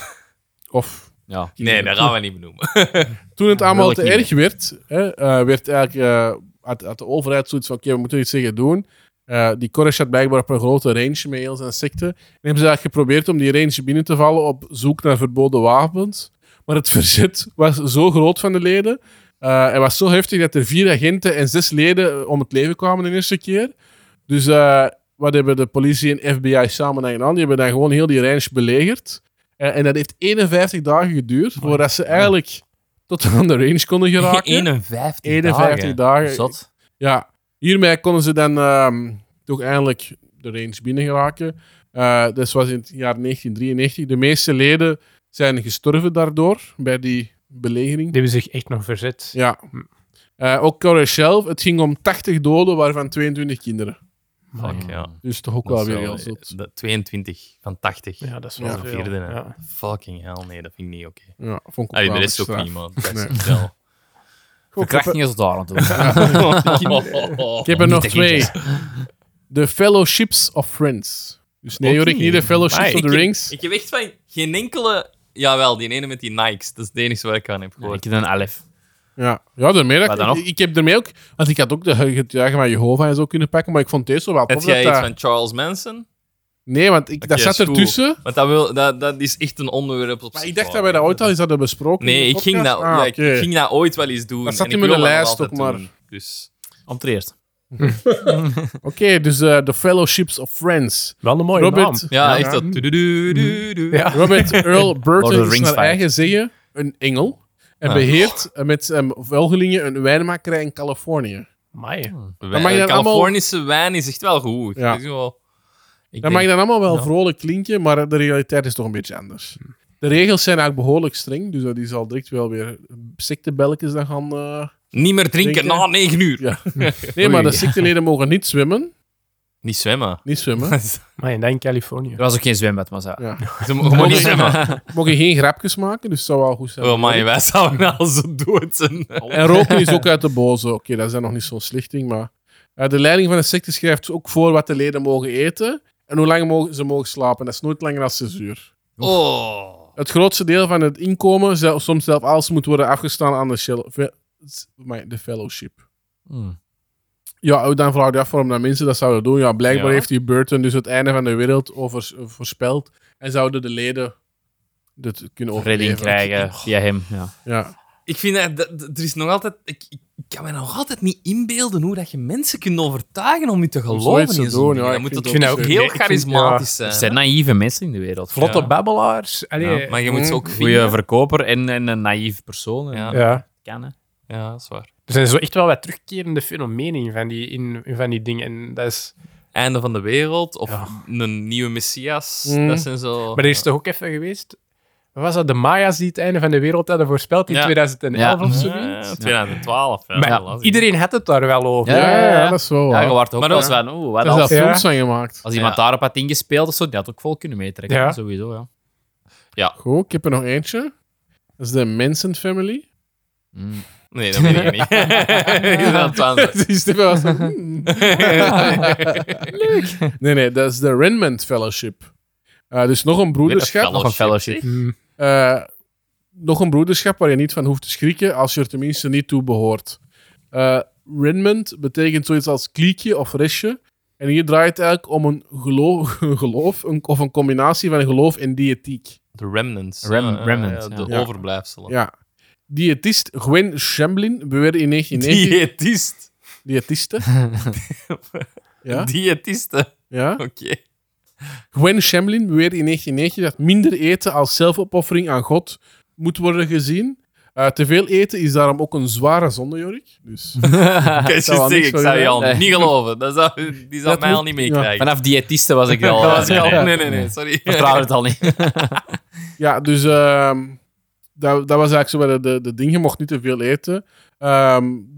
[SPEAKER 3] Of...
[SPEAKER 5] Ja.
[SPEAKER 2] Nee, dat gaan we niet benoemen.
[SPEAKER 3] Toen het allemaal
[SPEAKER 5] wil
[SPEAKER 3] te
[SPEAKER 5] ik niet
[SPEAKER 3] erg werd, hè, uh, werd eigenlijk, uh, had, had de overheid zoiets van, oké, okay, we moeten iets zeggen doen. Uh, die Koresh had blijkbaar op een grote range met heel zijn secte. En hebben ze eigenlijk geprobeerd om die range binnen te vallen op zoek naar verboden wapens. Maar het verzet was zo groot van de leden. Uh, en was zo heftig dat er vier agenten en zes leden om het leven kwamen de eerste keer. Dus uh, wat hebben de politie en F B I samen dan gedaan? Die hebben dan gewoon heel die range belegerd. Uh, en dat heeft eenenvijftig dagen geduurd, voordat ze eigenlijk tot aan de range konden geraken.
[SPEAKER 2] eenenvijftig,
[SPEAKER 3] eenenvijftig dagen.
[SPEAKER 5] Zot.
[SPEAKER 3] Ja, hiermee konden ze dan uh, toch eindelijk de range binnen geraken. Uh, dat was in het jaar negentien drieënnegentig. De meeste leden zijn gestorven daardoor, bij die belegering.
[SPEAKER 4] Die hebben zich echt nog verzet.
[SPEAKER 3] Ja. Uh, ook Koresh zelf, het ging om tachtig doden, waarvan tweeëntwintig kinderen.
[SPEAKER 2] Fuck, ja.
[SPEAKER 3] Dus toch ook
[SPEAKER 2] Dat
[SPEAKER 3] wel
[SPEAKER 2] is
[SPEAKER 3] weer
[SPEAKER 2] wel-
[SPEAKER 3] heel zot.
[SPEAKER 2] dat tweeëntwintig van tachtig.
[SPEAKER 4] Ja, dat is
[SPEAKER 3] Ja.
[SPEAKER 4] wel
[SPEAKER 2] Een
[SPEAKER 4] veel.
[SPEAKER 2] vierde, hè.
[SPEAKER 4] Ja.
[SPEAKER 2] Fucking hell, nee, dat vind ik niet oké.
[SPEAKER 3] Ja, vond ik ook
[SPEAKER 2] Allee, de
[SPEAKER 3] wel
[SPEAKER 2] rest ook
[SPEAKER 3] extra.
[SPEAKER 2] niet, man. Dat is
[SPEAKER 3] Nee.
[SPEAKER 2] wel-
[SPEAKER 5] Verkrachting is daar natuurlijk.
[SPEAKER 3] Ik heb er nog
[SPEAKER 5] de
[SPEAKER 3] twee.
[SPEAKER 5] kindjes.
[SPEAKER 3] The Fellowships of Friends. Dus nee,
[SPEAKER 2] Ook
[SPEAKER 3] Jorik,
[SPEAKER 2] niet.
[SPEAKER 3] niet de Fellowships
[SPEAKER 2] Ah,
[SPEAKER 3] of
[SPEAKER 2] ik
[SPEAKER 3] the
[SPEAKER 2] heb-
[SPEAKER 3] Rings.
[SPEAKER 2] Ik heb echt van geen enkele... Jawel, die ene met die Nikes. Dat is de enige waar ik aan heb
[SPEAKER 5] Ja,
[SPEAKER 2] gehoord.
[SPEAKER 5] ik heb een elf.
[SPEAKER 3] Ja, ja daarmee dat
[SPEAKER 5] Wat
[SPEAKER 3] ik,
[SPEAKER 5] dan nog?
[SPEAKER 3] ik heb ermee ook... Want ik had ook de getuigen van Jehovah en zo kunnen pakken, maar ik vond deze wel
[SPEAKER 2] Heb
[SPEAKER 3] tof.
[SPEAKER 2] jij
[SPEAKER 3] dat
[SPEAKER 2] iets
[SPEAKER 3] dat-
[SPEAKER 2] van Charles Manson?
[SPEAKER 3] Nee, want ik, dat
[SPEAKER 2] Oké,
[SPEAKER 3] zat
[SPEAKER 2] is goed.
[SPEAKER 3] ertussen.
[SPEAKER 2] Want dat, wil, dat, dat is echt een onderwerp op
[SPEAKER 3] Maar
[SPEAKER 2] zich.
[SPEAKER 3] ik dacht dat wij dat ooit al eens hadden besproken. in
[SPEAKER 2] Nee,
[SPEAKER 3] de
[SPEAKER 2] ik ging, dat,
[SPEAKER 3] podcast. Ah,
[SPEAKER 2] ja, ik
[SPEAKER 3] oké.
[SPEAKER 2] ging dat ooit wel eens doen.
[SPEAKER 3] Dat zat
[SPEAKER 2] en
[SPEAKER 3] in
[SPEAKER 2] ik
[SPEAKER 3] mijn
[SPEAKER 2] wil dat
[SPEAKER 3] lijst
[SPEAKER 2] altijd
[SPEAKER 3] ook maar.
[SPEAKER 2] doen. Dus...
[SPEAKER 5] Om te eerst.
[SPEAKER 3] Oké, dus uh, The Fellowships of Friends.
[SPEAKER 4] Wel een mooie
[SPEAKER 3] Robert,
[SPEAKER 4] naam.
[SPEAKER 2] Ja,
[SPEAKER 3] Ja.
[SPEAKER 2] echt dat. Du-du-du-du-du.
[SPEAKER 4] Ja.
[SPEAKER 3] Robert Earl
[SPEAKER 5] Lord of
[SPEAKER 3] Burton
[SPEAKER 5] the
[SPEAKER 3] is
[SPEAKER 5] Rings
[SPEAKER 3] naar
[SPEAKER 5] vibe.
[SPEAKER 3] eigen zeggen een engel. En
[SPEAKER 2] Ah.
[SPEAKER 3] beheert uh, met zijn volgelingen een wijnmakerij in Californië.
[SPEAKER 4] Amai.
[SPEAKER 2] Wij-
[SPEAKER 3] mag je dan
[SPEAKER 2] Californische wijn is echt wel goed.
[SPEAKER 3] Ja.
[SPEAKER 2] Dat is wel- ik
[SPEAKER 3] Dat
[SPEAKER 2] denk-
[SPEAKER 3] mag dan allemaal wel
[SPEAKER 2] ja.
[SPEAKER 3] vrolijk klinken, maar de realiteit is toch een beetje anders. De regels zijn eigenlijk behoorlijk streng, dus dat die zal direct wel weer sectebelletjes dan gaan... uh,
[SPEAKER 2] Niet meer drinken
[SPEAKER 3] Drinken.
[SPEAKER 2] na negen uur.
[SPEAKER 3] Ja. Nee, maar de secteleden mogen niet zwemmen.
[SPEAKER 2] Niet zwemmen.
[SPEAKER 3] Niet zwemmen.
[SPEAKER 4] Maar en dat in Californië.
[SPEAKER 5] Er was ook geen zwembad, maar zo.
[SPEAKER 3] Ja.
[SPEAKER 2] Ze mogen gewoon niet zwemmen.
[SPEAKER 3] Mogen geen grapjes maken, dus het zou wel goed zijn.
[SPEAKER 2] Oh man, wij zouden al zo dood zijn.
[SPEAKER 3] En roken is ook uit de boze. Oké, dat is dan nog niet zo'n slichting, maar... uh, de leiding van de secte schrijft ook voor wat de leden mogen eten en hoe lang mogen, ze mogen slapen. Dat is nooit langer dan zes uur.
[SPEAKER 2] Oh.
[SPEAKER 3] Het grootste deel van het inkomen, zel- soms zelfs alles, moet worden afgestaan aan de, shell, fe- maar de fellowship.
[SPEAKER 5] Hmm.
[SPEAKER 3] Ja, dan vraag je af waarom dat mensen dat zouden doen. Ja, blijkbaar
[SPEAKER 2] Ja.
[SPEAKER 3] heeft die Burton dus het einde van de wereld over, voorspeld en zouden de leden dit kunnen overleven.
[SPEAKER 5] Redding krijgen via hem. Ja.
[SPEAKER 3] Ja.
[SPEAKER 2] Ik vind dat, dat- dat- er is nog altijd... Ik, ik kan me nog altijd niet inbeelden hoe dat je mensen kunt overtuigen om je te geloven
[SPEAKER 3] zoiets te
[SPEAKER 2] in zo'n
[SPEAKER 3] doen,
[SPEAKER 2] dingen.
[SPEAKER 3] ja,
[SPEAKER 2] Dan
[SPEAKER 3] ik
[SPEAKER 2] moet
[SPEAKER 3] vind
[SPEAKER 2] het
[SPEAKER 3] het
[SPEAKER 2] ook
[SPEAKER 3] ook
[SPEAKER 2] heel
[SPEAKER 4] zo. Nee, ik vind-
[SPEAKER 2] charismatisch
[SPEAKER 5] Er
[SPEAKER 2] zijn.
[SPEAKER 5] zijn naïeve mensen in de wereld.
[SPEAKER 4] Vlotte
[SPEAKER 2] Ja.
[SPEAKER 4] babbelaars. Allee,
[SPEAKER 5] Ja,
[SPEAKER 4] ja.
[SPEAKER 2] Maar je moet ze ook
[SPEAKER 5] Goeie
[SPEAKER 2] vinden.
[SPEAKER 5] verkoper en, en een naïef persoon.
[SPEAKER 2] Ja.
[SPEAKER 5] Ja. Kan, hè.
[SPEAKER 2] Ja, dat is waar.
[SPEAKER 4] Er zijn zo echt wel wat terugkerende fenomenen in van die, in, in van die dingen. En dat is...
[SPEAKER 2] Einde van de wereld of
[SPEAKER 4] Ja.
[SPEAKER 2] een nieuwe Messias.
[SPEAKER 3] Mm.
[SPEAKER 2] Dat zijn zo...
[SPEAKER 4] Maar er is toch ook even geweest... Wat was dat? De Maya's die het einde van de wereld hadden voorspeld in
[SPEAKER 2] Ja.
[SPEAKER 4] twintig elf
[SPEAKER 5] Ja.
[SPEAKER 4] of zo?
[SPEAKER 2] Ja, twintig twaalf. Ja,
[SPEAKER 4] Maar
[SPEAKER 2] dat las ik.
[SPEAKER 4] iedereen had het daar wel over.
[SPEAKER 5] Ja,
[SPEAKER 3] Ja,
[SPEAKER 5] ja,
[SPEAKER 3] ja,
[SPEAKER 5] ja.
[SPEAKER 3] dat is wel
[SPEAKER 5] Ja,
[SPEAKER 3] waar.
[SPEAKER 5] je wordt ook
[SPEAKER 2] Maar
[SPEAKER 5] wel
[SPEAKER 2] dat-
[SPEAKER 5] eens van, oeh, wat
[SPEAKER 3] Er zijn
[SPEAKER 5] als,
[SPEAKER 3] zelfs
[SPEAKER 4] Ja.
[SPEAKER 3] films van gemaakt.
[SPEAKER 5] als iemand
[SPEAKER 2] Ja.
[SPEAKER 5] daarop had ingespeeld, of zo, die had ook vol kunnen meetrekken.
[SPEAKER 4] Ja.
[SPEAKER 5] Sowieso, ja.
[SPEAKER 3] Goed, ik heb er nog eentje. Dat is de Manson Family.
[SPEAKER 5] Mm.
[SPEAKER 2] Nee, dat weet ik niet. Is dat het aan-
[SPEAKER 3] Die Stefan was van, hmm. Nee, nee, dat is de Renmond Fellowship. Uh, dus nog een broederschap.
[SPEAKER 5] Nog een fellowship.
[SPEAKER 4] Hmm.
[SPEAKER 3] Uh, nog een broederschap waar je niet van hoeft te schrikken als je er tenminste niet toe behoort. Uh, Renmond betekent zoiets als kliekje of restje. En hier draait het eigenlijk om een geloof, een geloof een, of een combinatie van geloof en diëtiek.
[SPEAKER 2] De remnants.
[SPEAKER 5] Rem-
[SPEAKER 2] Ja, ja,
[SPEAKER 5] remnants,
[SPEAKER 2] ja, de
[SPEAKER 3] ja.
[SPEAKER 2] overblijfselen.
[SPEAKER 3] Ja. Diëtist Gwen Shamblin beweerde in negentien negentig...
[SPEAKER 2] Diëtist.
[SPEAKER 3] Diëtiste? Ja?
[SPEAKER 2] Diëtiste.
[SPEAKER 3] Ja?
[SPEAKER 2] Oké.
[SPEAKER 3] Gwen Shamblin beweerde in negentien negentig dat minder eten als zelfopoffering aan God moet worden gezien. Uh, te veel eten is daarom ook een zware zonde, Jorik. Dus,
[SPEAKER 2] Ik kan je
[SPEAKER 3] wel niks
[SPEAKER 2] zeggen, ik
[SPEAKER 3] van
[SPEAKER 2] zou je
[SPEAKER 3] je
[SPEAKER 2] al
[SPEAKER 5] Nee.
[SPEAKER 2] niet geloven. Dat zou, die zou
[SPEAKER 3] Dat
[SPEAKER 2] mij
[SPEAKER 3] moet-
[SPEAKER 2] al niet
[SPEAKER 3] ja.
[SPEAKER 2] meekrijgen.
[SPEAKER 5] Vanaf diëtiste was ik al...
[SPEAKER 2] Dat was ik al-
[SPEAKER 5] nee,
[SPEAKER 2] Nee, nee, nee, sorry.
[SPEAKER 5] vertrouw het al niet.
[SPEAKER 3] ja, dus ehm, dat, dat was eigenlijk zo bij de, de, de ding. Je mocht niet te veel eten. Ehm,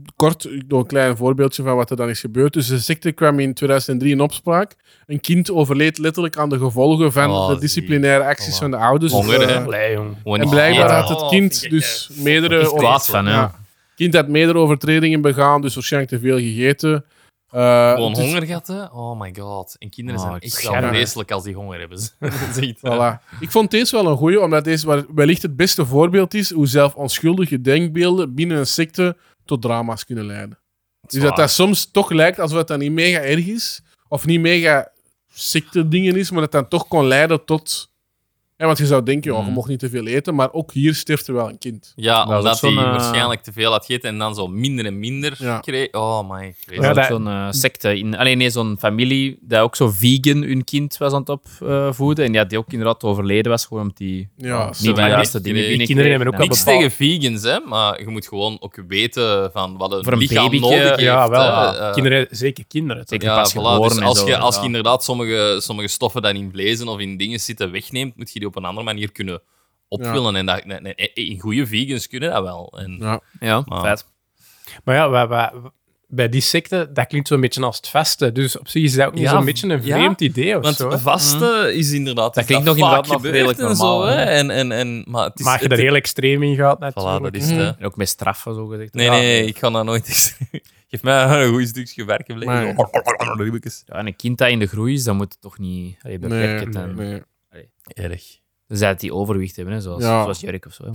[SPEAKER 3] kort nog een klein voorbeeldje van wat er dan is gebeurd. Dus de secte kwam in tweeduizend drie in opspraak. Een kind overleed letterlijk aan de gevolgen van
[SPEAKER 2] Oh,
[SPEAKER 3] de disciplinaire acties
[SPEAKER 2] oh,
[SPEAKER 3] van de ouders.
[SPEAKER 2] Honger,
[SPEAKER 3] Eh,
[SPEAKER 2] hè?
[SPEAKER 4] Allee, jong.
[SPEAKER 2] Gewoon
[SPEAKER 3] en
[SPEAKER 2] niet
[SPEAKER 3] blijkbaar
[SPEAKER 2] eten.
[SPEAKER 3] had het
[SPEAKER 2] Oh,
[SPEAKER 3] kind
[SPEAKER 2] vind ik,
[SPEAKER 3] dus
[SPEAKER 2] eh,
[SPEAKER 3] meerdere...
[SPEAKER 5] Echt kwaad van, hè.
[SPEAKER 3] Ja. Het kind had meerdere overtredingen begaan, dus waarscheinlijk te veel gegeten. Uh,
[SPEAKER 2] Gewoon
[SPEAKER 3] het is-
[SPEAKER 2] honger gehad, hè? Oh my god. En kinderen
[SPEAKER 5] Oh,
[SPEAKER 2] zijn
[SPEAKER 5] ik
[SPEAKER 2] echt
[SPEAKER 5] schaam
[SPEAKER 2] wel
[SPEAKER 3] me.
[SPEAKER 2] vreselijk als die honger hebben. Dat is echt, eh,
[SPEAKER 3] Voilà. Ik vond deze wel een goeie, omdat deze wel- wellicht het beste voorbeeld is hoe zelf onschuldige denkbeelden binnen een secte tot drama's kunnen leiden. Dus dat dat soms toch lijkt alsof het dan niet mega erg is, of niet mega secte dingen is, maar dat dan toch kon leiden tot... Ja, want je zou denken, oh, je
[SPEAKER 2] Mm.
[SPEAKER 3] mocht niet te veel eten, maar ook hier sterft er wel een kind.
[SPEAKER 2] Ja,
[SPEAKER 5] Dat is
[SPEAKER 2] omdat
[SPEAKER 5] ook zo'n,
[SPEAKER 2] hij
[SPEAKER 5] eh,
[SPEAKER 2] waarschijnlijk te veel had gegeten en dan zo minder en minder
[SPEAKER 3] Ja.
[SPEAKER 2] kreeg. Oh my.
[SPEAKER 4] Ja,
[SPEAKER 5] Dat is ook
[SPEAKER 4] dat-
[SPEAKER 5] zo'n eh, secte. In, alleen nee, zo'n familie dat ook zo vegan hun kind was aan het opvoeden. En ja, die ook inderdaad overleden was, gewoon omdat die
[SPEAKER 3] Ja,
[SPEAKER 5] niet
[SPEAKER 3] zo
[SPEAKER 5] de
[SPEAKER 2] weinig
[SPEAKER 5] juiste dingen
[SPEAKER 2] kreeg.
[SPEAKER 5] binnenkreeg.
[SPEAKER 4] Kinderen hebben ook wel
[SPEAKER 2] Niks
[SPEAKER 4] bepaald-
[SPEAKER 2] tegen vegans, hè, maar je moet gewoon ook weten van wat een,
[SPEAKER 5] Voor een
[SPEAKER 2] lichaam
[SPEAKER 5] babytje,
[SPEAKER 2] nodig heeft.
[SPEAKER 4] Ja, wel.
[SPEAKER 2] hè. Eh,
[SPEAKER 4] kinderen, zeker kinderen. toch?
[SPEAKER 5] Zeker
[SPEAKER 2] Ja,
[SPEAKER 5] pas
[SPEAKER 2] voilà.
[SPEAKER 5] geboren
[SPEAKER 2] Dus
[SPEAKER 5] en
[SPEAKER 2] als
[SPEAKER 5] zo,
[SPEAKER 2] je, als
[SPEAKER 5] ja.
[SPEAKER 2] je inderdaad sommige, sommige stoffen dan in vlees of in dingen zitten wegneemt, moet je die op een andere manier kunnen opvullen. En dat, nee, nee, in goede vegans kunnen dat wel. En,
[SPEAKER 3] Ja.
[SPEAKER 5] Ja,
[SPEAKER 2] Maar-
[SPEAKER 5] feit.
[SPEAKER 4] Maar ja, wij- wij- bij die secte, dat klinkt zo'n beetje als het vasten. Dus op zich is dat ook niet
[SPEAKER 2] Ja,
[SPEAKER 4] zo'n beetje een
[SPEAKER 2] ja.
[SPEAKER 4] vreemd idee of
[SPEAKER 2] Want
[SPEAKER 4] zo. hè.
[SPEAKER 2] vasten is inderdaad...
[SPEAKER 5] Dat
[SPEAKER 2] is
[SPEAKER 5] klinkt nog
[SPEAKER 2] vaak
[SPEAKER 5] inderdaad nog
[SPEAKER 2] gebeurd
[SPEAKER 5] redelijk
[SPEAKER 2] en
[SPEAKER 5] normaal,
[SPEAKER 2] zo, hè.
[SPEAKER 5] hè.
[SPEAKER 2] En, en, en, maar het is,
[SPEAKER 4] Maar je
[SPEAKER 2] het-
[SPEAKER 4] er heel extreem in gaat, natuurlijk.
[SPEAKER 2] Voilà, dat is het, hè.
[SPEAKER 5] En ook met straffen, zo gezegd.
[SPEAKER 2] Nee,
[SPEAKER 4] Ja.
[SPEAKER 2] nee, ik ga dat nooit eens... Geef mij een goed stukje werken.
[SPEAKER 3] Maar-
[SPEAKER 5] Ja, en een kind dat in de groei is, dat moet het toch niet allee,
[SPEAKER 3] Nee,
[SPEAKER 5] beperken. ten-
[SPEAKER 3] nee.
[SPEAKER 2] Erg.
[SPEAKER 5] Tenzij dat die overwicht hebben, hè, zoals,
[SPEAKER 3] Ja.
[SPEAKER 5] zoals Jurk of zo.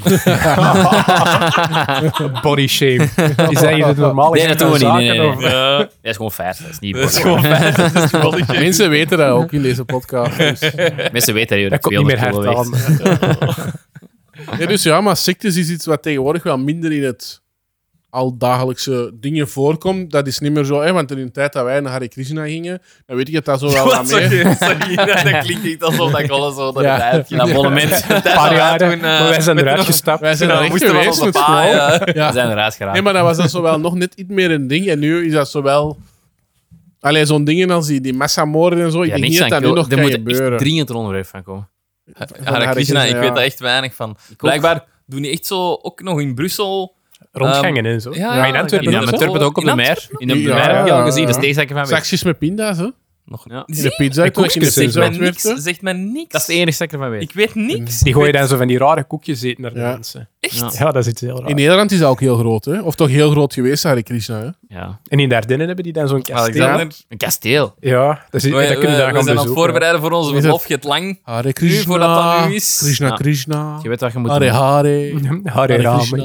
[SPEAKER 4] Body shame. Is dat hier het normale
[SPEAKER 5] Nee, dat doen we niet. Nee, nee, nee.
[SPEAKER 4] Of-
[SPEAKER 5] Ja. Dat is gewoon feit. Dat is niet
[SPEAKER 2] Dat is
[SPEAKER 5] body
[SPEAKER 2] gewoon fijn. Dat is gewoon niet-
[SPEAKER 3] Mensen weten dat ook in deze podcast. Dus.
[SPEAKER 5] Mensen weten dat Jurk
[SPEAKER 4] Dat komt niet meer
[SPEAKER 5] tweehonderd kilo
[SPEAKER 4] hard
[SPEAKER 5] weegt.
[SPEAKER 4] aan.
[SPEAKER 3] Ja, dus ja, maar sectes is iets wat tegenwoordig wel minder in het alldagelijkse dingen voorkomt. Dat is niet meer zo, hè, want in de tijd dat wij naar Hare Krishna gingen, dan weet ik dat dat zo wel
[SPEAKER 2] Wat
[SPEAKER 3] wat
[SPEAKER 2] zeg
[SPEAKER 3] meer...
[SPEAKER 2] je? Sorry, dat klinkt niet alsof dat ik alles zo door de
[SPEAKER 3] Ja.
[SPEAKER 2] tijd ging.
[SPEAKER 5] Dat abonnement.
[SPEAKER 4] Een paar jaar,
[SPEAKER 2] toen,
[SPEAKER 4] hè.
[SPEAKER 2] eh,
[SPEAKER 4] maar wij zijn
[SPEAKER 2] met
[SPEAKER 4] eruit
[SPEAKER 2] nog-
[SPEAKER 4] gestapt.
[SPEAKER 3] Wij zijn er
[SPEAKER 2] Nou,
[SPEAKER 3] echt
[SPEAKER 2] moesten we
[SPEAKER 3] geweest
[SPEAKER 2] van
[SPEAKER 3] met
[SPEAKER 2] de
[SPEAKER 3] school.
[SPEAKER 2] paai, ja.
[SPEAKER 5] We
[SPEAKER 3] Ja.
[SPEAKER 5] zijn eruit geraakt.
[SPEAKER 3] Nee, maar dat was dan zo wel nog net iets meer een ding. En nu is dat zo wel... Allee, zo'n dingen als die, die massamoorden en zo. Ik
[SPEAKER 5] Ja,
[SPEAKER 3] denk
[SPEAKER 5] niks
[SPEAKER 3] niet dat
[SPEAKER 5] aan
[SPEAKER 3] dat nu
[SPEAKER 5] kil-
[SPEAKER 3] nog
[SPEAKER 5] Er
[SPEAKER 3] kan
[SPEAKER 5] moet
[SPEAKER 3] gebeuren.
[SPEAKER 5] echt dringend een onderwerp van komen.
[SPEAKER 2] Hare Krishna, ik
[SPEAKER 3] ja.
[SPEAKER 2] weet daar echt weinig van. Blijkbaar doen die echt zo, ook nog in Brussel...
[SPEAKER 4] Rondgangen en zo.
[SPEAKER 2] ja,
[SPEAKER 4] Ja, in
[SPEAKER 2] ja,
[SPEAKER 4] Antwerpen
[SPEAKER 5] Ja,
[SPEAKER 4] ook
[SPEAKER 5] met
[SPEAKER 4] zo.
[SPEAKER 5] Turpen ook op
[SPEAKER 2] In
[SPEAKER 5] de mer.
[SPEAKER 2] Antwerpen?
[SPEAKER 5] In de
[SPEAKER 3] Ja,
[SPEAKER 5] mer heb je
[SPEAKER 3] ja,
[SPEAKER 5] al gezien,
[SPEAKER 3] ja.
[SPEAKER 5] dat is tegenstakker van weg.
[SPEAKER 3] Zakjes met pinda's, hè?
[SPEAKER 2] Nog
[SPEAKER 5] Ja.
[SPEAKER 3] In de pizza, toen ik in de
[SPEAKER 4] koekjes,
[SPEAKER 3] pizza
[SPEAKER 2] Zegt mij
[SPEAKER 3] werkte.
[SPEAKER 2] niks. Zegt mij niks.
[SPEAKER 5] Dat is de enige stekker van weg.
[SPEAKER 2] Ik weet niks.
[SPEAKER 4] Die gooien dan zo van die rare koekjes eten naar de
[SPEAKER 3] Ja.
[SPEAKER 4] mensen.
[SPEAKER 2] Echt?
[SPEAKER 5] Ja.
[SPEAKER 4] Ja, dat is iets heel raar.
[SPEAKER 3] In Nederland is dat ook heel groot, hè? Of toch heel groot geweest, Hare Krishna, hè?
[SPEAKER 5] Ja.
[SPEAKER 4] En in de Ardennen hebben die dan zo'n kasteel.
[SPEAKER 2] Alexander,
[SPEAKER 5] Een kasteel.
[SPEAKER 4] Ja, dat, is,
[SPEAKER 2] we,
[SPEAKER 4] dat kun je
[SPEAKER 2] we-
[SPEAKER 4] daar
[SPEAKER 2] we
[SPEAKER 4] gaan
[SPEAKER 2] zijn aan het
[SPEAKER 4] bezoeken.
[SPEAKER 2] voorbereiden voor onze
[SPEAKER 3] Is het-
[SPEAKER 2] verlof. Je hebt lang.
[SPEAKER 3] Hare Krishna.
[SPEAKER 2] voordat dat nu is.
[SPEAKER 3] Krishna,
[SPEAKER 5] Ja.
[SPEAKER 3] Krishna.
[SPEAKER 5] Je weet wat je moet
[SPEAKER 3] Hare
[SPEAKER 5] doen.
[SPEAKER 3] Hare.
[SPEAKER 4] Ja. Hare Rama.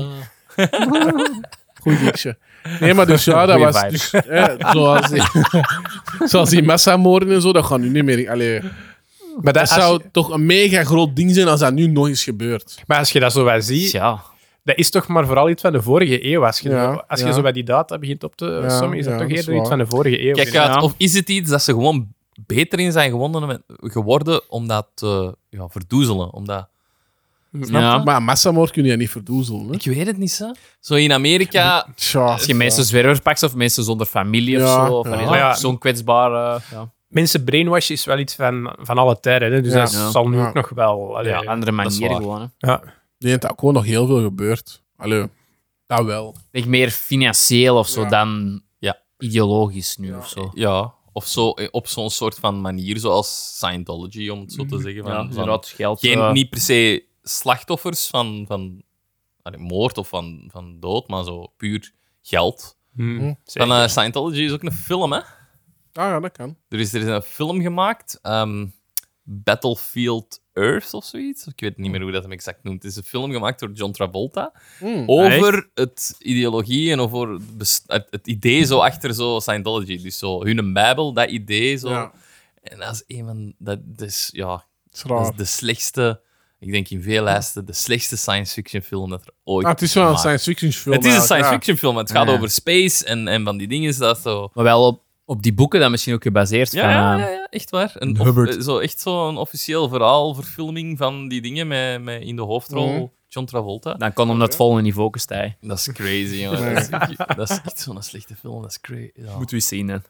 [SPEAKER 3] Goed liedje. Nee, maar dus ja, dat
[SPEAKER 5] Goeie
[SPEAKER 3] was...
[SPEAKER 5] vibes.
[SPEAKER 3] Dus, hè, zoals, die, zoals die massamoorden en zo, dat gaat nu niet meer... Allee,
[SPEAKER 4] Maar, dat,
[SPEAKER 3] dat
[SPEAKER 4] als,
[SPEAKER 3] zou
[SPEAKER 4] je,
[SPEAKER 3] toch een mega groot ding zijn als dat nu nog eens gebeurt.
[SPEAKER 4] maar als je dat zo wel ziet,
[SPEAKER 5] Ja.
[SPEAKER 4] dat is toch maar vooral iets van de vorige eeuw. Als je,
[SPEAKER 3] Ja,
[SPEAKER 4] als je
[SPEAKER 3] ja.
[SPEAKER 4] zo bij die data begint op te
[SPEAKER 3] Ja,
[SPEAKER 4] sommen, is dat
[SPEAKER 3] ja,
[SPEAKER 4] toch
[SPEAKER 3] dat is
[SPEAKER 4] eerder iets
[SPEAKER 3] waar.
[SPEAKER 4] van de vorige eeuw.
[SPEAKER 2] Kijk
[SPEAKER 4] vind ik.
[SPEAKER 2] uit,
[SPEAKER 5] Ja.
[SPEAKER 2] of is het iets dat ze gewoon beter in zijn gewonnen, geworden om dat te ja, verdoezelen? Omdat, snap
[SPEAKER 5] Ja.
[SPEAKER 2] je?
[SPEAKER 3] Maar massamoord kun je niet verdoezelen, hè?
[SPEAKER 2] Ik weet het niet, zo. Zo in Amerika...
[SPEAKER 3] Tja,
[SPEAKER 5] Als je mensen zwerver pakt of mensen zonder familie
[SPEAKER 3] Ja,
[SPEAKER 5] of zo. Of
[SPEAKER 3] ja.
[SPEAKER 5] allee,
[SPEAKER 4] Maar ja.
[SPEAKER 5] zo'n kwetsbare... Ja.
[SPEAKER 4] Mensen brainwash is wel iets van, van alle tijden. Hè? Dus
[SPEAKER 3] Ja.
[SPEAKER 4] dat
[SPEAKER 5] Ja.
[SPEAKER 4] zal nu
[SPEAKER 3] Ja.
[SPEAKER 4] ook nog wel... Allee,
[SPEAKER 5] Ja, andere
[SPEAKER 2] dat is
[SPEAKER 5] manieren
[SPEAKER 2] waar.
[SPEAKER 5] gewoon. Hè.
[SPEAKER 4] ja.
[SPEAKER 3] Ik denk dat ook gewoon nog heel veel gebeurt. Allee, dat wel.
[SPEAKER 5] Ik denk meer financieel of zo
[SPEAKER 3] Ja.
[SPEAKER 5] dan
[SPEAKER 2] Ja.
[SPEAKER 5] ideologisch nu of zo.
[SPEAKER 2] Ja, of zo, eh, op zo'n soort van manier, zoals Scientology, om het zo te zeggen. Van,
[SPEAKER 5] Ja,
[SPEAKER 2] van
[SPEAKER 5] inderdaad, geld.
[SPEAKER 2] geen,
[SPEAKER 5] eh,
[SPEAKER 2] niet per se slachtoffers van, van allee, moord of van, van dood, maar zo puur geld.
[SPEAKER 4] Hm.
[SPEAKER 2] Van eh, Scientology is ook een film, hè?
[SPEAKER 3] Ah ja, dat kan.
[SPEAKER 2] Er is, er is een film gemaakt, ehm, Battlefield Earth of zoiets. Ik weet niet meer hoe dat hem exact noemt. Het is een film gemaakt door John Travolta
[SPEAKER 3] Mm.
[SPEAKER 2] over het ideologie en over het, best- het, het idee zo achter zo Scientology. Dus zo hun Bijbel, dat idee zo.
[SPEAKER 3] Ja,
[SPEAKER 2] En dat is een van... Dat, dat is, ja,
[SPEAKER 3] dat is
[SPEAKER 2] dat
[SPEAKER 3] raar.
[SPEAKER 2] is de slechtste... Ik denk in veel lijsten de slechtste science fiction film dat er ooit
[SPEAKER 3] Ah, het is wel een
[SPEAKER 2] gemaakt
[SPEAKER 3] science fiction film.
[SPEAKER 2] Het is een
[SPEAKER 3] eigenlijk,
[SPEAKER 2] science
[SPEAKER 3] ja.
[SPEAKER 2] fiction film. Het gaat
[SPEAKER 5] Ja.
[SPEAKER 2] over space en, en van die dingen is dat zo...
[SPEAKER 5] Maar wel op, op die boeken dan misschien ook gebaseerd
[SPEAKER 2] Ja,
[SPEAKER 5] van...
[SPEAKER 2] ja,
[SPEAKER 5] eh,
[SPEAKER 2] ja, ja, echt waar. Een, of,
[SPEAKER 5] Hubbard.
[SPEAKER 2] eh, zo, echt zo'n officieel verhaal, verfilming van die dingen met, met in de hoofdrol
[SPEAKER 3] Mhm.
[SPEAKER 2] John Travolta.
[SPEAKER 5] Dan kon hem naar het volgende niveau stijgen.
[SPEAKER 2] Dat is crazy, jongen. Dat is, dat is echt zo'n slechte film. Dat is crazy. Ja.
[SPEAKER 5] Moeten we eens zien, hè.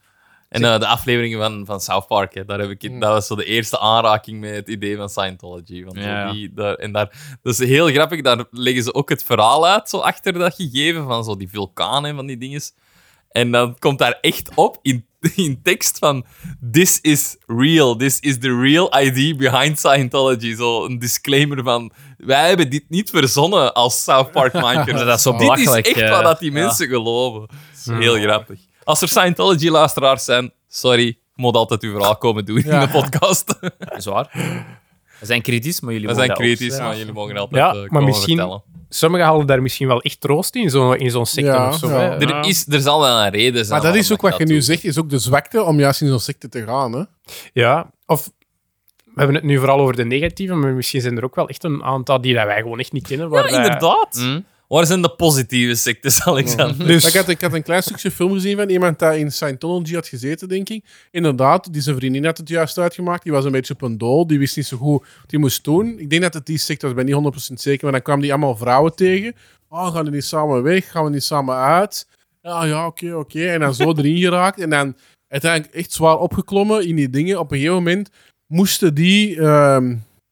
[SPEAKER 2] En uh, de afleveringen van, van South Park, hè, daar heb ik,
[SPEAKER 3] Mm.
[SPEAKER 2] dat was zo de eerste aanraking met het idee van Scientology. Want zo
[SPEAKER 5] Ja.
[SPEAKER 2] die, daar, en daar, dat is heel grappig, daar leggen ze ook het verhaal uit, zo achter dat gegeven, van zo die vulkanen en van die dinges. En dan komt daar echt op, in, in tekst van... This is real. This is the real I D behind Scientology. Zo een disclaimer van... Wij hebben dit niet verzonnen als South Park-makers.
[SPEAKER 5] Dat is zo
[SPEAKER 2] Dit is
[SPEAKER 5] belachelijk.
[SPEAKER 2] echt
[SPEAKER 5] eh.
[SPEAKER 2] wat dat die mensen geloven. Heel grappig. Als er Scientology-luisteraars zijn, sorry, je moet altijd uw verhaal komen doen in de podcast.
[SPEAKER 5] Dat is waar. We zijn kritisch, maar jullie
[SPEAKER 2] We
[SPEAKER 5] mogen
[SPEAKER 2] zijn
[SPEAKER 5] dat ook
[SPEAKER 2] kritisch,
[SPEAKER 5] zijn.
[SPEAKER 2] maar jullie mogen altijd
[SPEAKER 4] Ja,
[SPEAKER 2] eh,
[SPEAKER 4] maar
[SPEAKER 2] komen
[SPEAKER 4] misschien-
[SPEAKER 2] vertellen.
[SPEAKER 4] Sommigen halen daar misschien wel echt troost in, zo, in zo'n sector
[SPEAKER 3] Ja,
[SPEAKER 4] of zo.
[SPEAKER 3] ja.
[SPEAKER 4] hè.
[SPEAKER 3] Er
[SPEAKER 2] Er, is, er zal wel een reden zijn.
[SPEAKER 3] Maar dat is
[SPEAKER 2] waarom
[SPEAKER 3] ook wat je
[SPEAKER 2] dat
[SPEAKER 3] nu
[SPEAKER 2] doet.
[SPEAKER 3] zegt, is ook de zwakte om juist in zo'n secte te gaan. Hè?
[SPEAKER 4] Ja, of we hebben het nu vooral over de negatieve, maar misschien zijn er ook wel echt een aantal die dat wij gewoon echt niet kennen.
[SPEAKER 2] Ja,
[SPEAKER 4] Waar wij-
[SPEAKER 2] inderdaad.
[SPEAKER 5] Hm?
[SPEAKER 2] Waar zijn de positieve sectes, Alexander?
[SPEAKER 4] Dus,
[SPEAKER 3] Ik had, ik had een klein stukje film gezien van iemand dat in Scientology had gezeten, denk ik. Inderdaad, die zijn vriendin had het juist uitgemaakt. Die was een beetje op een dool. Die wist niet zo goed wat hij moest doen. Ik denk dat het die secte was, ik ben niet honderd procent zeker. Maar dan kwamen die allemaal vrouwen tegen. Oh, gaan we niet samen weg? Gaan we niet samen uit? Ja, ja, oké, oké. En dan zo erin geraakt. En dan uiteindelijk echt zwaar opgeklommen in die dingen. Op een gegeven moment moesten die... ehm,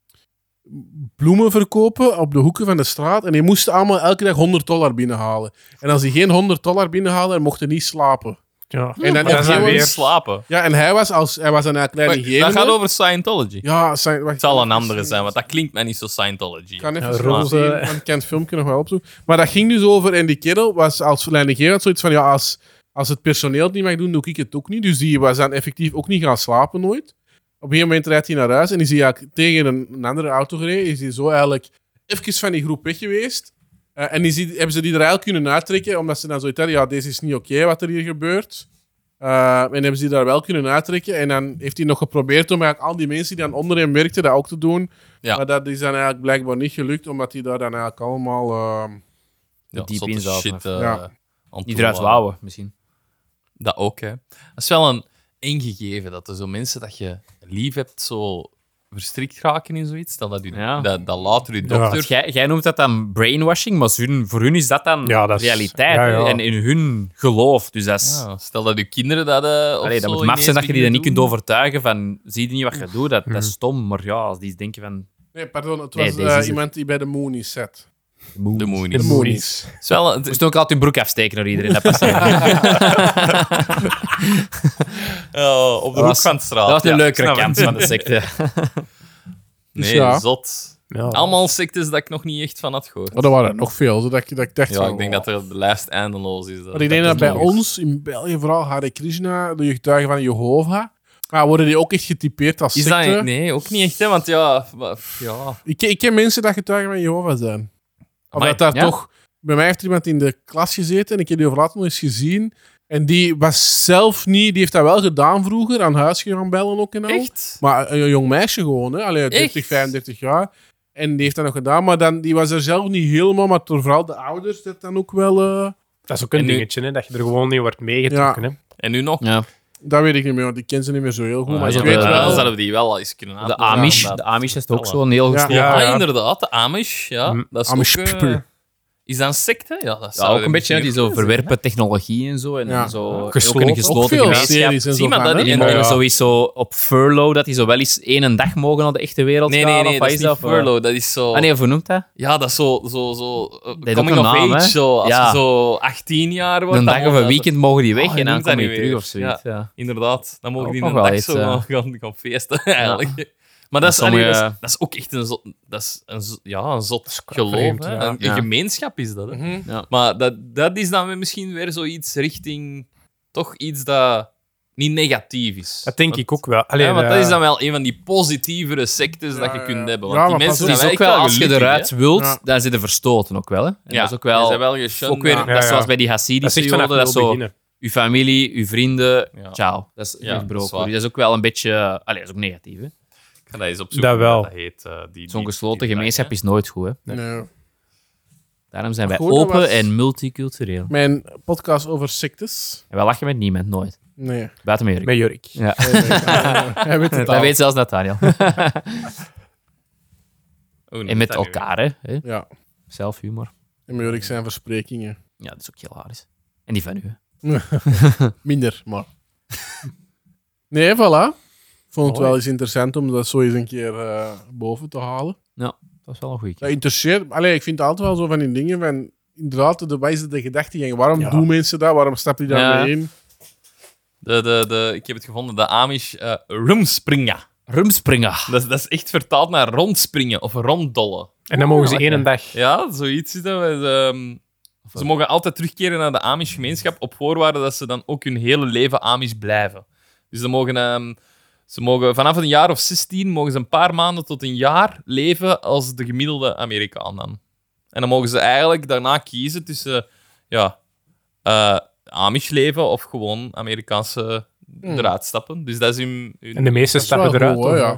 [SPEAKER 3] bloemen verkopen op de hoeken van de straat. En die moesten allemaal elke dag honderd dollar binnenhalen. En als die geen honderd dollar binnenhaalden, mochten niet slapen.
[SPEAKER 4] ja.
[SPEAKER 3] En dan
[SPEAKER 4] Maar dat is dan
[SPEAKER 3] weer-
[SPEAKER 4] weer...
[SPEAKER 2] slapen.
[SPEAKER 3] Ja, en hij was, als, hij was een
[SPEAKER 2] Maar
[SPEAKER 3] leidinggevende.
[SPEAKER 2] dat gaat over Scientology.
[SPEAKER 3] Ja, zijn, wacht,
[SPEAKER 2] Het zal een andere zijn, want dat klinkt mij niet zo Scientology.
[SPEAKER 3] Ik kan even
[SPEAKER 4] Ja,
[SPEAKER 3] ja,
[SPEAKER 4] roze-
[SPEAKER 3] want ik kan het filmpje nog wel opzoeken. Maar dat ging dus over, en die kerel was als leidinggevende zoiets van, ja, als, als het personeel het niet mag doen, doe ik het ook niet. Dus die was dan effectief ook niet gaan slapen nooit. Op een gegeven moment rijdt hij naar huis en is hij eigenlijk tegen een, een andere auto gereden. Is hij zo eigenlijk even van die groep weg geweest. Uh, en is die, hebben ze die er eigenlijk kunnen uittrekken, omdat ze dan zoiets hadden, ja, deze is niet oké wat er hier gebeurt. Uh, en hebben ze die daar wel kunnen uittrekken. En dan heeft hij nog geprobeerd om eigenlijk al die mensen die dan onder hem werkten, dat ook te doen.
[SPEAKER 2] Ja.
[SPEAKER 3] Maar dat is dan eigenlijk blijkbaar niet gelukt, omdat hij daar dan eigenlijk allemaal... uh,
[SPEAKER 2] Ja,
[SPEAKER 5] diep
[SPEAKER 2] zotte
[SPEAKER 5] in zaten,
[SPEAKER 2] shit,
[SPEAKER 5] of-
[SPEAKER 2] eh,
[SPEAKER 3] Ja.
[SPEAKER 2] aan het
[SPEAKER 5] Niet
[SPEAKER 2] doen
[SPEAKER 5] eruit
[SPEAKER 2] waren.
[SPEAKER 5] wouwen, misschien.
[SPEAKER 2] Dat ook, hè. Dat is wel een eng gegeven, dat er zo mensen dat je lief hebt, zo verstrikt raken in zoiets. Dat, dat, u,
[SPEAKER 5] Ja.
[SPEAKER 2] dat, dat later je
[SPEAKER 4] Ja.
[SPEAKER 2] dokter...
[SPEAKER 5] Want Jij, jij noemt dat dan brainwashing, maar hun, voor hun is dat dan
[SPEAKER 4] Ja, dat is-
[SPEAKER 5] realiteit.
[SPEAKER 4] ja,
[SPEAKER 5] hè,
[SPEAKER 4] ja.
[SPEAKER 5] En in hun geloof. Dus dat is...
[SPEAKER 2] Ja, stel dat je kinderen dat... Uh,
[SPEAKER 5] Allee, dat moet maf zijn dat je die dan niet kunt overtuigen van zie je niet wat je doet, dat, dat is stom. Maar ja, als die denken van...
[SPEAKER 3] Nee, pardon, het
[SPEAKER 5] Nee,
[SPEAKER 3] was
[SPEAKER 5] deze
[SPEAKER 3] uh,
[SPEAKER 5] is het.
[SPEAKER 3] iemand die bij de Moonies zat.
[SPEAKER 2] De Moonies.
[SPEAKER 3] De Moonies.
[SPEAKER 2] Het is wel een-
[SPEAKER 5] Moest ook altijd hun broek afsteken naar iedereen. Dat passeert.
[SPEAKER 2] Ja, op de
[SPEAKER 5] Dat
[SPEAKER 2] hoek
[SPEAKER 5] was-
[SPEAKER 2] van de straat.
[SPEAKER 5] Dat was een
[SPEAKER 2] Ja,
[SPEAKER 5] leukere
[SPEAKER 2] snap
[SPEAKER 5] kant
[SPEAKER 2] ik.
[SPEAKER 5] van de secte.
[SPEAKER 3] Dus
[SPEAKER 2] Nee,
[SPEAKER 3] ja.
[SPEAKER 2] zot.
[SPEAKER 4] Ja.
[SPEAKER 2] Allemaal sectes dat ik nog niet echt van had gehoord.
[SPEAKER 3] Oh, er waren er nog veel, zodat ik, dat ik dacht
[SPEAKER 2] Ja,
[SPEAKER 3] van,
[SPEAKER 2] ik denk
[SPEAKER 3] oh.
[SPEAKER 2] dat er de lijst eindeloos is.
[SPEAKER 3] Maar ik denk dat
[SPEAKER 2] is
[SPEAKER 3] bij
[SPEAKER 2] logisch.
[SPEAKER 3] ons, in België vooral, Hare Krishna, de getuigen van Jehovah, maar worden die ook echt getypeerd als
[SPEAKER 2] Is
[SPEAKER 3] secte?
[SPEAKER 2] dat... Nee, ook niet echt, hè, want ja... maar- ja.
[SPEAKER 3] Ik, ken- ik ken mensen dat getuigen van Jehovah zijn. Of
[SPEAKER 2] Amai,
[SPEAKER 3] dat daar
[SPEAKER 5] ja?
[SPEAKER 3] toch... Bij mij heeft er iemand in de klas gezeten en ik heb die over later nog eens gezien. En die was zelf niet... Die heeft dat wel gedaan vroeger, aan huis gaan bellen ook en al.
[SPEAKER 2] Echt?
[SPEAKER 3] Maar een, een jong meisje gewoon, hè. Allee, dertig,
[SPEAKER 2] Echt?
[SPEAKER 3] vijfendertig jaar. En die heeft dat nog gedaan, maar dan, die was er zelf niet helemaal, maar door vooral de ouders, dat dan ook wel... eh,
[SPEAKER 4] Dat is ook een
[SPEAKER 2] En nu-
[SPEAKER 4] dingetje, hè, dat je er gewoon niet wordt meegetrokken.
[SPEAKER 3] Ja.
[SPEAKER 4] Hè.
[SPEAKER 2] En nu nog?
[SPEAKER 5] Ja.
[SPEAKER 3] dat weet ik niet meer, want ik ken ze niet meer zo heel goed.
[SPEAKER 2] Ah,
[SPEAKER 3] maar
[SPEAKER 2] ja,
[SPEAKER 3] ik weet
[SPEAKER 5] de-
[SPEAKER 2] dan
[SPEAKER 3] wel...
[SPEAKER 2] zouden we die wel eens kunnen
[SPEAKER 5] De
[SPEAKER 2] aanpakken.
[SPEAKER 5] Amish,
[SPEAKER 2] Ja,
[SPEAKER 5] de Amish is ook
[SPEAKER 2] Ja.
[SPEAKER 5] zo'n heel
[SPEAKER 3] Ja.
[SPEAKER 5] gestoord.
[SPEAKER 4] Ja,
[SPEAKER 2] Ah,
[SPEAKER 4] ja.
[SPEAKER 2] inderdaad, de Amish. Ja,
[SPEAKER 4] Hm.
[SPEAKER 2] dat is
[SPEAKER 3] Amish
[SPEAKER 2] ook, eh,
[SPEAKER 3] people.
[SPEAKER 2] is dat een secte? Ja, dat
[SPEAKER 5] Ja,
[SPEAKER 2] zou
[SPEAKER 5] ook een beetje, hè, die zo
[SPEAKER 2] misschien ook
[SPEAKER 5] verwerpen technologie en zo. En
[SPEAKER 3] Ja.
[SPEAKER 5] zo
[SPEAKER 4] Gesloten.
[SPEAKER 5] ook in een
[SPEAKER 3] Ook
[SPEAKER 5] gesloten
[SPEAKER 3] veel
[SPEAKER 5] gemeenschap.
[SPEAKER 3] series en
[SPEAKER 2] Zie
[SPEAKER 3] zo
[SPEAKER 2] maar
[SPEAKER 3] van,
[SPEAKER 2] dat
[SPEAKER 3] hè?
[SPEAKER 2] die-
[SPEAKER 5] En,
[SPEAKER 2] Ja.
[SPEAKER 5] en sowieso op furlough, dat die zo wel eens één dag mogen naar de echte wereld
[SPEAKER 2] Nee,
[SPEAKER 5] gaan.
[SPEAKER 2] nee,
[SPEAKER 5] of
[SPEAKER 2] nee,
[SPEAKER 5] wat
[SPEAKER 2] dat is niet
[SPEAKER 5] of, eh?
[SPEAKER 2] furlough. Dat is zo...
[SPEAKER 5] Ah nee, hoe noemt dat?
[SPEAKER 2] Ja, dat is zo... zo, zo uh,
[SPEAKER 5] heeft
[SPEAKER 2] coming
[SPEAKER 5] ook een
[SPEAKER 2] of
[SPEAKER 5] naam,
[SPEAKER 2] age,
[SPEAKER 5] hè?
[SPEAKER 2] zo. Als
[SPEAKER 5] Ja.
[SPEAKER 2] je zo achttien jaar wordt...
[SPEAKER 5] Een
[SPEAKER 2] dan
[SPEAKER 5] dag
[SPEAKER 2] mag
[SPEAKER 5] of een
[SPEAKER 2] dat-
[SPEAKER 5] weekend mogen die weg
[SPEAKER 2] Oh, je
[SPEAKER 5] en dan
[SPEAKER 2] noemt dat
[SPEAKER 5] kom je
[SPEAKER 2] niet
[SPEAKER 5] terug
[SPEAKER 2] meer.
[SPEAKER 5] of zoiets. Ja.
[SPEAKER 2] Inderdaad, dan mogen
[SPEAKER 5] Ook
[SPEAKER 2] die
[SPEAKER 5] nog
[SPEAKER 2] een
[SPEAKER 5] wel
[SPEAKER 2] dag
[SPEAKER 5] iets,
[SPEAKER 2] zo
[SPEAKER 5] ja.
[SPEAKER 2] gaan, gaan, gaan feesten, eigenlijk. Maar dat is,
[SPEAKER 5] sommige-
[SPEAKER 2] allee, dat, is, dat is ook echt een zot, dat is een, zo- ja, een zot geloof.
[SPEAKER 4] vreemd,
[SPEAKER 2] hè.
[SPEAKER 4] ja.
[SPEAKER 2] Een, een
[SPEAKER 5] Ja.
[SPEAKER 2] gemeenschap is dat. Hè.
[SPEAKER 3] Mhm.
[SPEAKER 5] Ja.
[SPEAKER 2] Maar dat, dat is dan weer misschien weer zoiets richting... Toch iets dat niet negatief is.
[SPEAKER 4] Dat denk
[SPEAKER 2] Want-
[SPEAKER 4] ik ook wel. Allee,
[SPEAKER 2] Ja, want dat
[SPEAKER 4] eh,
[SPEAKER 2] is dan wel een van die positievere sectes dat je
[SPEAKER 3] ja,
[SPEAKER 2] kunt
[SPEAKER 3] ja.
[SPEAKER 2] hebben.
[SPEAKER 3] Ja,
[SPEAKER 2] Want die
[SPEAKER 3] maar
[SPEAKER 2] mensen
[SPEAKER 3] pas
[SPEAKER 5] Het
[SPEAKER 2] zijn
[SPEAKER 5] is
[SPEAKER 2] wel
[SPEAKER 5] ook wel,
[SPEAKER 2] echt
[SPEAKER 5] als je
[SPEAKER 2] gelukkig,
[SPEAKER 5] eruit
[SPEAKER 2] hè.
[SPEAKER 5] wilt,
[SPEAKER 3] Ja.
[SPEAKER 5] dan zit je verstoten ook wel. Hè? En
[SPEAKER 2] Ja,
[SPEAKER 5] dat is ook
[SPEAKER 2] die
[SPEAKER 5] wel,
[SPEAKER 2] zijn wel geshunned,
[SPEAKER 5] ook weer,
[SPEAKER 2] ja.
[SPEAKER 5] dat is
[SPEAKER 4] Ja,
[SPEAKER 5] zoals
[SPEAKER 4] ja.
[SPEAKER 5] bij die
[SPEAKER 4] dat is
[SPEAKER 5] Hasidische
[SPEAKER 4] echt
[SPEAKER 5] joden,
[SPEAKER 4] vanaf
[SPEAKER 5] dat is
[SPEAKER 4] nul
[SPEAKER 5] zo
[SPEAKER 4] beginnen.
[SPEAKER 5] uw familie, uw vrienden,
[SPEAKER 2] Ja.
[SPEAKER 5] ciao. Dat is
[SPEAKER 2] Ja, dat
[SPEAKER 5] verbroken.
[SPEAKER 2] is waar.
[SPEAKER 5] Dat is ook wel een beetje... Allee, dat is ook negatief. hè.
[SPEAKER 2] Ik ga dat eens opzoeken.
[SPEAKER 4] Dat wel.
[SPEAKER 2] hoe Dat heet, uh, die,
[SPEAKER 5] Zo'n
[SPEAKER 2] die-
[SPEAKER 5] gesloten
[SPEAKER 2] die dag,
[SPEAKER 5] gemeenschap
[SPEAKER 2] hè.
[SPEAKER 5] is nooit goed. Hè.
[SPEAKER 3] Nee.
[SPEAKER 5] Daarom zijn wij
[SPEAKER 3] Maar goed, dat
[SPEAKER 5] open
[SPEAKER 3] was-
[SPEAKER 5] en multicultureel.
[SPEAKER 3] Mijn podcast over sectes.
[SPEAKER 5] En wij lachen met niemand, nooit.
[SPEAKER 3] Nee.
[SPEAKER 5] Buiten met Jurk.
[SPEAKER 4] Met Jurk.
[SPEAKER 5] Ja.
[SPEAKER 3] Hij weet het
[SPEAKER 5] Dat
[SPEAKER 3] al.
[SPEAKER 5] weet zelfs Nathaniel.
[SPEAKER 2] Oh,
[SPEAKER 5] En
[SPEAKER 2] niet
[SPEAKER 5] met
[SPEAKER 2] dat nu
[SPEAKER 5] elkaar, hè. hè.
[SPEAKER 3] Ja.
[SPEAKER 5] Zelfhumor.
[SPEAKER 3] En Murk zijn versprekingen.
[SPEAKER 5] Ja, dat is ook hilarisch. En die van u, hè.
[SPEAKER 3] Minder, maar... Nee, voilà. Ik vond het
[SPEAKER 4] Mooi.
[SPEAKER 3] wel eens interessant om dat zo eens een keer uh, boven te halen.
[SPEAKER 5] Dat is wel een goeie.
[SPEAKER 3] Dat interesseert... Allee, ik vind het altijd wel zo van die dingen van... Inderdaad, de wijze de gedachtegang. Waarom
[SPEAKER 4] Ja.
[SPEAKER 3] doen mensen dat? Waarom stappen die daarmee
[SPEAKER 5] Ja.
[SPEAKER 3] in?
[SPEAKER 2] De, de, de, ik heb het gevonden, de Amish uh, rumspringen.
[SPEAKER 5] Rumspringen.
[SPEAKER 2] Dat is, dat is echt vertaald naar rondspringen of ronddollen.
[SPEAKER 4] En dan mogen ze
[SPEAKER 5] Ah,
[SPEAKER 4] één
[SPEAKER 5] lekker.
[SPEAKER 4] dag.
[SPEAKER 2] Ja, zoiets is dat. Ehm, ze mogen altijd terugkeren naar de Amish-gemeenschap op voorwaarde dat ze dan ook hun hele leven Amish blijven. Dus ze mogen, ehm, ze mogen vanaf een jaar of zestien mogen ze een paar maanden tot een jaar leven als de gemiddelde Amerikaan dan. En dan mogen ze eigenlijk daarna kiezen tussen ja, uh, Amish leven of gewoon Amerikaanse
[SPEAKER 3] Hmm.
[SPEAKER 2] eruit stappen. Dus dat is hun... hun
[SPEAKER 4] En de meeste
[SPEAKER 3] Dat is
[SPEAKER 4] stappen
[SPEAKER 3] wel
[SPEAKER 4] eruit.
[SPEAKER 3] goed, hoor,
[SPEAKER 4] toch?
[SPEAKER 3] ja.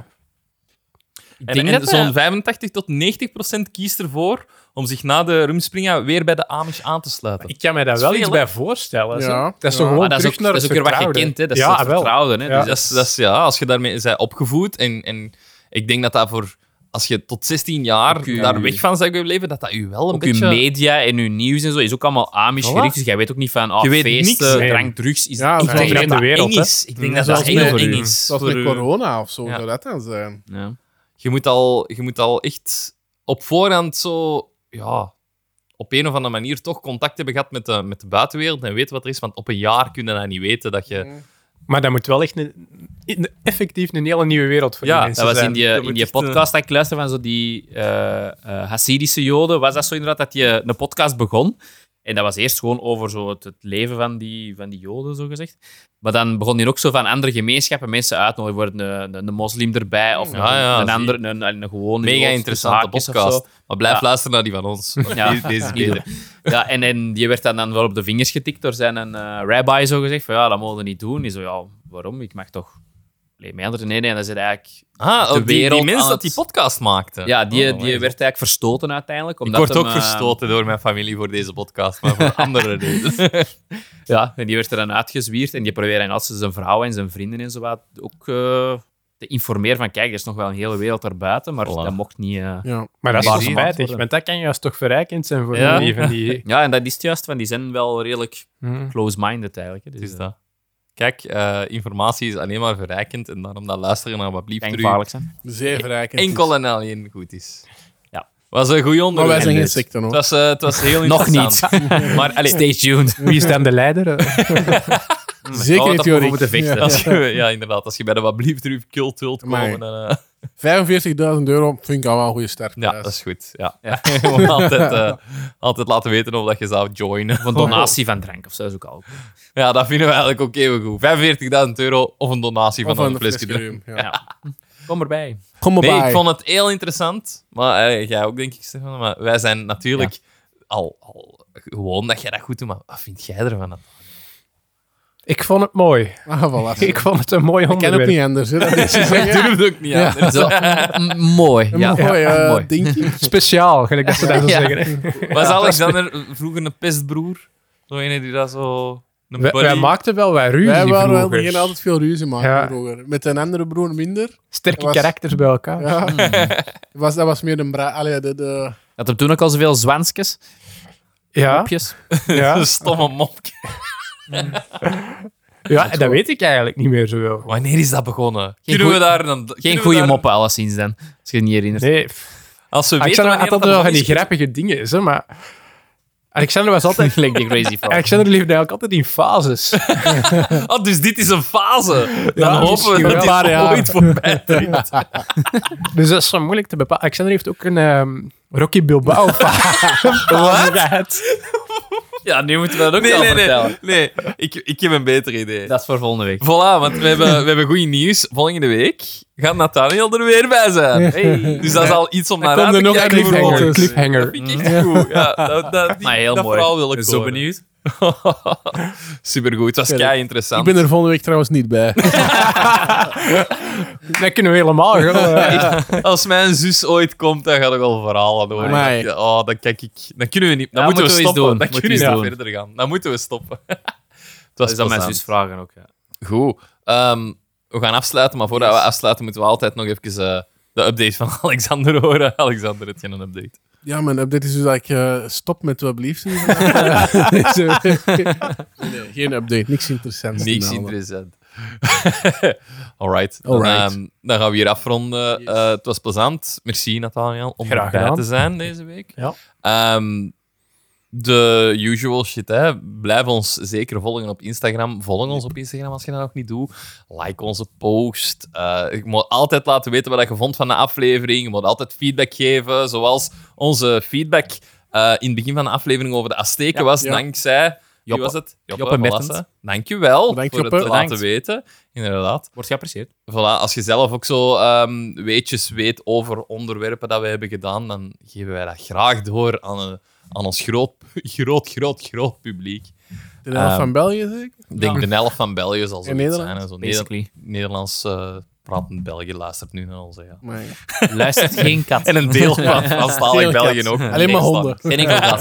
[SPEAKER 5] Ik
[SPEAKER 2] En,
[SPEAKER 5] denk
[SPEAKER 2] en
[SPEAKER 5] dat
[SPEAKER 2] zo'n
[SPEAKER 5] dat-
[SPEAKER 2] vijfentachtig tot negentig procent kiest ervoor om zich na de rumspringen weer bij de Amish aan te sluiten.
[SPEAKER 4] Ik kan me daar
[SPEAKER 2] Dat
[SPEAKER 4] wel
[SPEAKER 2] is
[SPEAKER 4] iets
[SPEAKER 2] veel,
[SPEAKER 4] bij voorstellen. zo.
[SPEAKER 3] Ja.
[SPEAKER 4] Dat is
[SPEAKER 3] Ja.
[SPEAKER 4] toch gewoon
[SPEAKER 5] Maar dat is
[SPEAKER 4] terug
[SPEAKER 5] ook,
[SPEAKER 4] naar
[SPEAKER 5] dat is
[SPEAKER 4] het
[SPEAKER 5] ook weer wat je
[SPEAKER 4] vertrouwde.
[SPEAKER 5] kent, hè. Dat is
[SPEAKER 4] Ja,
[SPEAKER 5] het
[SPEAKER 4] wel.
[SPEAKER 5] vertrouwde. Hè.
[SPEAKER 4] Ja.
[SPEAKER 5] Dus
[SPEAKER 2] Dat is, dat is, ja, als je daarmee bent opgevoed en, en ik denk dat dat voor... Als je tot zestien jaar
[SPEAKER 5] Ook uw-
[SPEAKER 2] daar weg van zou kunnen leven, dat dat u wel een
[SPEAKER 5] ook
[SPEAKER 2] beetje...
[SPEAKER 5] uw media en uw nieuws en zo is ook allemaal Amish
[SPEAKER 2] Voilà.
[SPEAKER 5] gericht. Dus jij weet ook niet van oh,
[SPEAKER 2] Je weet
[SPEAKER 5] feesten,
[SPEAKER 2] niks.
[SPEAKER 4] Nee.
[SPEAKER 5] drank, drugs. Is,
[SPEAKER 3] Ja,
[SPEAKER 5] ik
[SPEAKER 3] dat is
[SPEAKER 5] denk
[SPEAKER 4] een
[SPEAKER 5] dat
[SPEAKER 4] vreemde
[SPEAKER 5] dat
[SPEAKER 4] wereld,
[SPEAKER 5] eng
[SPEAKER 4] hè.
[SPEAKER 5] is. Ik denk
[SPEAKER 3] Ja,
[SPEAKER 5] dat dat
[SPEAKER 3] zoals
[SPEAKER 5] heel
[SPEAKER 3] met-
[SPEAKER 5] eng
[SPEAKER 2] eng
[SPEAKER 5] is.
[SPEAKER 3] Zoals
[SPEAKER 2] voor
[SPEAKER 3] met
[SPEAKER 2] u.
[SPEAKER 3] corona of zo
[SPEAKER 2] Ja.
[SPEAKER 3] zou dat dan zijn.
[SPEAKER 5] Ja.
[SPEAKER 2] Je moet, al, je moet al echt op voorhand zo... Ja, op een of andere manier toch contact hebben gehad met de, met de buitenwereld en weten wat er is. Want op een jaar kun je dat niet weten dat je...
[SPEAKER 4] Maar dat moet wel echt een, een- effectief een hele nieuwe wereld voor
[SPEAKER 2] Ja,
[SPEAKER 4] die
[SPEAKER 5] Dat
[SPEAKER 4] mensen
[SPEAKER 5] was
[SPEAKER 4] zijn.
[SPEAKER 5] in die,
[SPEAKER 2] Dat
[SPEAKER 5] in
[SPEAKER 2] moet
[SPEAKER 5] die
[SPEAKER 2] echt, eh,
[SPEAKER 5] podcast dat ik luisterde van zo die eh eh, Hasidische Joden. Was dat zo inderdaad dat je een podcast begon? En dat was eerst gewoon over zo het, het leven van die, van die Joden, zo gezegd. Maar dan begon hij ook zo van andere gemeenschappen mensen uitnodigen. Er wordt een, een, een moslim erbij of
[SPEAKER 2] Ja, ja,
[SPEAKER 5] een,
[SPEAKER 2] zie.
[SPEAKER 5] ander, een, een, een gewone
[SPEAKER 2] Mega
[SPEAKER 5] Jood,
[SPEAKER 2] interessante
[SPEAKER 5] tussen haakjes of
[SPEAKER 2] podcast.
[SPEAKER 5] zo.
[SPEAKER 2] Maar blijf
[SPEAKER 5] Ja.
[SPEAKER 2] luisteren naar die van ons. want
[SPEAKER 5] Ja.
[SPEAKER 2] die- deze is beter.
[SPEAKER 5] Ja, en, en die werd dan, dan wel op de vingers getikt door zijn uh, rabbi, zo gezegd. Van ja, dat mogen we niet doen. Die zo, ja, waarom? Ik mag toch... Nee, mij anders nee, nee. En dat is het eigenlijk...
[SPEAKER 2] Ah,
[SPEAKER 5] De
[SPEAKER 2] die, die
[SPEAKER 5] wereld
[SPEAKER 2] mens
[SPEAKER 5] aan
[SPEAKER 2] dat
[SPEAKER 5] het-
[SPEAKER 2] die podcast maakte.
[SPEAKER 5] Ja, die,
[SPEAKER 2] Oh,
[SPEAKER 5] die
[SPEAKER 2] amai.
[SPEAKER 5] werd eigenlijk verstoten uiteindelijk.
[SPEAKER 2] Ik
[SPEAKER 5] Omdat
[SPEAKER 2] word
[SPEAKER 5] hem,
[SPEAKER 2] ook
[SPEAKER 5] eh,
[SPEAKER 2] verstoten door mijn familie voor deze podcast, maar voor andere redenen.
[SPEAKER 5] Ja, en die werd er dan uitgezwierd. En die probeerde dan als zijn vrouw en zijn vrienden en zo wat ook eh, te informeren van kijk, er is nog wel een hele wereld daarbuiten, maar
[SPEAKER 2] Voilà.
[SPEAKER 5] dat mocht niet... eh.
[SPEAKER 3] Ja.
[SPEAKER 4] Maar dat is
[SPEAKER 5] Waar
[SPEAKER 4] toch
[SPEAKER 5] ze
[SPEAKER 4] spijtig,
[SPEAKER 5] worden.
[SPEAKER 4] want dat kan juist toch verrijkend zijn voor
[SPEAKER 2] Ja.
[SPEAKER 4] die van die...
[SPEAKER 5] Ja, en dat is het juist, want die zijn wel redelijk
[SPEAKER 4] Hm.
[SPEAKER 5] close-minded eigenlijk. Hè. Dus,
[SPEAKER 2] Het is dat. Kijk, eh, informatie is alleen maar verrijkend en daarom dat luisteren naar wat blieft
[SPEAKER 5] kan
[SPEAKER 2] er u
[SPEAKER 5] gevaarlijk zijn.
[SPEAKER 3] Zeer verrijkend.
[SPEAKER 2] enkel en alleen goed is.
[SPEAKER 5] Ja.
[SPEAKER 2] Was een goede
[SPEAKER 3] Maar
[SPEAKER 2] onderwerp.
[SPEAKER 3] wij zijn geen
[SPEAKER 5] dit.
[SPEAKER 3] secten, hoor.
[SPEAKER 2] Het was, eh, het was heel
[SPEAKER 5] Nog
[SPEAKER 2] interessant.
[SPEAKER 5] niet.
[SPEAKER 2] Maar allee,
[SPEAKER 5] Stay tuned.
[SPEAKER 4] Wie is dan de leider?
[SPEAKER 3] Zeker
[SPEAKER 5] Oh,
[SPEAKER 3] in
[SPEAKER 5] dat
[SPEAKER 3] theorie.
[SPEAKER 5] we moeten vechten.
[SPEAKER 3] Ja.
[SPEAKER 2] als je, ja, inderdaad. Als je bij de wat blieft er u cult wilt komen,
[SPEAKER 3] Amai.
[SPEAKER 2] dan... eh,
[SPEAKER 3] vijfenveertigduizend euro vind ik al wel een goede start.
[SPEAKER 2] ja, dat is goed. Ja. Ja. Je moet altijd, eh, altijd laten weten of dat je zou joinen.
[SPEAKER 5] Of een donatie van drank of zo, dat is ook al.
[SPEAKER 2] Ja, dat vinden we eigenlijk ook even goed. vijfenveertigduizend euro of een donatie van
[SPEAKER 3] Of
[SPEAKER 2] een
[SPEAKER 3] een
[SPEAKER 2] flesje
[SPEAKER 3] flesje
[SPEAKER 2] drank.
[SPEAKER 3] rum, ja.
[SPEAKER 5] Ja. Kom erbij.
[SPEAKER 3] Kom maar
[SPEAKER 2] Nee,
[SPEAKER 3] bij.
[SPEAKER 2] ik vond het heel interessant. Maar eh, jij ook, denk ik, Stefan. Maar wij zijn natuurlijk al, al gewoon dat jij dat goed doet. Maar wat vind jij ervan?
[SPEAKER 4] Ik vond het mooi.
[SPEAKER 3] Ah, voilà.
[SPEAKER 4] Ik vond het een mooi
[SPEAKER 3] Ik ken ook
[SPEAKER 4] onderwerp.
[SPEAKER 3] niet anders. Hè, dat is
[SPEAKER 2] Ik durf het ook niet
[SPEAKER 3] Ja.
[SPEAKER 2] aan.
[SPEAKER 5] Zo, m- mooi.
[SPEAKER 3] een
[SPEAKER 5] Ja.
[SPEAKER 3] mooi,
[SPEAKER 5] Ja,
[SPEAKER 3] eh,
[SPEAKER 5] mooi.
[SPEAKER 3] dingetje.
[SPEAKER 4] Speciaal, gelijk dat ze dat zo
[SPEAKER 5] Ja.
[SPEAKER 4] zeggen. hè.
[SPEAKER 2] Was Alexander vroeger een pestbroer? Zo een die dat zo... Een
[SPEAKER 4] Wij,
[SPEAKER 2] buddy-
[SPEAKER 4] wij maakten wel wat ruzie
[SPEAKER 3] Wij waren wel
[SPEAKER 4] vroeger.
[SPEAKER 3] beginnen altijd veel ruzie maken
[SPEAKER 4] Ja.
[SPEAKER 3] vroeger. Met een andere broer minder.
[SPEAKER 4] Sterke
[SPEAKER 3] Dat was-
[SPEAKER 4] karakters bij elkaar.
[SPEAKER 3] Ja.
[SPEAKER 5] Hmm.
[SPEAKER 3] was, dat was meer een bra... Allee, de, de...
[SPEAKER 5] Had hem toen ook al zoveel zwansjes,
[SPEAKER 4] Ja,
[SPEAKER 5] mopjes.
[SPEAKER 4] ja.
[SPEAKER 2] Een stomme mopje.
[SPEAKER 4] ja en dat weet ik eigenlijk niet meer zo wel.
[SPEAKER 2] Wanneer is dat begonnen?
[SPEAKER 5] Geen
[SPEAKER 2] Kunnen we
[SPEAKER 5] goeie-
[SPEAKER 2] daar... Dan,
[SPEAKER 5] Geen
[SPEAKER 2] kunnen we
[SPEAKER 5] goede
[SPEAKER 2] daar-
[SPEAKER 5] moppen, alleszins dan. Als je het niet herinnert.
[SPEAKER 4] Nee,
[SPEAKER 2] Als we weten
[SPEAKER 4] Alexander had
[SPEAKER 2] wanneer
[SPEAKER 4] altijd wel
[SPEAKER 2] dat
[SPEAKER 4] van die
[SPEAKER 2] begonnen is,
[SPEAKER 4] grappige dingen, hè, maar... Alexander was altijd...
[SPEAKER 5] Gelijk die crazy frog.
[SPEAKER 4] Alexander leefde eigenlijk altijd in fases.
[SPEAKER 2] Oh, dus dit is een fase. Dan
[SPEAKER 4] Ja,
[SPEAKER 2] hopen we
[SPEAKER 4] misschien
[SPEAKER 2] dat
[SPEAKER 4] wel.
[SPEAKER 2] dit
[SPEAKER 3] Een paar jaar.
[SPEAKER 2] ooit voorbij trekt.
[SPEAKER 4] Dus dat is zo moeilijk te bepalen. Alexander heeft ook een ehm, Rocky Bilbao fase gehad.
[SPEAKER 5] Ja, nu moeten we dat ook
[SPEAKER 2] Nee,
[SPEAKER 5] wel
[SPEAKER 2] nee, nee.
[SPEAKER 5] vertellen.
[SPEAKER 2] nee. Ik, ik heb een beter idee.
[SPEAKER 5] Dat is voor volgende week.
[SPEAKER 2] Voilà, want we hebben, we hebben goed nieuws. Volgende week gaat Nathaniel er weer bij zijn.
[SPEAKER 5] Hey.
[SPEAKER 2] Dus dat is al iets om
[SPEAKER 3] Dan
[SPEAKER 2] naar uit
[SPEAKER 3] komt
[SPEAKER 2] te
[SPEAKER 3] er nog
[SPEAKER 2] kijken.
[SPEAKER 3] een
[SPEAKER 2] voor
[SPEAKER 3] cliffhanger.
[SPEAKER 2] ons.
[SPEAKER 4] Cliffhanger.
[SPEAKER 2] Dat vind ik echt goed. Ja, dat, dat, die,
[SPEAKER 5] Maar heel
[SPEAKER 2] dat
[SPEAKER 5] mooi.
[SPEAKER 2] verhaal wil ik
[SPEAKER 5] Ik ben zo
[SPEAKER 2] horen.
[SPEAKER 5] benieuwd.
[SPEAKER 2] Supergoed. Het was
[SPEAKER 3] Ja,
[SPEAKER 2] kei
[SPEAKER 3] Ik
[SPEAKER 2] interessant.
[SPEAKER 3] ben er volgende week trouwens niet bij.
[SPEAKER 4] Dat kunnen we helemaal. Gewoon, eh,
[SPEAKER 2] Als mijn zus ooit komt, dan ga ik al verhalen horen.
[SPEAKER 3] Amai.
[SPEAKER 2] Dan- Oh, dan kijk ik... Dan kunnen we niet... Dan
[SPEAKER 5] Ja,
[SPEAKER 2] moeten we
[SPEAKER 5] moeten we eens
[SPEAKER 2] stoppen.
[SPEAKER 5] doen.
[SPEAKER 2] Dan
[SPEAKER 5] Moeten
[SPEAKER 2] kunnen we
[SPEAKER 5] we
[SPEAKER 2] niet
[SPEAKER 5] eens
[SPEAKER 2] verder gaan. Dan moeten we stoppen. Het
[SPEAKER 5] Dat
[SPEAKER 2] was
[SPEAKER 5] is dan mijn
[SPEAKER 2] plezant.
[SPEAKER 5] zus vragen ook. Ja.
[SPEAKER 2] Goed. Ehm, we gaan afsluiten, maar voordat we afsluiten moeten we altijd nog even eh, de update van Alexander horen. Alexander, heb je een update?
[SPEAKER 3] Ja, mijn update is dus dat ik eh, stop met wat blieft. nee, geen update. Niks interessants. te
[SPEAKER 2] Niks
[SPEAKER 3] melden.
[SPEAKER 2] interessant. Alright. Dan,
[SPEAKER 3] Alright.
[SPEAKER 2] ehm, dan gaan we hier afronden.
[SPEAKER 3] Yes.
[SPEAKER 2] Eh, het was plezant. Merci, Nathaniel, om
[SPEAKER 4] Graag
[SPEAKER 2] erbij
[SPEAKER 4] gedaan.
[SPEAKER 2] te zijn deze week.
[SPEAKER 4] Ja.
[SPEAKER 2] Ehm, de usual shit, hè. Blijf ons zeker volgen op Instagram. Volg ons op Instagram als je dat nog niet doet. Like onze post. Eh, je moet altijd laten weten wat je vond van de aflevering. Je moet altijd feedback geven, zoals onze feedback eh, in het begin van de aflevering over de Azteken
[SPEAKER 4] Ja,
[SPEAKER 2] was,
[SPEAKER 3] ja.
[SPEAKER 2] dankzij... Wie
[SPEAKER 5] Joppe.
[SPEAKER 2] was het?
[SPEAKER 5] Joppe Mertens.
[SPEAKER 2] Melasse. Dankjewel
[SPEAKER 3] Bedankt,
[SPEAKER 2] voor het
[SPEAKER 3] Joppe.
[SPEAKER 2] laten
[SPEAKER 5] Bedankt.
[SPEAKER 2] weten. Inderdaad.
[SPEAKER 5] Wordt geapprecieerd.
[SPEAKER 2] Voilà, als je zelf ook zo ehm, weetjes weet over onderwerpen dat we hebben gedaan, dan geven wij dat graag door aan, een, aan ons groot, groot, groot, groot publiek.
[SPEAKER 3] De helft
[SPEAKER 2] Ehm,
[SPEAKER 3] van België, zeker?
[SPEAKER 2] Ik denk
[SPEAKER 5] Ja.
[SPEAKER 2] de helft van België zal zo
[SPEAKER 3] Nederland?
[SPEAKER 2] zijn. Hè. Zo Neder-
[SPEAKER 5] Basically.
[SPEAKER 2] Nederlands eh pratend België luistert nu naar ons. Ja.
[SPEAKER 3] Maar,
[SPEAKER 5] Luistert geen kat.
[SPEAKER 2] En een deel van Franstalig
[SPEAKER 3] Geen
[SPEAKER 2] België
[SPEAKER 3] kat.
[SPEAKER 2] ook.
[SPEAKER 3] Alleen maar honden.
[SPEAKER 5] Geen enkel kat.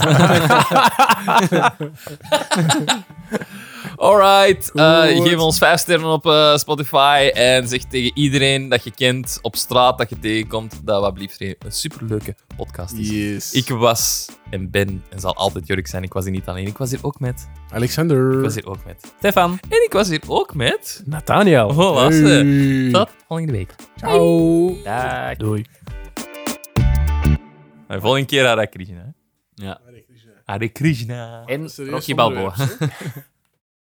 [SPEAKER 2] Alright. Eh,
[SPEAKER 3] Goed.
[SPEAKER 2] geef ons vijf sterren op eh, Spotify en zeg tegen iedereen dat je kent op straat dat je tegenkomt dat Wat Blieft een superleuke podcast is.
[SPEAKER 3] yes.
[SPEAKER 2] Ik was en ben en zal altijd Jurk zijn. Ik was hier niet alleen. Ik was hier ook met.
[SPEAKER 3] Alexander.
[SPEAKER 2] Ik was hier ook met.
[SPEAKER 5] Stefan.
[SPEAKER 2] En ik was hier ook met.
[SPEAKER 4] Nathaniel.
[SPEAKER 2] Voilà. ze.
[SPEAKER 3] Hey.
[SPEAKER 2] Tot volgende week.
[SPEAKER 3] Ciao.
[SPEAKER 5] Dag.
[SPEAKER 4] Doei.
[SPEAKER 2] En volgende keer Hare Krishna. hè.
[SPEAKER 5] Ja.
[SPEAKER 2] Hare Krishna.
[SPEAKER 5] En
[SPEAKER 3] Serieus
[SPEAKER 5] Rocky Balboa.
[SPEAKER 3] onderwerp, hè?